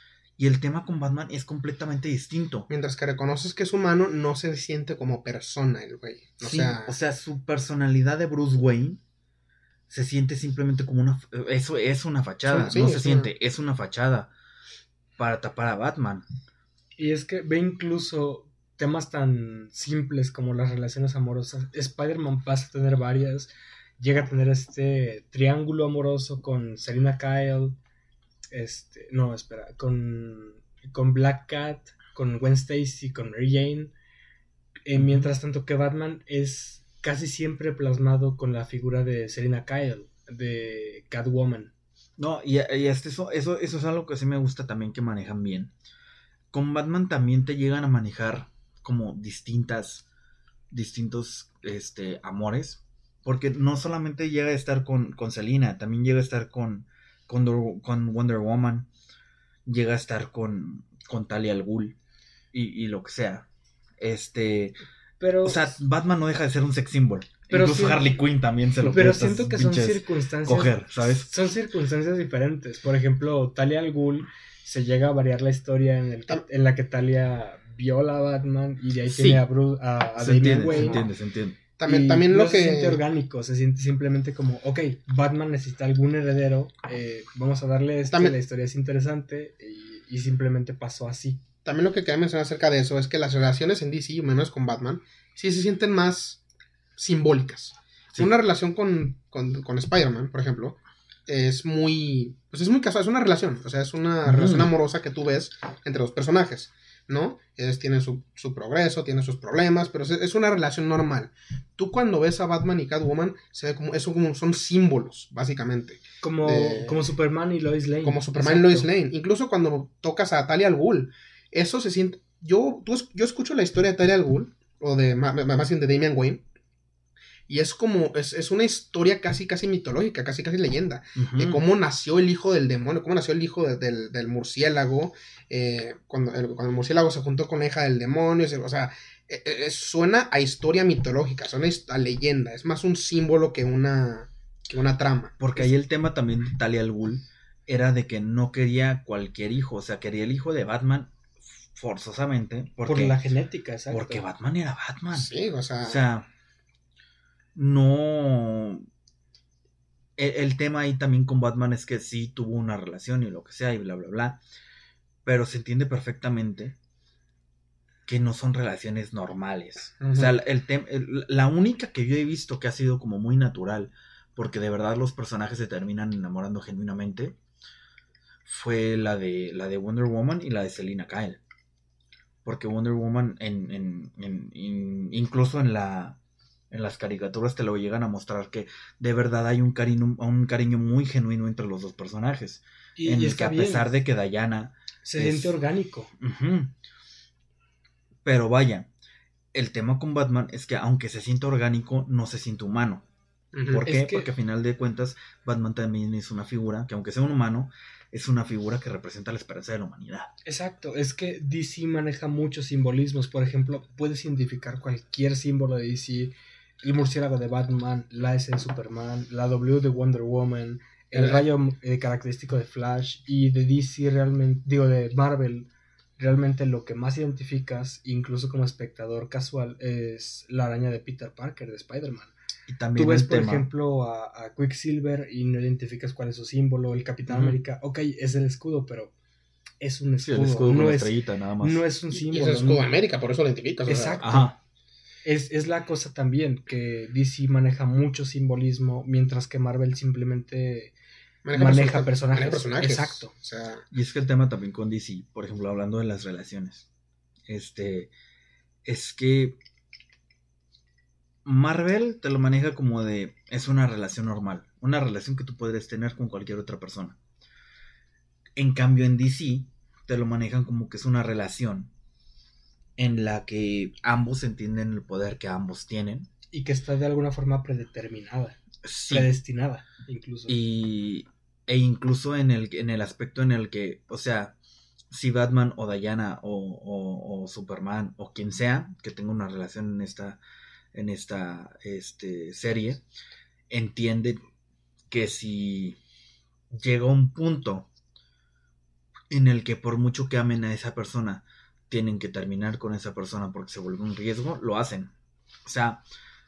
Y el tema con Batman es completamente distinto. Mientras que reconoces que es humano, no se siente como persona el güey. O Sí, sea, o sea, su personalidad de Bruce Wayne se siente simplemente como una... Eso es una fachada, Sí, sí, no se es siente, una- es una fachada para tapar a Batman. Y es que ve incluso temas tan simples como las relaciones amorosas. Spider-Man pasa a tener varias. Llega a tener este triángulo amoroso con Selina Kyle. Este, no, espera, con, con Black Cat, con Gwen Stacy, con Mary Jane. Eh, Ujú. Mientras tanto que Batman es casi siempre plasmado con la figura de Selina Kyle, de Catwoman. No, y, y hasta eso, eso, eso es algo que sí me gusta también que manejan bien. Con Batman también te llegan a manejar como distintas, distintos este, amores. Porque no solamente llega a estar con, con Selina, también llega a estar con, con, Dor- con Wonder Woman, llega a estar con, con Talia al Ghul y, y lo que sea. Este, Pero, o sea, Batman no deja de ser un sex symbol. Pero Incluso siento- Harley Quinn también se lo pero presta a siento sus que son pinches circunstancias coger, ¿sabes? son circunstancias diferentes. Por ejemplo, Talia al Ghul se llega a variar la historia en, el que- en la que Talia viola a Batman y de ahí Sí. tiene a, Bruce, a, a Se Damian entiende, se Wayne. entiende, se entiende. también, Y también no lo se que... siente orgánico, se siente simplemente como, ok, Batman necesita algún heredero, eh, vamos a darle esto, También- la historia es interesante y, y simplemente pasó así. también lo que quería mencionar acerca de eso es que las relaciones en D C, menos con Batman, sí se sienten más simbólicas. Sí. Una relación con, con, con Spider-Man, por ejemplo, es muy, pues es muy casual, es una relación, o sea, es una mm. relación amorosa que tú ves entre los personajes, ¿no? Ellos tienen su, su progreso, tienen sus problemas, pero es, es una relación normal. Tú cuando ves a Batman y Catwoman, se ve como, eso como son símbolos, básicamente. Como, de, como Superman y Lois Lane. Como Superman Exacto. y Lois Lane. Incluso cuando tocas a Talia al Ghul, eso se siente, yo, tú, yo escucho la historia de Talia al Ghul, o de, más bien de Damian Wayne, y es como, es, es una historia casi, casi mitológica, casi, casi leyenda, uh-huh. de cómo nació el hijo del demonio, cómo nació el hijo de, del, del murciélago, eh, cuando, el, cuando el murciélago se juntó con la hija del demonio, o sea, eh, eh, suena a historia mitológica, suena a leyenda, es más un símbolo que una, que una trama. Porque ahí el tema también de Talia al Ghul era de que no quería cualquier hijo, o sea, quería el hijo de Batman forzosamente. Porque, por la genética, exacto. Porque Batman era Batman. Sí, o sea... O sea... No, el, el tema ahí también con Batman es que sí tuvo una relación y lo que sea y bla bla bla, pero se entiende perfectamente que no son relaciones normales. Uh-huh. O sea, el, el tem- el, la única que yo he visto que ha sido como muy natural, porque de verdad los personajes se terminan enamorando genuinamente, fue la de la de Wonder Woman y la de Selina Kyle, porque Wonder Woman en, en, en, en incluso en la en las caricaturas te lo llegan a mostrar que de verdad hay un cariño, un cariño muy genuino entre los dos personajes. Y, en y el que a bien. pesar de que Diana... Se siente es, orgánico. Uh-huh. Pero vaya, el tema con Batman es que aunque se siente orgánico, no se siente humano. Uh-huh. ¿Por qué? Es que... Porque a final de cuentas, Batman también es una figura que aunque sea un humano, es una figura que representa la esperanza de la humanidad. Exacto, es que D C maneja muchos simbolismos. Por ejemplo, puedes identificar cualquier símbolo de D C... El murciélago de Batman, la S de Superman, la W de Wonder Woman, el uh-huh. rayo eh, característico de Flash, y de D C realmente, digo de Marvel, realmente lo que más identificas, incluso como espectador casual, es la araña de Peter Parker, de Spider-Man. Y también tú ves, por tema. ejemplo, a, a Quicksilver y no identificas cuál es su símbolo, el Capitán uh-huh. América, ok, es el escudo, pero es un escudo, sí, el escudo no, con es, estrellita, nada más. No es un símbolo. Y es el escudo de América, por eso lo identificas. Exacto. O sea, ajá. Es, es la cosa también, que D C maneja mucho simbolismo, mientras que Marvel simplemente maneja, maneja, personajes. maneja personajes. Exacto. O sea... Y es que el tema también con D C, por ejemplo, hablando de las relaciones, este, es que Marvel te lo maneja como de, es una relación normal, una relación que tú podrías tener con cualquier otra persona. En cambio en D C te lo manejan como que es una relación en la que ambos entienden el poder que ambos tienen. Y que está de alguna forma predeterminada. Sí. Predestinada, incluso. Y, e incluso en el, en el aspecto en el que, o sea, si Batman o Diana o, o, o Superman o quien sea que tenga una relación en esta, en esta este, serie, entiende que si llega un punto en el que por mucho que amen a esa persona, tienen que terminar con esa persona porque se vuelve un riesgo, lo hacen. O sea,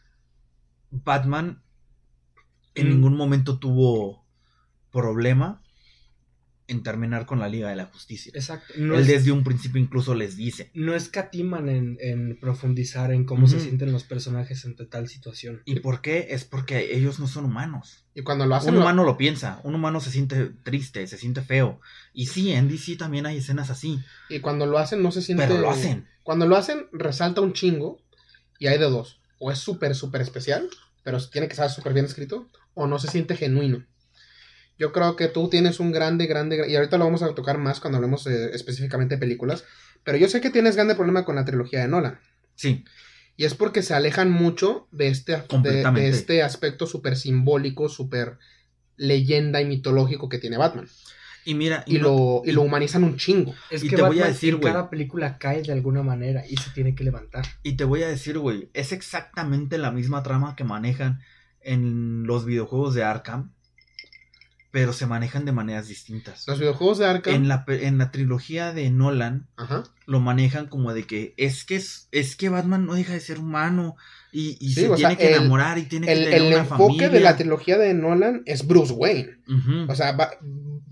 Batman en mm. ningún momento tuvo problema en terminar con la Liga de la Justicia. Exacto. No Él es, desde un principio incluso les dice. No escatiman en, en profundizar en cómo uh-huh. se sienten los personajes ante tal situación. ¿Y por qué? Es porque ellos no son humanos. Y cuando lo hacen... Un humano lo piensa, un humano se siente triste, se siente feo. Y sí, en D C también hay escenas así. Y cuando lo hacen no se siente... Pero lo hacen. Cuando lo hacen resalta un chingo y hay de dos. O es súper, súper especial, pero tiene que estar súper bien escrito, o no se siente genuino. Yo creo que tú tienes un grande, grande, y ahorita lo vamos a tocar más cuando hablemos eh, específicamente de películas, pero yo sé que tienes grande problema con la trilogía de Nolan. Sí. Y es porque se alejan mucho de este, de, de este aspecto súper simbólico, súper leyenda y mitológico que tiene Batman. Y mira... Y, y, no, lo, y lo humanizan un chingo. Es y que te Batman voy a decir, en cada película cae de alguna manera y se tiene que levantar. Y te voy a decir, güey, es exactamente la misma trama que manejan en los videojuegos de Arkham, pero se manejan de maneras distintas. Los videojuegos de Arkham... En la, en la trilogía de Nolan, Ajá. lo manejan como de que es que es, es que Batman no deja de ser humano y, y sí, se tiene sea, que el, enamorar y tiene el, que tener el una familia. El enfoque de la trilogía de Nolan es Bruce Wayne. Uh-huh. O sea, va,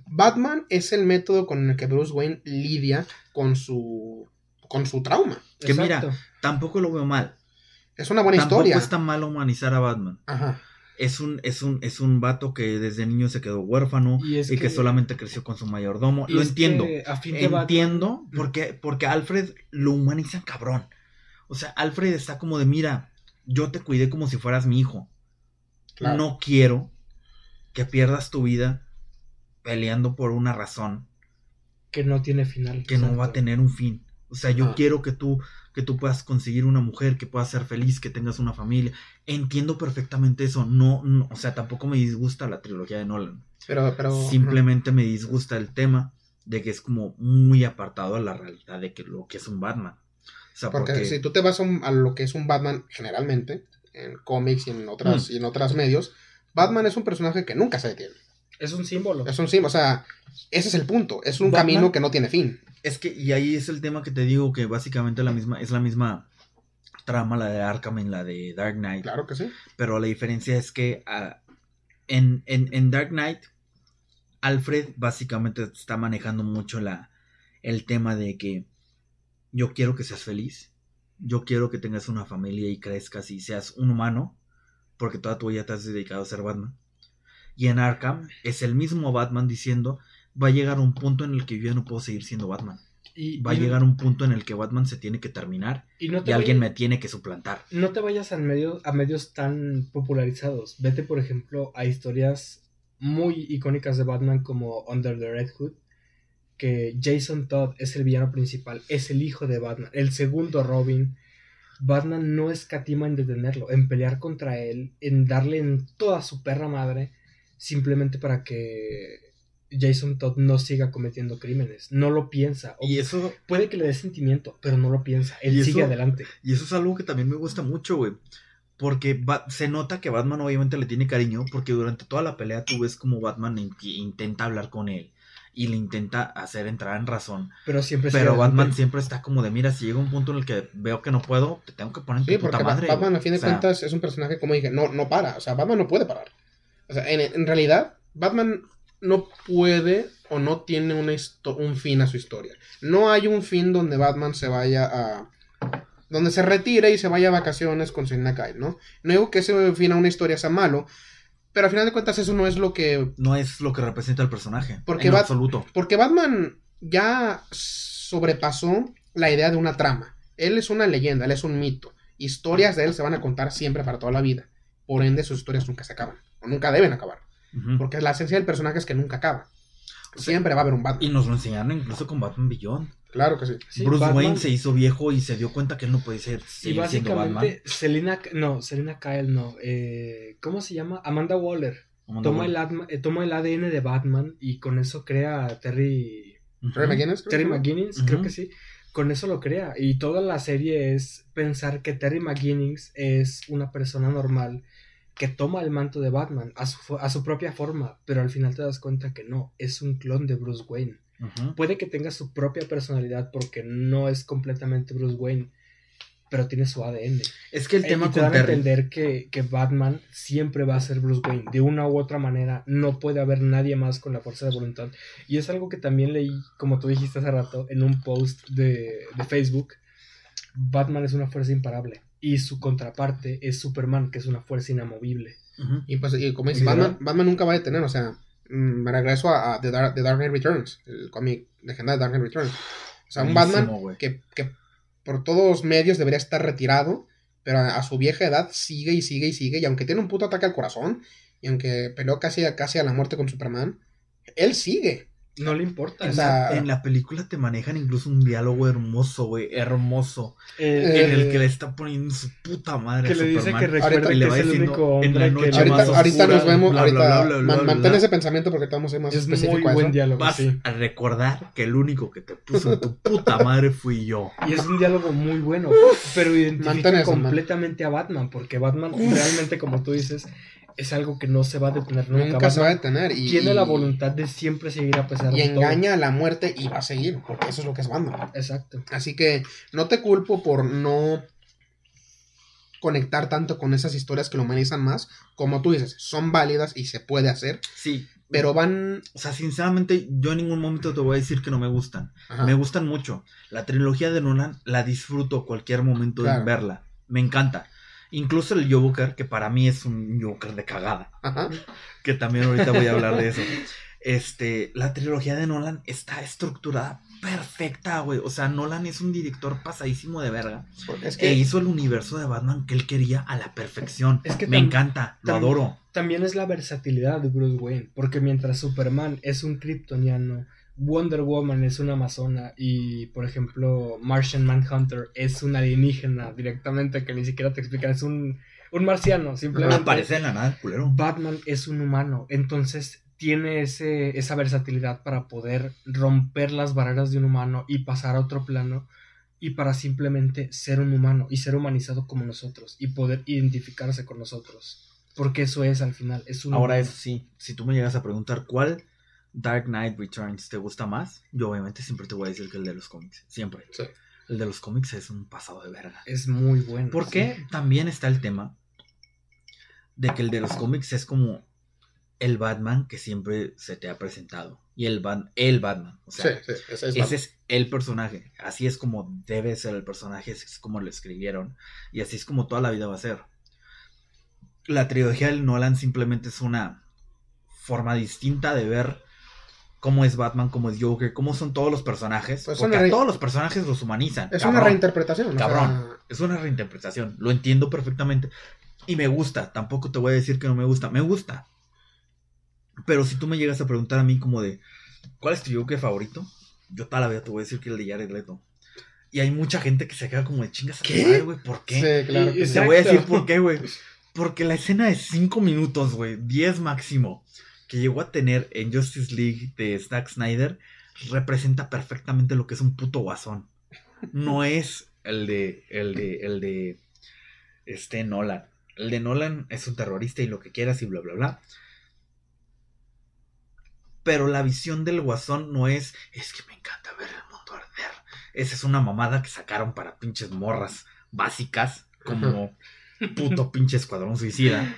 Batman es el método con el que Bruce Wayne lidia con su, con su trauma. Que Exacto. mira, tampoco lo veo mal. Es una buena tampoco historia. Tampoco está mal humanizar a Batman. Ajá. Es un, es un, es un vato que desde niño se quedó huérfano y, y que... que solamente creció con su mayordomo. Lo entiendo. A fin de entiendo Batman... porque, porque Alfred lo humanizan cabrón. O sea, Alfred está como de, mira, yo te cuidé como si fueras mi hijo. Claro. No quiero que pierdas tu vida peleando por una razón. Que no tiene final. Que exacto. No va a tener un fin. O sea, yo ah. quiero que tú, que tú puedas conseguir una mujer, que puedas ser feliz, que tengas una familia. Entiendo perfectamente eso. No, no o sea, tampoco me disgusta la trilogía de Nolan. Pero, pero. Simplemente no. me disgusta el tema de que es como muy apartado a la realidad de que lo que es un Batman. O sea, porque, porque si tú te vas a, un, a lo que es un Batman generalmente, en cómics y en otras, mm. y en otras medios, Batman es un personaje que nunca se detiene. Es un símbolo. Es un símbolo, o sea, ese es el punto. Es un Batman, camino que no tiene fin. Es que, y ahí es el tema que te digo, que básicamente la misma, es la misma trama, la de Arkham en la de Dark Knight. Claro que sí. Pero la diferencia es que uh, en, en, en Dark Knight, Alfred básicamente está manejando mucho la, el tema de que yo quiero que seas feliz, yo quiero que tengas una familia y crezcas y seas un humano, porque toda tu vida te has dedicado a ser Batman. Y en Arkham es el mismo Batman diciendo, va a llegar un punto en el que yo ya no puedo seguir siendo Batman. Y, va y, a llegar un punto en el que Batman se tiene que terminar y, no y alguien vayas, me tiene que suplantar. No te vayas a, medio, a medios tan popularizados. Vete, por ejemplo, a historias muy icónicas de Batman como Under the Red Hood, que Jason Todd es el villano principal, es el hijo de Batman, el segundo Robin. Batman no escatima en detenerlo, en pelear contra él, en darle en toda su perra madre, simplemente para que Jason Todd no siga cometiendo crímenes. No lo piensa. O y eso puede que le dé sentimiento, pero no lo piensa. Él sigue eso, adelante. Y eso es algo que también me gusta mucho, güey. Porque ba- se nota que Batman obviamente le tiene cariño, porque durante toda la pelea tú ves como Batman in- intenta hablar con él y le intenta hacer entrar en razón. Pero siempre Pero Batman adelante. Siempre está como de, mira, si llega un punto en el que veo que no puedo, te tengo que poner en sí, tu puta madre. Sí, porque Batman, güey. a fin de o sea, cuentas, es un personaje, como dije, no, no para. O sea, Batman no puede parar. O sea, en, en realidad, Batman no puede o no tiene una histo- un fin a su historia. No hay un fin donde Batman se vaya a... donde se retire y se vaya a vacaciones con Selina Kyle, ¿no? No digo que ese fin a una historia sea malo, pero al final de cuentas eso no es lo que... No es lo que representa el personaje, porque en Bat- absoluto. Porque Batman ya sobrepasó la idea de una trama. Él es una leyenda, él es un mito. Historias de él se van a contar siempre para toda la vida. Por ende, sus historias nunca se acaban, o nunca deben acabar. Uh-huh. Porque la esencia del personaje es que nunca acaba. Siempre va a haber un Batman. Y nos lo enseñaron incluso con Batman Beyond. Claro que sí. sí Bruce Batman... Wayne se hizo viejo y se dio cuenta que él no puede ser y básicamente Selina, no, Selina Kyle no, eh, ¿cómo se llama? Amanda Waller. Amanda toma, Waller. El, eh, toma el A D N de Batman y con eso crea a Terry... Uh-huh. Terry McGinnis. Terry McGinnis, uh-huh. Creo que sí. Con eso lo crea. Y toda la serie es pensar que Terry McGinnis es una persona normal que toma el manto de Batman a su, a su propia forma, pero al final te das cuenta que no, es un clon de Bruce Wayne. Uh-huh. Puede que tenga su propia personalidad porque no es completamente Bruce Wayne, pero tiene su A D N. Es que el tema y te con dan a entender que, que Batman siempre va a ser Bruce Wayne, de una u otra manera. No puede haber nadie más con la fuerza de voluntad. Y es algo que también leí, como tú dijiste hace rato, en un post de, de Facebook. Batman es una fuerza imparable y su contraparte es Superman, que es una fuerza inamovible. Uh-huh. Y pues, y como dices, Batman, Batman nunca va a detener, o sea, me regreso a, a The, Dark, The Dark Knight Returns, el cómic legendario de Dark Knight Returns. O sea, un Batman que, que por todos medios debería estar retirado, pero a, a su vieja edad sigue y sigue y sigue, y aunque tiene un puto ataque al corazón, y aunque peleó casi, casi a la muerte con Superman, él sigue. No le importa. En, o sea, la, en la película te manejan incluso un diálogo hermoso, güey, hermoso. Eh, en el que le está poniendo su puta madre que a le Superman. dice que recuerde que es el único hombre en la noche que... Ahorita, más ahorita oscura, nos vemos, bla, ahorita bla, bla, bla, bla, mantén bla. ese pensamiento porque estamos a ser más es específico muy a eso. buen diálogo, Vas sí. a recordar que el único que te puso en tu puta madre fui yo. Y es un diálogo muy bueno, pero identifica eso, completamente man. a Batman, porque Batman Uf. realmente, como tú dices, es algo que no se va a detener nunca. Nunca Batman se va a detener. Y, tiene y, la voluntad de siempre seguir a pesar y de todo. Y engaña a la muerte y va a seguir, porque eso es lo que es Batman. Exacto. Así que no te culpo por no conectar tanto con esas historias que lo humanizan más. Como tú dices, son válidas y se puede hacer. Sí. pero van... O sea, sinceramente, yo en ningún momento te voy a decir que no me gustan. Ajá. Me gustan mucho. La trilogía de Nolan la disfruto cualquier momento Claro. de verla. Me encanta. Incluso el Joker, que para mí es un Joker de cagada. Ajá. Que también ahorita voy a hablar de eso. Este, la trilogía de Nolan está estructurada perfecta, güey. O sea, Nolan es un director pasadísimo de verga. Es E que... hizo el universo de Batman que él quería a la perfección. Es que Me tam- encanta, lo tam- adoro. También es la versatilidad de Bruce Wayne, porque mientras Superman es un kryptoniano, Wonder Woman es una amazona y, por ejemplo, Martian Manhunter es un alienígena directamente que ni siquiera te explican, es un, un marciano, simplemente. Aparece en la nada, culero. Batman es un humano, entonces tiene ese, esa versatilidad para poder romper las barreras de un humano y pasar a otro plano y para simplemente ser un humano y ser humanizado como nosotros y poder identificarse con nosotros. Porque eso es al final, es un Ahora, humano. eso sí, si tú me llegas a preguntar cuál Dark Knight Returns te gusta más, yo obviamente siempre te voy a decir que el de los cómics. Siempre. Sí. El de los cómics es un pasado de verga. Es muy bueno. Porque sí. también está el tema de que el de los cómics es como el Batman que siempre se te ha presentado. Y el, Bat- el Batman. O sea, sí, sí, ese es ese Batman. es el personaje. Así es como debe ser el personaje. Así es como lo escribieron. Y así es como toda la vida va a ser. La trilogía del Nolan simplemente es una forma distinta de ver cómo es Batman, cómo es Joker, cómo son todos los personajes. Pues porque una a re- todos los personajes los humanizan. Es cabrón. una reinterpretación. o Cabrón. sea, Es una reinterpretación. Lo entiendo perfectamente. Y me gusta. Tampoco te voy a decir que no me gusta. Me gusta. Pero si tú me llegas a preguntar a mí como de ¿cuál es tu Joker favorito? Yo toda la vida te voy a decir que el de Jared Leto. Y hay mucha gente que se queda como de chingas a tu ¿Qué? madre, güey. ¿Por qué? sí, claro. Y- que y sí. Te voy a decir Exacto. por qué, güey. Porque la escena de cinco minutos, güey, diez máximo, que llegó a tener en Justice League de Zack Snyder, representa perfectamente lo que es un puto guasón. No es el de, el de, el de, este Nolan. El de Nolan es un terrorista y lo que quieras y bla, bla, bla. Pero la visión del guasón no es, es que me encanta ver el mundo arder. Esa es una mamada que sacaron para pinches morras básicas, como puto pinche escuadrón suicida.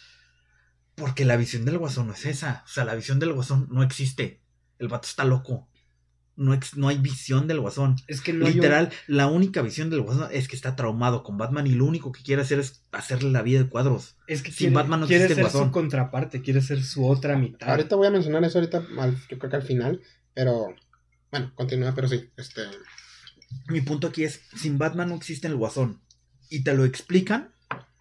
Porque la visión del guasón no es esa. O sea, la visión del guasón no existe. El vato está loco. No, ex- no hay visión del guasón. Es que no hay un- Literal, la única visión del guasón es que está traumado con Batman y lo único que quiere hacer es hacerle la vida de cuadros. es que sin quiere, Batman no quiere existe el ser su Guasón. contraparte, quiere ser su otra mitad. Ahorita voy a mencionar eso ahorita, al- yo creo que al final, pero bueno, continúa, pero sí, este, Mi punto aquí es, sin Batman no existe el guasón. Y te lo explican.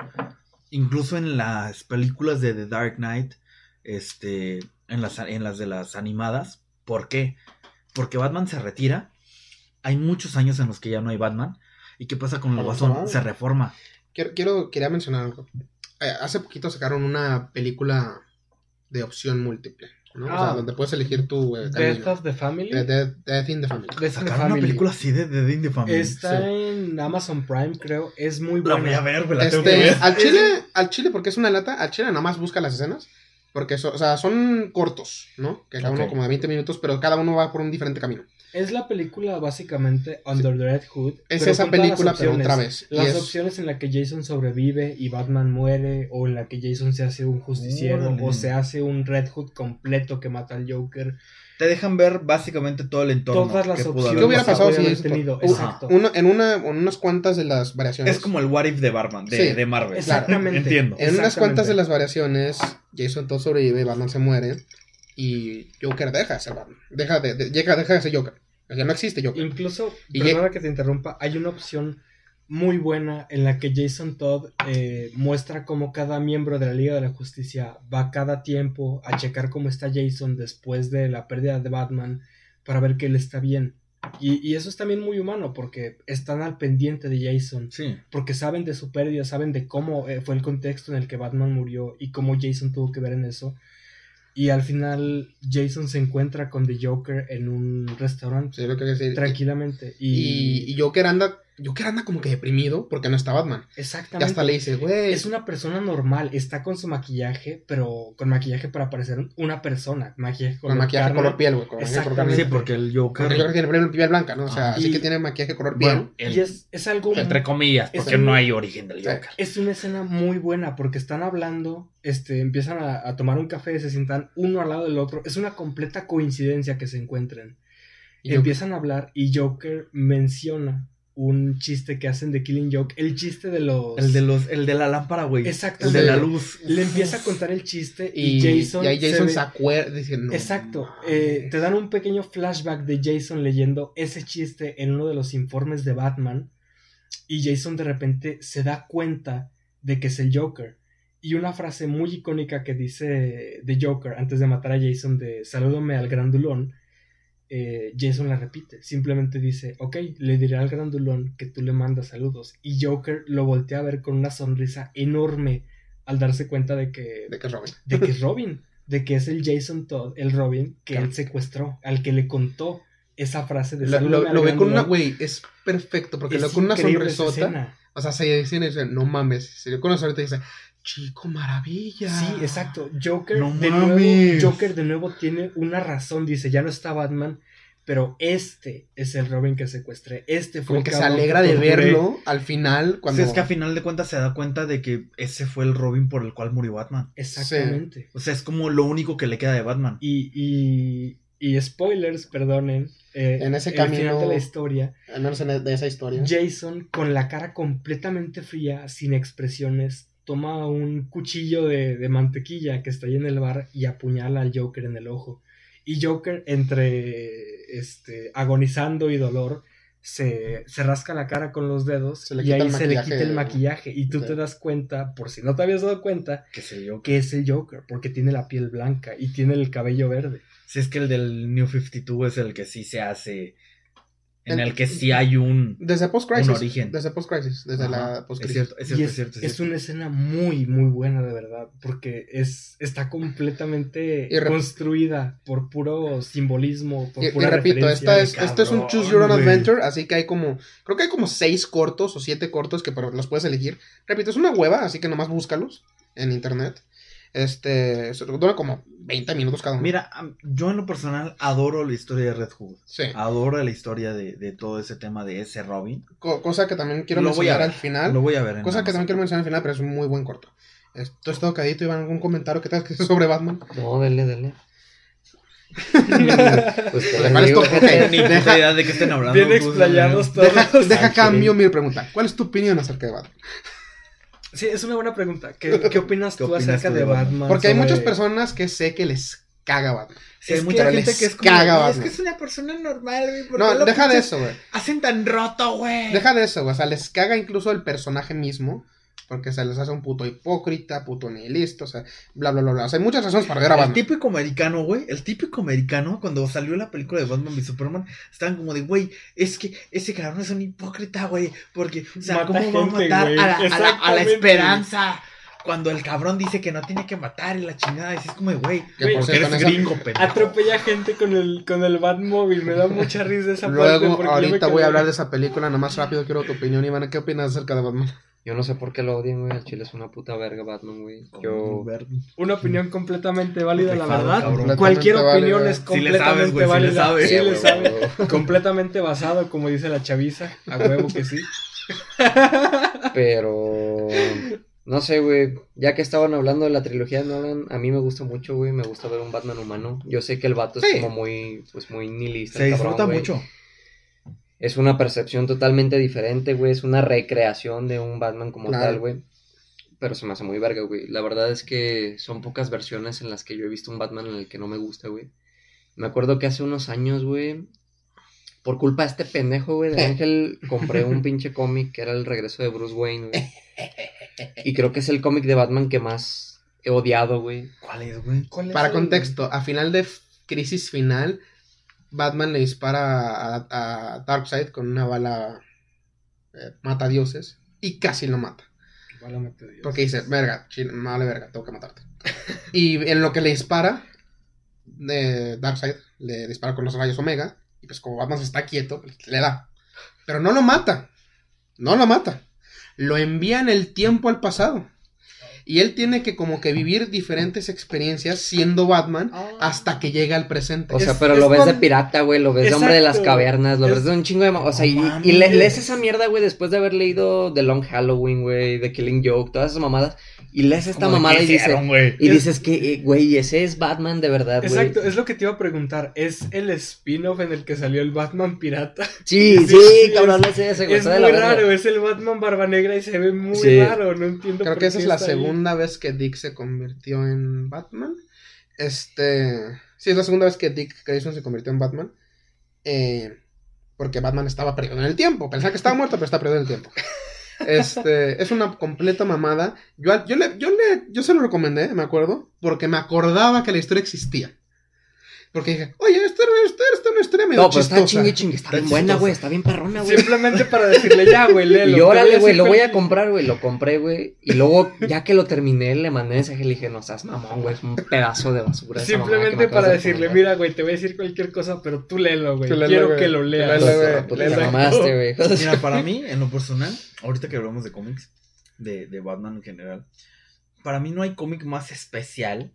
Incluso en las películas de The Dark Knight, este, en las, en las de las animadas. ¿Por qué? Porque Batman se retira. Hay muchos años en los que ya no hay Batman. ¿Y qué pasa con el ¿Cómo guasón? se va? Se reforma. quiero, quiero, quería mencionar algo. Eh, hace poquito sacaron una película de opción múltiple, ¿no? O sea, Ah. donde puedes elegir tu eh, Death camino. of the Family. De- de- Death in the Family. Death of the Sacaron una Family. película así de The Dead in the Family. Está Sí. en Amazon Prime, creo. Es muy La buena. voy a ver, güey, la tengo que Este, ver. al chile, al chile, porque es una lata, al chile nada más busca las escenas. Porque so- o sea, son cortos, ¿no? Que cada uno Ok. como de veinte minutos, pero cada uno va por un diferente camino. Es la película básicamente Under the Red Hood. Es pero esa con todas las película, pero opciones. otra vez. Y Las es- opciones en la que Jason sobrevive y Batman muere, o en la que Jason se hace un justiciero, Órale. o se hace un Red Hood completo que mata al Joker. Te dejan ver básicamente todo el entorno. Todas las que pudo opciones haber ¿Qué hubiera que pasado si pudieran eso- haber tenido. uh, Exacto. uno- en, una, en unas cuantas de las variaciones. Es como el What If de Batman, de, Sí, de Marvel. Exactamente. Entiendo. En unas Exactamente. cuantas de las variaciones, Jason todo sobrevive, Batman se muere y Joker deja de ser Batman. Deja de, de- llega, deja de ser Joker. O sea, no existe Joker. Incluso, Y perdona que te interrumpa, hay una opción muy buena en la que Jason Todd eh, muestra cómo cada miembro de la Liga de la Justicia va cada tiempo a checar cómo está Jason después de la pérdida de Batman para ver que él está bien. Y, y eso es también muy humano porque están al pendiente de Jason, Sí. porque saben de su pérdida, saben de cómo eh, fue el contexto en el que Batman murió y cómo Jason tuvo que ver en eso. Y al final Jason se encuentra con The Joker en un restaurante Sí, lo que quiero decir. tranquilamente. Y, y Joker anda Joker anda como que deprimido porque no está Batman. Y Exactamente. hasta le dice, güey. Es una persona normal, está con su maquillaje, pero con maquillaje para parecer una persona. Maquillaje Con maquillaje carne. color piel, güey. Con maquillaje color Exactamente. Sí, carne. porque el Porque Joker... el Joker tiene piel blanca, ¿no? O sea, Ah, así y- que tiene maquillaje color piel. Bueno, el- Y es, es algo... entre comillas, es porque un- no hay origen del Sí. Joker. Es una escena muy buena porque están hablando, este, empiezan a, a tomar un café, se sientan uno al lado del otro. Es una completa coincidencia que se encuentren. Y Joker- Empiezan a hablar y Joker menciona un chiste que hacen de Killing Joke, el chiste de los... El de los, el de la lámpara, güey. El Exactamente. de la luz. Le empieza a contar el chiste y, Y, Jason... y ahí Jason ve- se acuerda. Dice, no, Exacto. mames. Eh, te dan un pequeño flashback de Jason leyendo ese chiste en uno de los informes de Batman. Y Jason de repente se da cuenta de que es el Joker. Y una frase muy icónica que dice de Joker antes de matar a Jason de salúdame al grandulón. Eh, Jason la repite. Simplemente dice, ok, le diré al grandulón que tú le mandas saludos. Y Joker lo voltea a ver con una sonrisa enorme al darse cuenta de que De que es Robin. de que es Robin, de que es el Jason Todd, el Robin que Claro. él secuestró, al que le contó esa frase de Lo, salúdame lo- al lo ve con una, grandulón. güey, es perfecto, porque Es lo ve con una increíble esa sonrisota. escena. O sea, se dice, dice, no mames. Se ve con una sonrisa y dice, chico, maravilla. Sí, exacto. Joker No de mames. nuevo, Joker de nuevo tiene una razón, dice, ya no está Batman, pero este es el Robin que secuestré, este fue Como el que se cabrón alegra de torturé. verlo al final cuando... Pues es que a final de cuentas se da cuenta de que ese fue el Robin por el cual murió Batman. Exactamente. O sea, es como lo único que le queda de Batman. Y, y, y spoilers, perdonen, eh, En ese el camino- final de la historia, Al menos en e- de esa historia. Jason, con la cara completamente fría, sin expresiones, toma un cuchillo de, de mantequilla que está ahí en el bar y apuñala al Joker en el ojo. Y Joker, entre este, agonizando y dolor, se, se rasca la cara con los dedos Se le y quita ahí el se le maquillaje. quita el maquillaje. Y tú Sí. te das cuenta, por si no te habías dado cuenta, Que sé yo. que es el Joker, porque tiene la piel blanca y tiene el cabello verde. Si es que el del New cincuenta y dos es el que sí se hace. En En- el que sí hay un. Desde post-crisis. Un origen. Desde post-crisis. Desde Ajá, la es post-crisis. cierto, es Y cierto, es, es cierto. es es cierto. una escena muy, muy buena, de verdad, porque es, está completamente Y re- construida por puro simbolismo, por Y, y pura repito, referencia. esta es, cabrón, esto es un Choose Your Own güey. Adventure, así que hay como, creo que hay como seis cortos o siete cortos que pero los puedes elegir. Repito, es una hueva, así que nomás búscalos en internet. Este, se- dura como veinte minutos cada uno. Mira, am- yo en lo personal adoro la historia de Red Hood. Sí, Adoro la historia de, de todo ese tema de ese Robin. Co- cosa que también quiero Lo voy a mencionar ver, al final. Lo voy a ver en Cosa que Amazon. también quiero mencionar al final, pero es un muy buen corto. Esto es todo cadito, Iván, ¿algún comentario que tengas que hacer sobre Batman? No, dele, dele. Pues que ¿Cuál es tu- le digo, ok, Ni puta idea de qué estén hablando. Bien pues, explayados todos. Deja, deja Ah, cambio sí. mi pregunta. ¿Cuál es tu opinión acerca de Batman? Sí, es una buena pregunta. ¿Qué, qué opinas ¿Qué tú opinas acerca tú de de Batman? Batman? Porque hay sobre- muchas personas que sé que les caga Batman. Sí, hay Es mucha que gente les que es como. caga "Güey, es Batman". que es una persona normal, güey. ¿por qué No, lo deja de pinches eso, güey. Hacen tan roto, güey. Deja de eso, güey. O sea, les caga incluso el personaje mismo. Porque se les hace un puto hipócrita, puto nihilista, o sea, bla, bla, bla, bla. O sea, hay muchas razones para ver a El Batman. típico americano, güey. El típico americano, cuando salió la película de Batman v Superman, estaban como de, güey, es que ese cabrón es un hipócrita, güey. Porque, o sea, Mata ¿cómo va a gente, matar güey. a la, a, la, a la Exactamente. esperanza? Cuando el cabrón dice que no tiene que matar y la chingada, y es como de, güey, Que Güey, por porque cierto, eres en esa- gringo, pendejo. Atropella gente con el, con el Batmóvil. Me da mucha risa esa parte. Luego, porque yo me ahorita quedé- voy a hablar de esa película, nomás rápido quiero tu opinión, Iván. ¿Qué opinas acerca de Batman? Yo no sé por qué lo odian, güey. El chile es una puta verga, Batman, güey. Yo. Una opinión completamente válida, la Rifado, verdad. cabrón. Cualquier Completamente opinión válida. es Sí le completamente sabes, güey, sí le válida. sabes. Sí le güey, sabe. güey. Completamente basado, como dice la chaviza. A huevo que sí. Pero. No sé, güey. Ya que estaban hablando de la trilogía de Nolan, a mí me gusta mucho, güey. Me gusta ver un Batman humano. Yo sé que el vato Sí. es como muy. Pues muy nihilista. Se el cabrón, disfruta güey. mucho. Es una percepción totalmente diferente, güey. Es una recreación de un Batman como Claro. tal, güey. Pero se me hace muy verga, güey. La verdad es que son pocas versiones en las que yo he visto un Batman en el que no me gusta, güey. Me acuerdo que hace unos años, güey, por culpa de este pendejo, güey, de Ángel, compré un pinche cómic que era el regreso de Bruce Wayne, güey. Y creo que es el cómic de Batman que más he odiado, güey. ¿Cuál es, güey? ¿Cuál es Para el- contexto, a final de f- Crisis Final, Batman le dispara a, a Darkseid con una bala eh, mata dioses y casi lo mata. Válgame Dios. Porque dice, verga, chile, me vale verga, tengo que matarte. Y en lo que le dispara, de Darkseid le dispara con los rayos Omega, y pues como Batman se está quieto, pues, le da. Pero no lo mata. No lo mata. Lo envía en el tiempo al pasado. Y él tiene que como que vivir diferentes experiencias siendo Batman Ah. hasta que llega al presente. O sea, Es- pero es lo ves de cuando- pirata, güey, lo ves de hombre de las Exacto. cavernas, lo Es- ves de un chingo de... ma- O sea, y, No y le- mames. lees esa mierda, güey, después de haber leído The Long Halloween, güey, The Killing Joke, todas esas mamadas, y lees esta Como de mamada qué y dices... hicieron, güey. Y Es- dices que, eh, güey, ese es Batman de verdad, güey. Exacto, es lo que te iba a preguntar. ¿Es el spin-off en el que salió el Batman pirata? Sí, sí, Sí, sí, cabrón, es- no sé, ese güey, Es está de muy la verga. raro, es el Batman barba negra y se ve muy Sí. raro, no entiendo Creo por que esa qué es la está ahí. segunda vez que Dick se convirtió en Batman. Este. Sí, es la segunda vez que Dick Grayson se convirtió en Batman. Eh, porque Batman estaba perdido en el tiempo. Pensaba que estaba muerto, pero está perdido en el tiempo. Este. Es una completa mamada. Yo, yo, le, yo, le, yo se lo recomendé, me acuerdo. Porque me acordaba que la historia existía. Porque dije, oye, esta era una historia, esta era una historia medio No, pero está chistosa. chingue chingue, está Está bien buena, chistosa. güey, está bien perrona, güey. Simplemente para decirle ya, güey, léelo. Y te órale, güey, decir lo voy a cualquier- comprar, güey, lo compré, güey. Y luego, ya que lo terminé, le mandé mensaje y le dije, no seas mamón, güey, es un pedazo de basura. esa mamada que me Simplemente acabas para de decirle, recomendar". mira, güey, te voy a decir cualquier cosa, pero tú léelo, güey. Tú léelo, Quiero güey. que lo Tú leas. léelo, güey. Pues, pues, te Exacto. mamaste, güey. Mira, para mí, en lo personal, ahorita que hablamos de cómics, de, de Batman en general, para mí no hay cómic más especial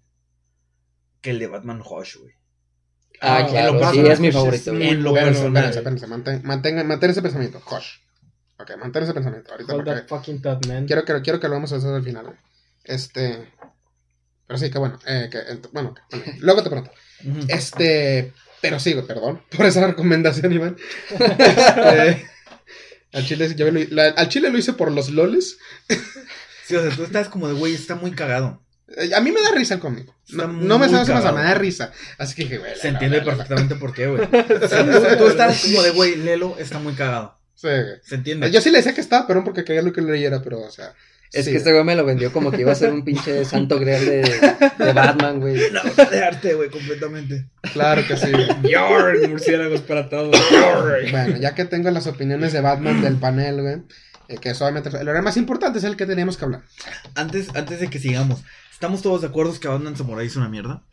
que el de Batman Hush, güey. Ah, Ah, claro, en lo sí, personal, es mi pues, favorito, es güey. En lo bueno, personal. Espérense, espérense, mantén, mantengan, mantén ese pensamiento. Josh. Ok, mantén ese pensamiento. Ahorita Hold porque that fucking thought, man. quiero, quiero, quiero que lo vamos a hacer al final, güey. Este. Pero sí, que bueno. Eh, que, ent- bueno, que- bueno, luego te pregunto. Ujú. Este. Pero sí, güey, perdón por esa recomendación, Iván. Este, al, chile, yo lo, la- al chile lo hice por los loles. Sí, o sea, tú estás como de, güey, está muy cagado. Eh, A mí me da risa el cómic. No, Está no me muy sabes qué pasa, cagado. me da risa. Así que dije, güey. Se la- entiende la- la- la- perfectamente por qué, güey. O sea, tú, tú estás como de, güey, Lelo está muy cagado. Sí, güey. Se entiende. Yo sí le decía que estaba, pero porque quería lo que leyera, pero, o sea. Es sí, que este güey me lo vendió como que iba a ser un pinche santo grial de, de Batman, güey. Una obra de arte, güey, completamente. Claro que sí. güey. Yarr, murciélagos para todos. Yarr. Bueno, ya que tengo las opiniones de Batman del panel, güey, eh, que es obviamente el área más importante es el que teníamos que hablar. Antes, antes de que sigamos, ¿estamos todos de acuerdo que Batman Samurai es una mierda?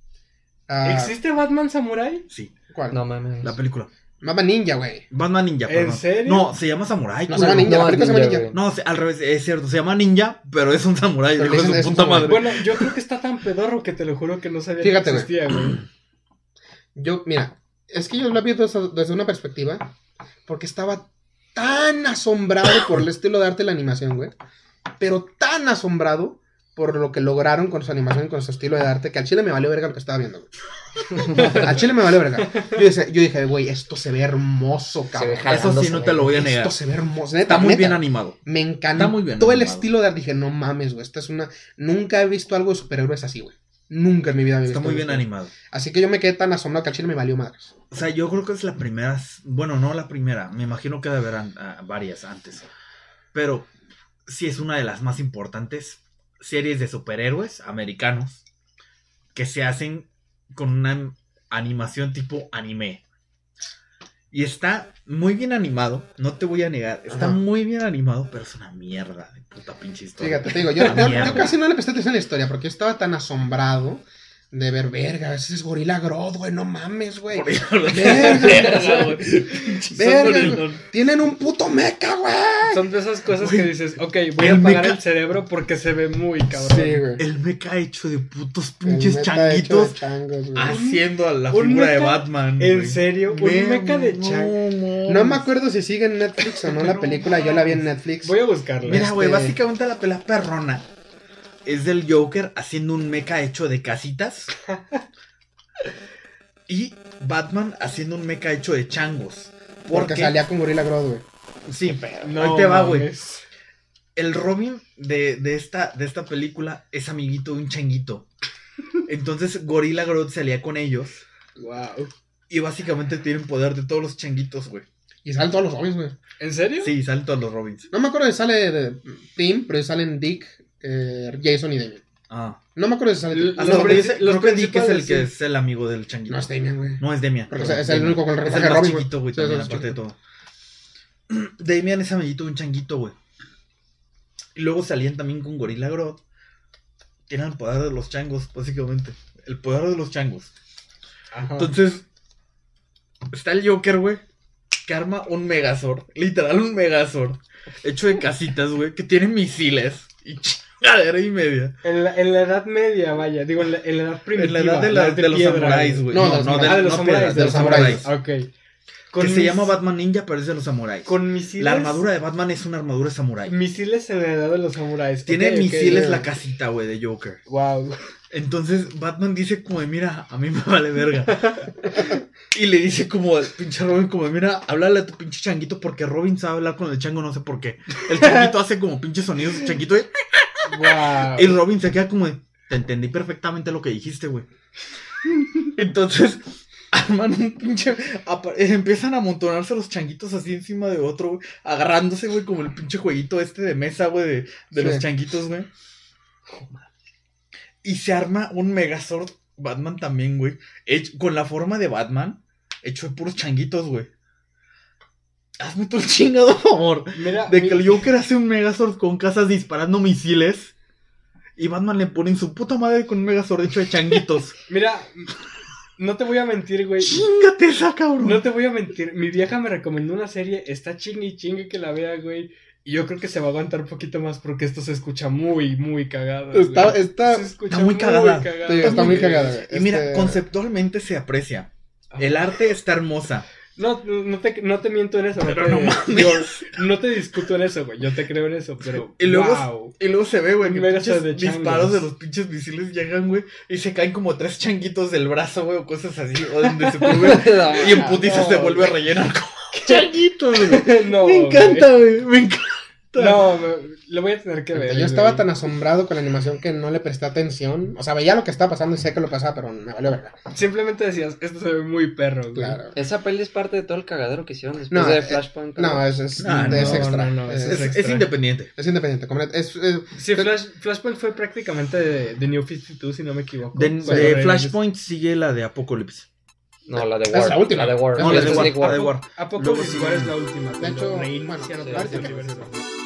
Ah, ¿Existe Batman Samurai? Sí, ¿Cuál? No mames. la película. Batman Ninja, güey. Batman Ninja, ¿En perdón. serio? No, se llama Samurai. No, culero. se llama Ninja, No, la película se llama Ninja, Ninja. güey. No, se- al revés, es cierto, se llama Ninja, pero es un samurái, Pero hijo le de dicen su es un puta samurái. madre. Bueno, yo creo que está tan pedorro que te lo juro que no sabía Fíjate, que güey. existía, güey. Yo, mira, es que yo lo vi desde, desde una perspectiva, porque estaba tan asombrado por el estilo de arte de la animación, güey. Pero tan asombrado por lo que lograron con su animación y con su estilo de arte, que al chile me valió verga lo que estaba viendo, güey. Al chile me valió verga. Yo dije, yo dije, güey, esto se ve hermoso, Se cabrón. ve jalando, Eso sí, se no ve, te lo voy a Esto negar. se ve hermoso. Neta, Está muy neta. bien animado. Me encantó Está muy bien todo el animado. estilo de arte. Dije, no mames, güey. Esta es una. Nunca he visto algo de superhéroes así, güey. Nunca en mi vida había Está visto muy bien algo así. animado. Así que yo me quedé tan asombrado que al chile me valió madres. O sea, yo creo que es la primera. Bueno, no la primera. Me imagino que debe haber an- a- varias antes. Pero sí es una de las más importantes series de superhéroes americanos que se hacen con una animación tipo anime. Y está muy bien animado, no te voy a negar. Está Ajá. muy bien animado, pero es una mierda de puta pinche historia. Fíjate, te digo, yo, Una yo, mierda. yo casi no le presté atención a la historia porque yo estaba tan asombrado de ver, verga, ese es Gorilla Grodd, güey, no mames, güey. Por eso lo- Verga, Verga, güey. Pinche Verga, sonorilón. Tienen un puto mecha, güey. Son de esas cosas Güey, que dices, ok, voy el a apagar meca- el cerebro porque se ve muy cabrón. Sí, güey. El mecha hecho de putos El pinches meta changuitos hecho de changos, güey. haciendo a la un figura de mecha- Batman. ¿En güey. serio? ¿Un Ve- mecha de no, chang? No me acuerdo si sigue en Netflix o no la No película, yo la vi en Netflix. Voy a buscarla. Mira, güey, Este- básicamente la pela perrona es del Joker haciendo un mecha hecho de casitas. Y Batman haciendo un mecha hecho de changos. Porque Porque salía con Gorilla Grodd, güey. Sí, pero No ahí te va, güey. mames. El Robin de, de, esta, de esta película es amiguito de un changuito. Entonces Gorilla Grodd salía con ellos. Wow. Y básicamente tienen poder de todos los changuitos, güey. Y salen todos los Robins, güey. ¿En serio? Sí, salen todos los Robins. No me acuerdo si sale de Tim, pero salen Dick, eh, Jason y Damian. Ah. No me acuerdo si sale L- Tim. Hasta Los porque princi- dice- los creo que Dick es el principales, que sí. es el amigo del changuito. No es Damian, güey. No, es Demian. Porque perdón, es el Damian. único con el Es traje el más Robin, güey. chiquito, güey, Sí, también, es el aparte de chiquito. todo. Damian es amiguito de un changuito, güey. Y luego salían también con Gorilla Grodd. Tienen el poder de los changos, básicamente. El poder de los changos. Ajá. Entonces, está el Joker, güey. que arma un Megazord, literal un Megazord, hecho de casitas, güey, que tiene misiles y chingadera y media. En la, en la edad media, vaya, digo, en la, en la edad primitiva. En la edad de, la, de, de los piedra, samuráis, güey. No, No, no, de los de, Ah, de los no samuráis, piedra, de de los los samuráis. samuráis. Ok. Con Que se mis- llama Batman Ninja, pero es de los samuráis. Con misiles. La armadura de Batman es una armadura samurái. Misiles en la edad de los samuráis. Tiene Ok, ok, misiles ya. la casita, güey, de Joker. Wow. Entonces Batman dice como de, mira, a mí me vale verga. Y le dice como al pinche Robin, como de, mira, háblale a tu pinche changuito, porque Robin sabe hablar con el chango, no sé por qué. El changuito hace como pinches sonidos, el changuito, y, Wow. y Robin se queda como de, te entendí perfectamente lo que dijiste, güey. Entonces, arman un pinche, apa- eh, empiezan a amontonarse los changuitos así encima de otro, güey, agarrándose, güey, como el pinche jueguito este de mesa, güey, de, de Sí. los changuitos, güey. Y se arma un Megazord Batman también, güey, hecho- con la forma de Batman, hecho de puros changuitos, güey. Hazme tu chingado favor. Mira, De mi- que el Joker hace un Megazord con casas disparando misiles. Y Batman le pone en su puta madre con un Megazord hecho de changuitos. mira, no te voy a mentir, güey. ¡Chingate esa, cabrón! No te voy a mentir. Mi vieja me recomendó una serie. Está chingue y chingue que la vea, güey. Y yo creo que se va a aguantar un poquito más porque esto se escucha muy, muy cagado. Está, güey. está, Se escucha está muy cagada. sí, está muy cagada, güey. Y mira, Este- conceptualmente se aprecia. El arte está hermosa. No, no te, no te miento en eso. Pero te, no mames. digo, no te discuto en eso, güey. Yo te creo en eso, pero. Y luego, wow. y luego se ve, güey, Un que Megazord pinches de changos. disparos de los pinches misiles llegan, güey, y se caen como tres changuitos del brazo, güey, o cosas así, o donde se vuelve, y en putiza no, se vuelve a rellenar como changuitos, güey. No, Me encanta, güey, me encanta. güey. No, me- lo voy a tener que ver. Yo estaba güey. tan asombrado con la animación que no le presté atención. O sea, veía lo que estaba pasando y sé que lo pasaba, pero me valió verga. Simplemente decías, esto se ve muy perro, güey. Claro. Esa peli es parte de todo el cagadero que hicieron después No, de eh, Flashpoint. No, es, es, Ah, es no, extra. no, no, es, eso Es, es, es extra. independiente. es independiente. complet- Es, es- Sí, Flash, Flashpoint fue prácticamente de, de New cincuenta y dos, si no me equivoco. De, Bueno, de de- Flashpoint sigue la de Apocalypse. No, la de Es War. la última. La de War. Es No, la de Justice War, League la de War. ¿A poco Luego War sigue- es la última? De hecho, Reinician bueno, otra vez sí, el sí, universo.